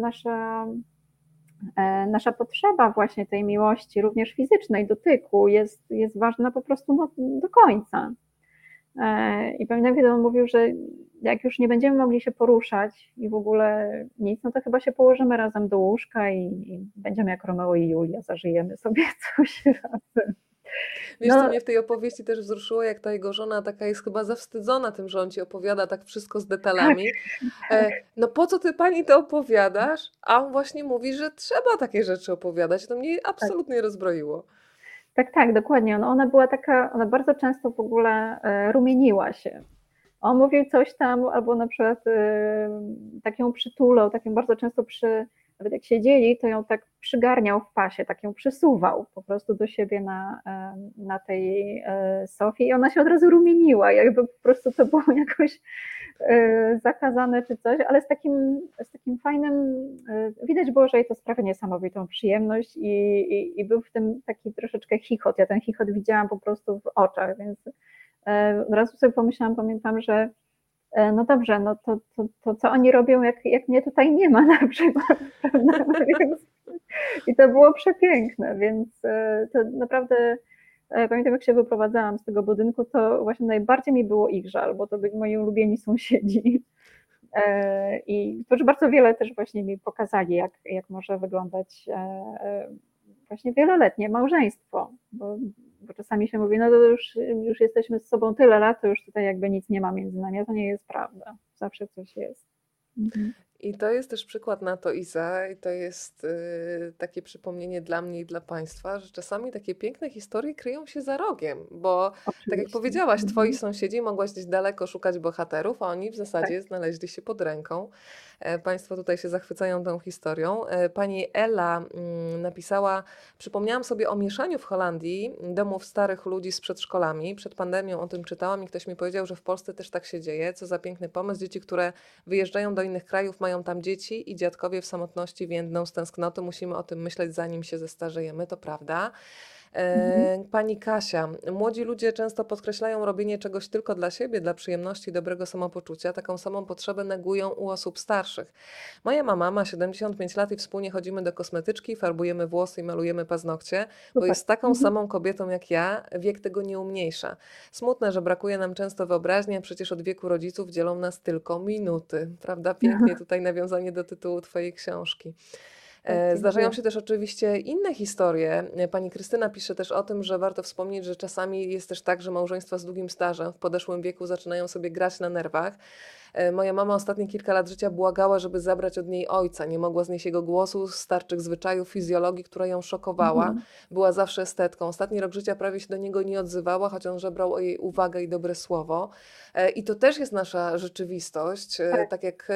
nasza potrzeba właśnie tej miłości, również fizycznej, dotyku jest ważna po prostu do końca. I pamiętam, kiedy on mówił, że jak już nie będziemy mogli się poruszać i w ogóle nic, no to chyba się położymy razem do łóżka i będziemy jak Romeo i Julia, zażyjemy sobie coś razem. Wiesz, co No mnie w tej opowieści też wzruszyło, jak ta jego żona taka jest chyba zawstydzona tym, że on ci opowiada tak wszystko z tak, detalami. tak. No po co ty pani to opowiadasz? A on właśnie mówi, że trzeba takie rzeczy opowiadać. To mnie Tak. absolutnie rozbroiło. Tak, tak, dokładnie. No ona była taka, ona bardzo często w ogóle rumieniła się. On mówił coś tam, albo na przykład tak ją przytulał, tak ją bardzo często nawet jak siedzieli, to ją tak przygarniał w pasie, tak ją przysuwał po prostu do siebie na tej sofie i ona się od razu rumieniła, jakby po prostu to było jakoś zakazane czy coś, ale z takim fajnym, widać było, że jej to sprawia niesamowitą przyjemność i był w tym taki troszeczkę chichot. Ja ten chichot widziałam po prostu w oczach, więc od razu sobie pomyślałam, pamiętam, że no dobrze, no to co oni robią, jak mnie tutaj nie ma na przykład, prawda? Więc, i to było przepiękne, więc to naprawdę pamiętam, jak się wyprowadzałam z tego budynku, to właśnie najbardziej mi było ich żal, bo to byli moi ulubieni sąsiedzi. I którzy bardzo wiele też właśnie mi pokazali, jak może wyglądać właśnie wieloletnie małżeństwo, bo czasami się mówi, no to już jesteśmy z sobą tyle lat, to już tutaj jakby nic nie ma między nami, a to nie jest prawda. Zawsze coś jest. Mhm. I to jest też przykład na to, Iza, i to jest takie przypomnienie dla mnie i dla Państwa, że czasami takie piękne historie kryją się za rogiem, bo tak jak Oczywiście. powiedziałaś, Twoi Mhm. sąsiedzi mogłaś gdzieś daleko szukać bohaterów, a oni w Tak. zasadzie znaleźli się pod ręką. Państwo tutaj się zachwycają tą historią. Pani Ela napisała, przypomniałam sobie o mieszaniu w Holandii domów starych ludzi z przedszkolami. Przed pandemią o tym czytałam i ktoś mi powiedział, że w Polsce też tak się dzieje. Co za piękny pomysł. Dzieci, które wyjeżdżają do innych krajów, mają tam dzieci i dziadkowie w samotności więdną z tęsknoty. Musimy o tym myśleć, zanim się zestarzejemy, to prawda. Mhm. Pani Kasia, młodzi ludzie często podkreślają robienie czegoś tylko dla siebie, dla przyjemności i dobrego samopoczucia. Taką samą potrzebę negują u osób starszych. Moja mama ma 75 lat i wspólnie chodzimy do kosmetyczki, farbujemy włosy i malujemy paznokcie, bo Super. jest taką Mhm. samą kobietą jak ja, wiek tego nie umniejsza. Smutne, że brakuje nam często wyobraźni, a przecież od wieku rodziców dzielą nas tylko minuty. Prawda? Pięknie tutaj nawiązanie do tytułu Twojej książki. Tak, Zdarzają dziękuję. się też oczywiście inne historie. Pani Krystyna pisze też o tym, że warto wspomnieć, że czasami jest też tak, że małżeństwa z długim stażem w podeszłym wieku zaczynają sobie grać na nerwach. Moja mama ostatnie kilka lat życia błagała, żeby zabrać od niej ojca. Nie mogła znieść jego głosu, starczych zwyczajów, fizjologii, która ją szokowała. Mhm. Była zawsze estetką. Ostatni rok życia prawie się do niego nie odzywała, choć on żebrał o jej uwagę i dobre słowo. I to też jest nasza rzeczywistość. Tak.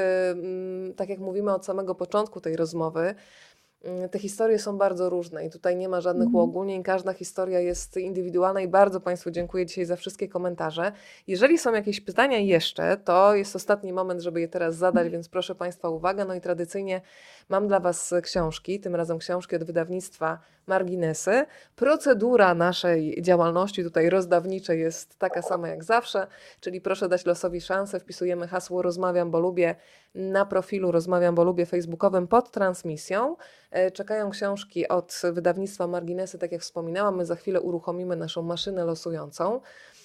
Tak jak mówimy od samego początku tej rozmowy, te historie są bardzo różne i tutaj nie ma żadnych Mhm. uogólnień. Każda historia jest indywidualna i bardzo Państwu dziękuję dzisiaj za wszystkie komentarze. Jeżeli są jakieś pytania jeszcze, to jest ostatni moment, żeby je teraz zadać, więc proszę Państwa uwaga. No i tradycyjnie mam dla Was książki, tym razem książki od wydawnictwa Marginesy. Procedura naszej działalności tutaj rozdawniczej jest taka sama jak zawsze, czyli proszę dać losowi szansę, wpisujemy hasło Rozmawiam, bo lubię na profilu Rozmawiam, bo lubię facebookowym pod transmisją. Czekają książki od wydawnictwa Marginesy, tak jak wspominałam, my za chwilę uruchomimy naszą maszynę losującą.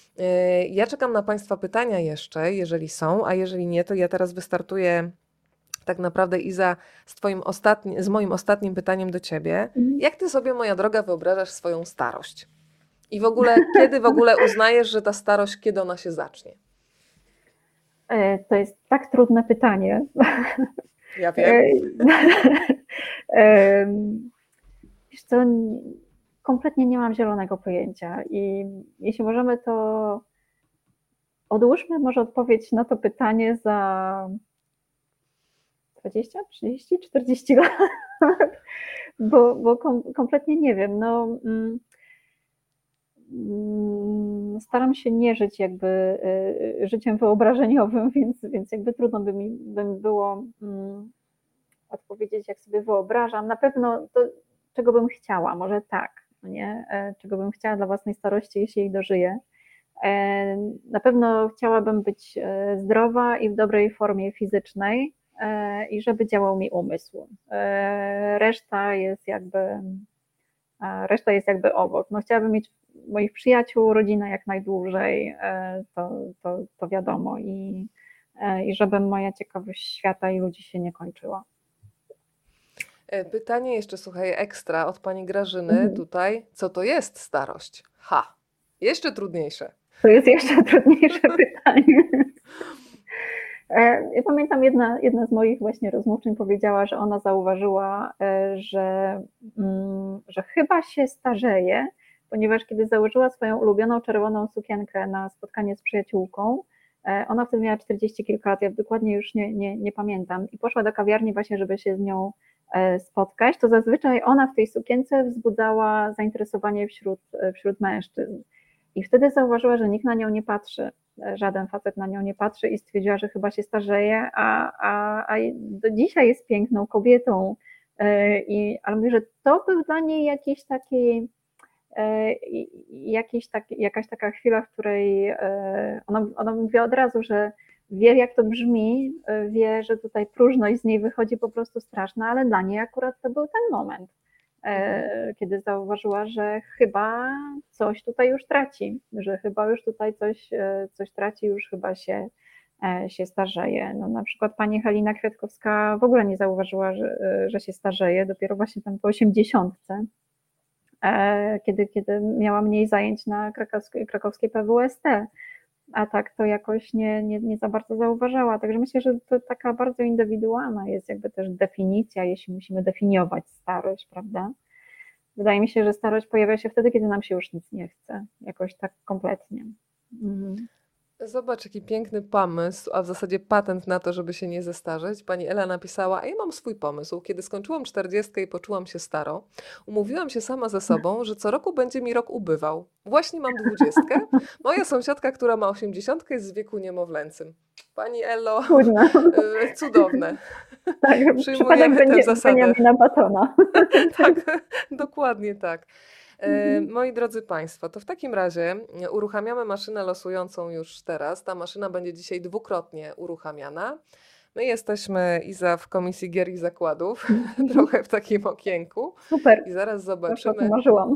Ja czekam na Państwa pytania jeszcze, jeżeli są, a jeżeli nie, to ja teraz wystartuję tak naprawdę, Iza, z moim ostatnim pytaniem do Ciebie. Mhm. Jak Ty sobie, moja droga, wyobrażasz swoją starość? I w ogóle, kiedy w ogóle uznajesz, że ta starość, kiedy ona się zacznie? To jest tak trudne pytanie. Ja wiem. Wiesz co, kompletnie nie mam zielonego pojęcia i jeśli możemy, to odłóżmy może odpowiedź na to pytanie za 20, 30, 40 lat, bo kompletnie nie wiem. No, staram się nie żyć jakby życiem wyobrażeniowym, więc jakby trudno by mi było odpowiedzieć, jak sobie wyobrażam. Na pewno to, czego bym chciała, może tak, no nie? Czego bym chciała dla własnej starości, jeśli jej dożyję. Na pewno chciałabym być zdrowa i w dobrej formie fizycznej i żeby działał mi umysł. Reszta jest jakby obok. No, chciałabym mieć moich przyjaciół, rodzinę jak najdłużej, to wiadomo i żeby moja ciekawość świata i ludzi się nie kończyła. Pytanie jeszcze, słuchaj, ekstra od pani Grażyny Mhm. tutaj. Co to jest starość? Ha, jeszcze trudniejsze. To jest jeszcze trudniejsze pytanie. Ja pamiętam, jedna z moich właśnie rozmówczyń powiedziała, że ona zauważyła, że chyba się starzeje, ponieważ kiedy założyła swoją ulubioną czerwoną sukienkę na spotkanie z przyjaciółką, ona wtedy miała 40 kilka lat, ja dokładnie już nie pamiętam, i poszła do kawiarni właśnie, żeby się z nią spotkać, to zazwyczaj ona w tej sukience wzbudzała zainteresowanie wśród mężczyzn. I wtedy zauważyła, że nikt na nią nie patrzy, żaden facet na nią nie patrzy i stwierdziła, że chyba się starzeje, a do dzisiaj jest piękną kobietą. Ale mówię, że to był dla niej jakaś taka chwila, w której ona mówi od razu, że wie, jak to brzmi, wie, że tutaj próżność z niej wychodzi po prostu straszna, ale dla niej akurat to był ten moment, kiedy zauważyła, że chyba coś tutaj już traci, że chyba już tutaj coś traci, już chyba się się starzeje. No, na przykład pani Halina Kwiatkowska w ogóle nie zauważyła, że się starzeje, dopiero właśnie tam po 80, kiedy miała mniej zajęć na krakowskiej PWST, a tak to jakoś nie za bardzo zauważała. Także myślę, że to taka bardzo indywidualna jest jakby też definicja, jeśli musimy definiować starość, prawda? Wydaje mi się, że starość pojawia się wtedy, kiedy nam się już nic nie chce, jakoś tak kompletnie. Zobacz, jaki piękny pomysł, a w zasadzie patent na to, żeby się nie zestarzeć. Pani Ela napisała, a ja mam swój pomysł. Kiedy skończyłam 40 i poczułam się staro, umówiłam się sama ze sobą, że co roku będzie mi rok ubywał. Właśnie mam 20. Moja sąsiadka, która ma 80, jest w wieku niemowlęcym. Pani Elo, Trudno. cudowne. Tak, Przyjmujemy tę zasadę. Benjamina Batona. Tak, dokładnie tak. Moi drodzy Państwo, to w takim razie uruchamiamy maszynę losującą już teraz. Ta maszyna będzie dzisiaj dwukrotnie uruchamiana. My jesteśmy, Iza, w Komisji Gier i Zakładów, trochę w takim okienku. Super. I zaraz O zobaczymy. tym marzyłam.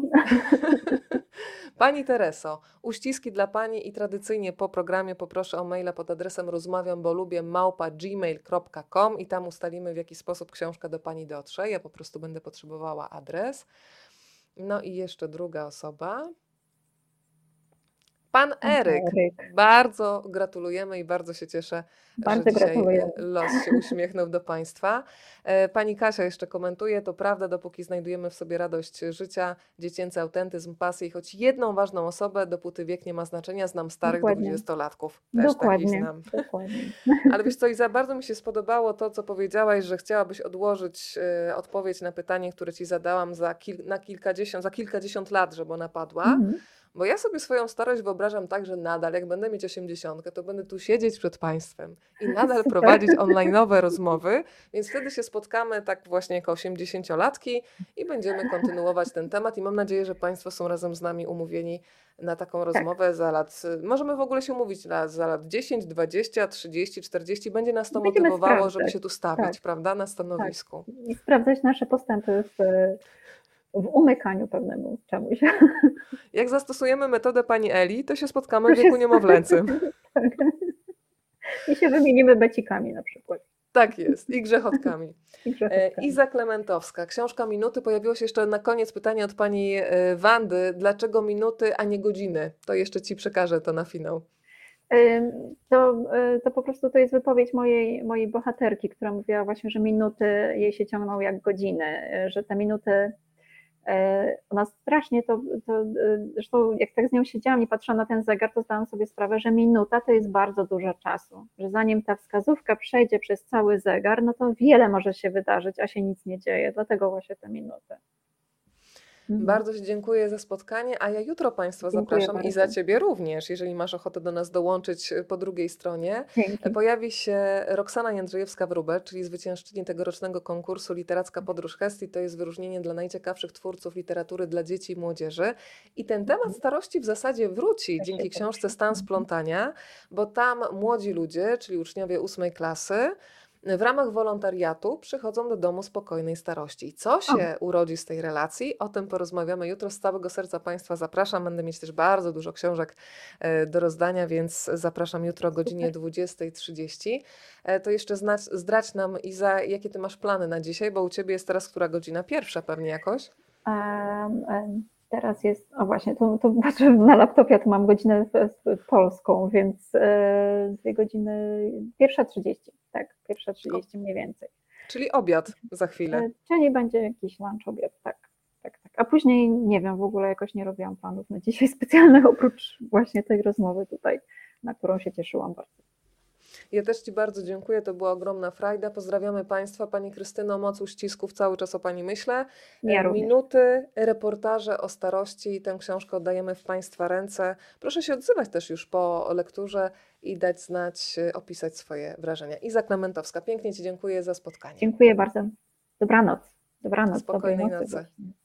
Pani Tereso, uściski dla Pani i tradycyjnie po programie poproszę o maila pod adresem rozmawiambolubię@gmail.com i tam ustalimy, w jaki sposób książka do Pani dotrze. Ja po prostu będę potrzebowała adres. No i jeszcze druga osoba. Pan Eryk. Bardzo gratulujemy i bardzo się cieszę, Bardzo że dzisiaj gratulujemy. los się uśmiechnął do Państwa. Pani Kasia jeszcze komentuje, to prawda, dopóki znajdujemy w sobie radość życia, dziecięcy autentyzm, pasję i choć jedną ważną osobę, dopóty wiek nie ma znaczenia, znam starych Dokładnie. 20-latków. Też takich znam. Dokładnie. Ale wiesz co, Iza, bardzo mi się spodobało to, co powiedziałaś, że chciałabyś odłożyć odpowiedź na pytanie, które Ci zadałam za kilkadziesiąt lat, żeby ona padła. Bo ja sobie swoją starość wyobrażam tak, że nadal, jak będę mieć 80, to będę tu siedzieć przed Państwem i nadal Super. prowadzić online'owe rozmowy, więc wtedy się spotkamy tak właśnie jako 80-latki i będziemy kontynuować ten temat i mam nadzieję, że Państwo są razem z nami umówieni na taką rozmowę za lat, możemy w ogóle się umówić za lat 10, 20, 30, 40, będzie nas to Będziemy motywowało, sprawdzać. żeby się tu stawić, Tak. prawda, na stanowisku. Tak. I sprawdzać nasze postępy w umykaniu pewnemu czemuś. Jak zastosujemy metodę Pani Eli, to się spotkamy w wieku niemowlęcym. Tak. I się wymienimy becikami na przykład. Tak jest, i grzechotkami. Iza Klementowska, książka Minuty. Pojawiło się jeszcze na koniec pytanie od Pani Wandy. Dlaczego minuty, a nie godziny? To jeszcze Ci przekażę to na finał. To po prostu to jest wypowiedź mojej bohaterki, która mówiła właśnie, że minuty jej się ciągną jak godziny, że te minuty, ona strasznie zresztą jak tak z nią siedziałam i patrzyłam na ten zegar, to zdałam sobie sprawę, że minuta to jest bardzo dużo czasu, że zanim ta wskazówka przejdzie przez cały zegar, no to wiele może się wydarzyć, a się nic nie dzieje, dlatego właśnie te minuty. Bardzo Ci dziękuję za spotkanie, a ja jutro Państwa zapraszam i za Ciebie również, jeżeli masz ochotę do nas dołączyć po drugiej stronie. Dzięki. Pojawi się Roxana Jędrzejewska-Wróbel, czyli zwyciężczyni tegorocznego konkursu Literacka Podróż Hestii. To jest wyróżnienie dla najciekawszych twórców literatury dla dzieci i młodzieży. I ten temat starości w zasadzie wróci dzięki książce Stan splątania, bo tam młodzi ludzie, czyli uczniowie 8 klasy, w ramach wolontariatu przychodzą do domu spokojnej starości. Co się urodzi z tej relacji? O tym porozmawiamy jutro. Z całego serca Państwa zapraszam. Będę mieć też bardzo dużo książek do rozdania, więc zapraszam jutro o godzinie 20:30. To jeszcze zdradź nam, Iza, jakie Ty masz plany na dzisiaj, bo u Ciebie jest teraz która godzina? Pierwsza pewnie jakoś? Teraz jest, właśnie, to patrzę na laptopie, tu mam godzinę polską, więc 2 godziny, 1:30, tak, 1:30 mniej więcej. Czyli obiad za chwilę. Czyli będzie jakiś lunch, obiad, tak. A później, nie wiem, w ogóle jakoś nie robiłam planów na dzisiaj specjalnych, oprócz właśnie tej rozmowy tutaj, na którą się cieszyłam bardzo. Ja też Ci bardzo dziękuję, to była ogromna frajda. Pozdrawiamy Państwa. Pani Krystyno, moc uścisków, cały czas o Pani myślę. Ja również. Minuty, reportaże o starości, tę książkę oddajemy w Państwa ręce. Proszę się odzywać też już po lekturze i dać znać, opisać swoje wrażenia. Iza Klementowska, pięknie Ci dziękuję za spotkanie. Dziękuję bardzo. Dobranoc. Spokojnej nocy.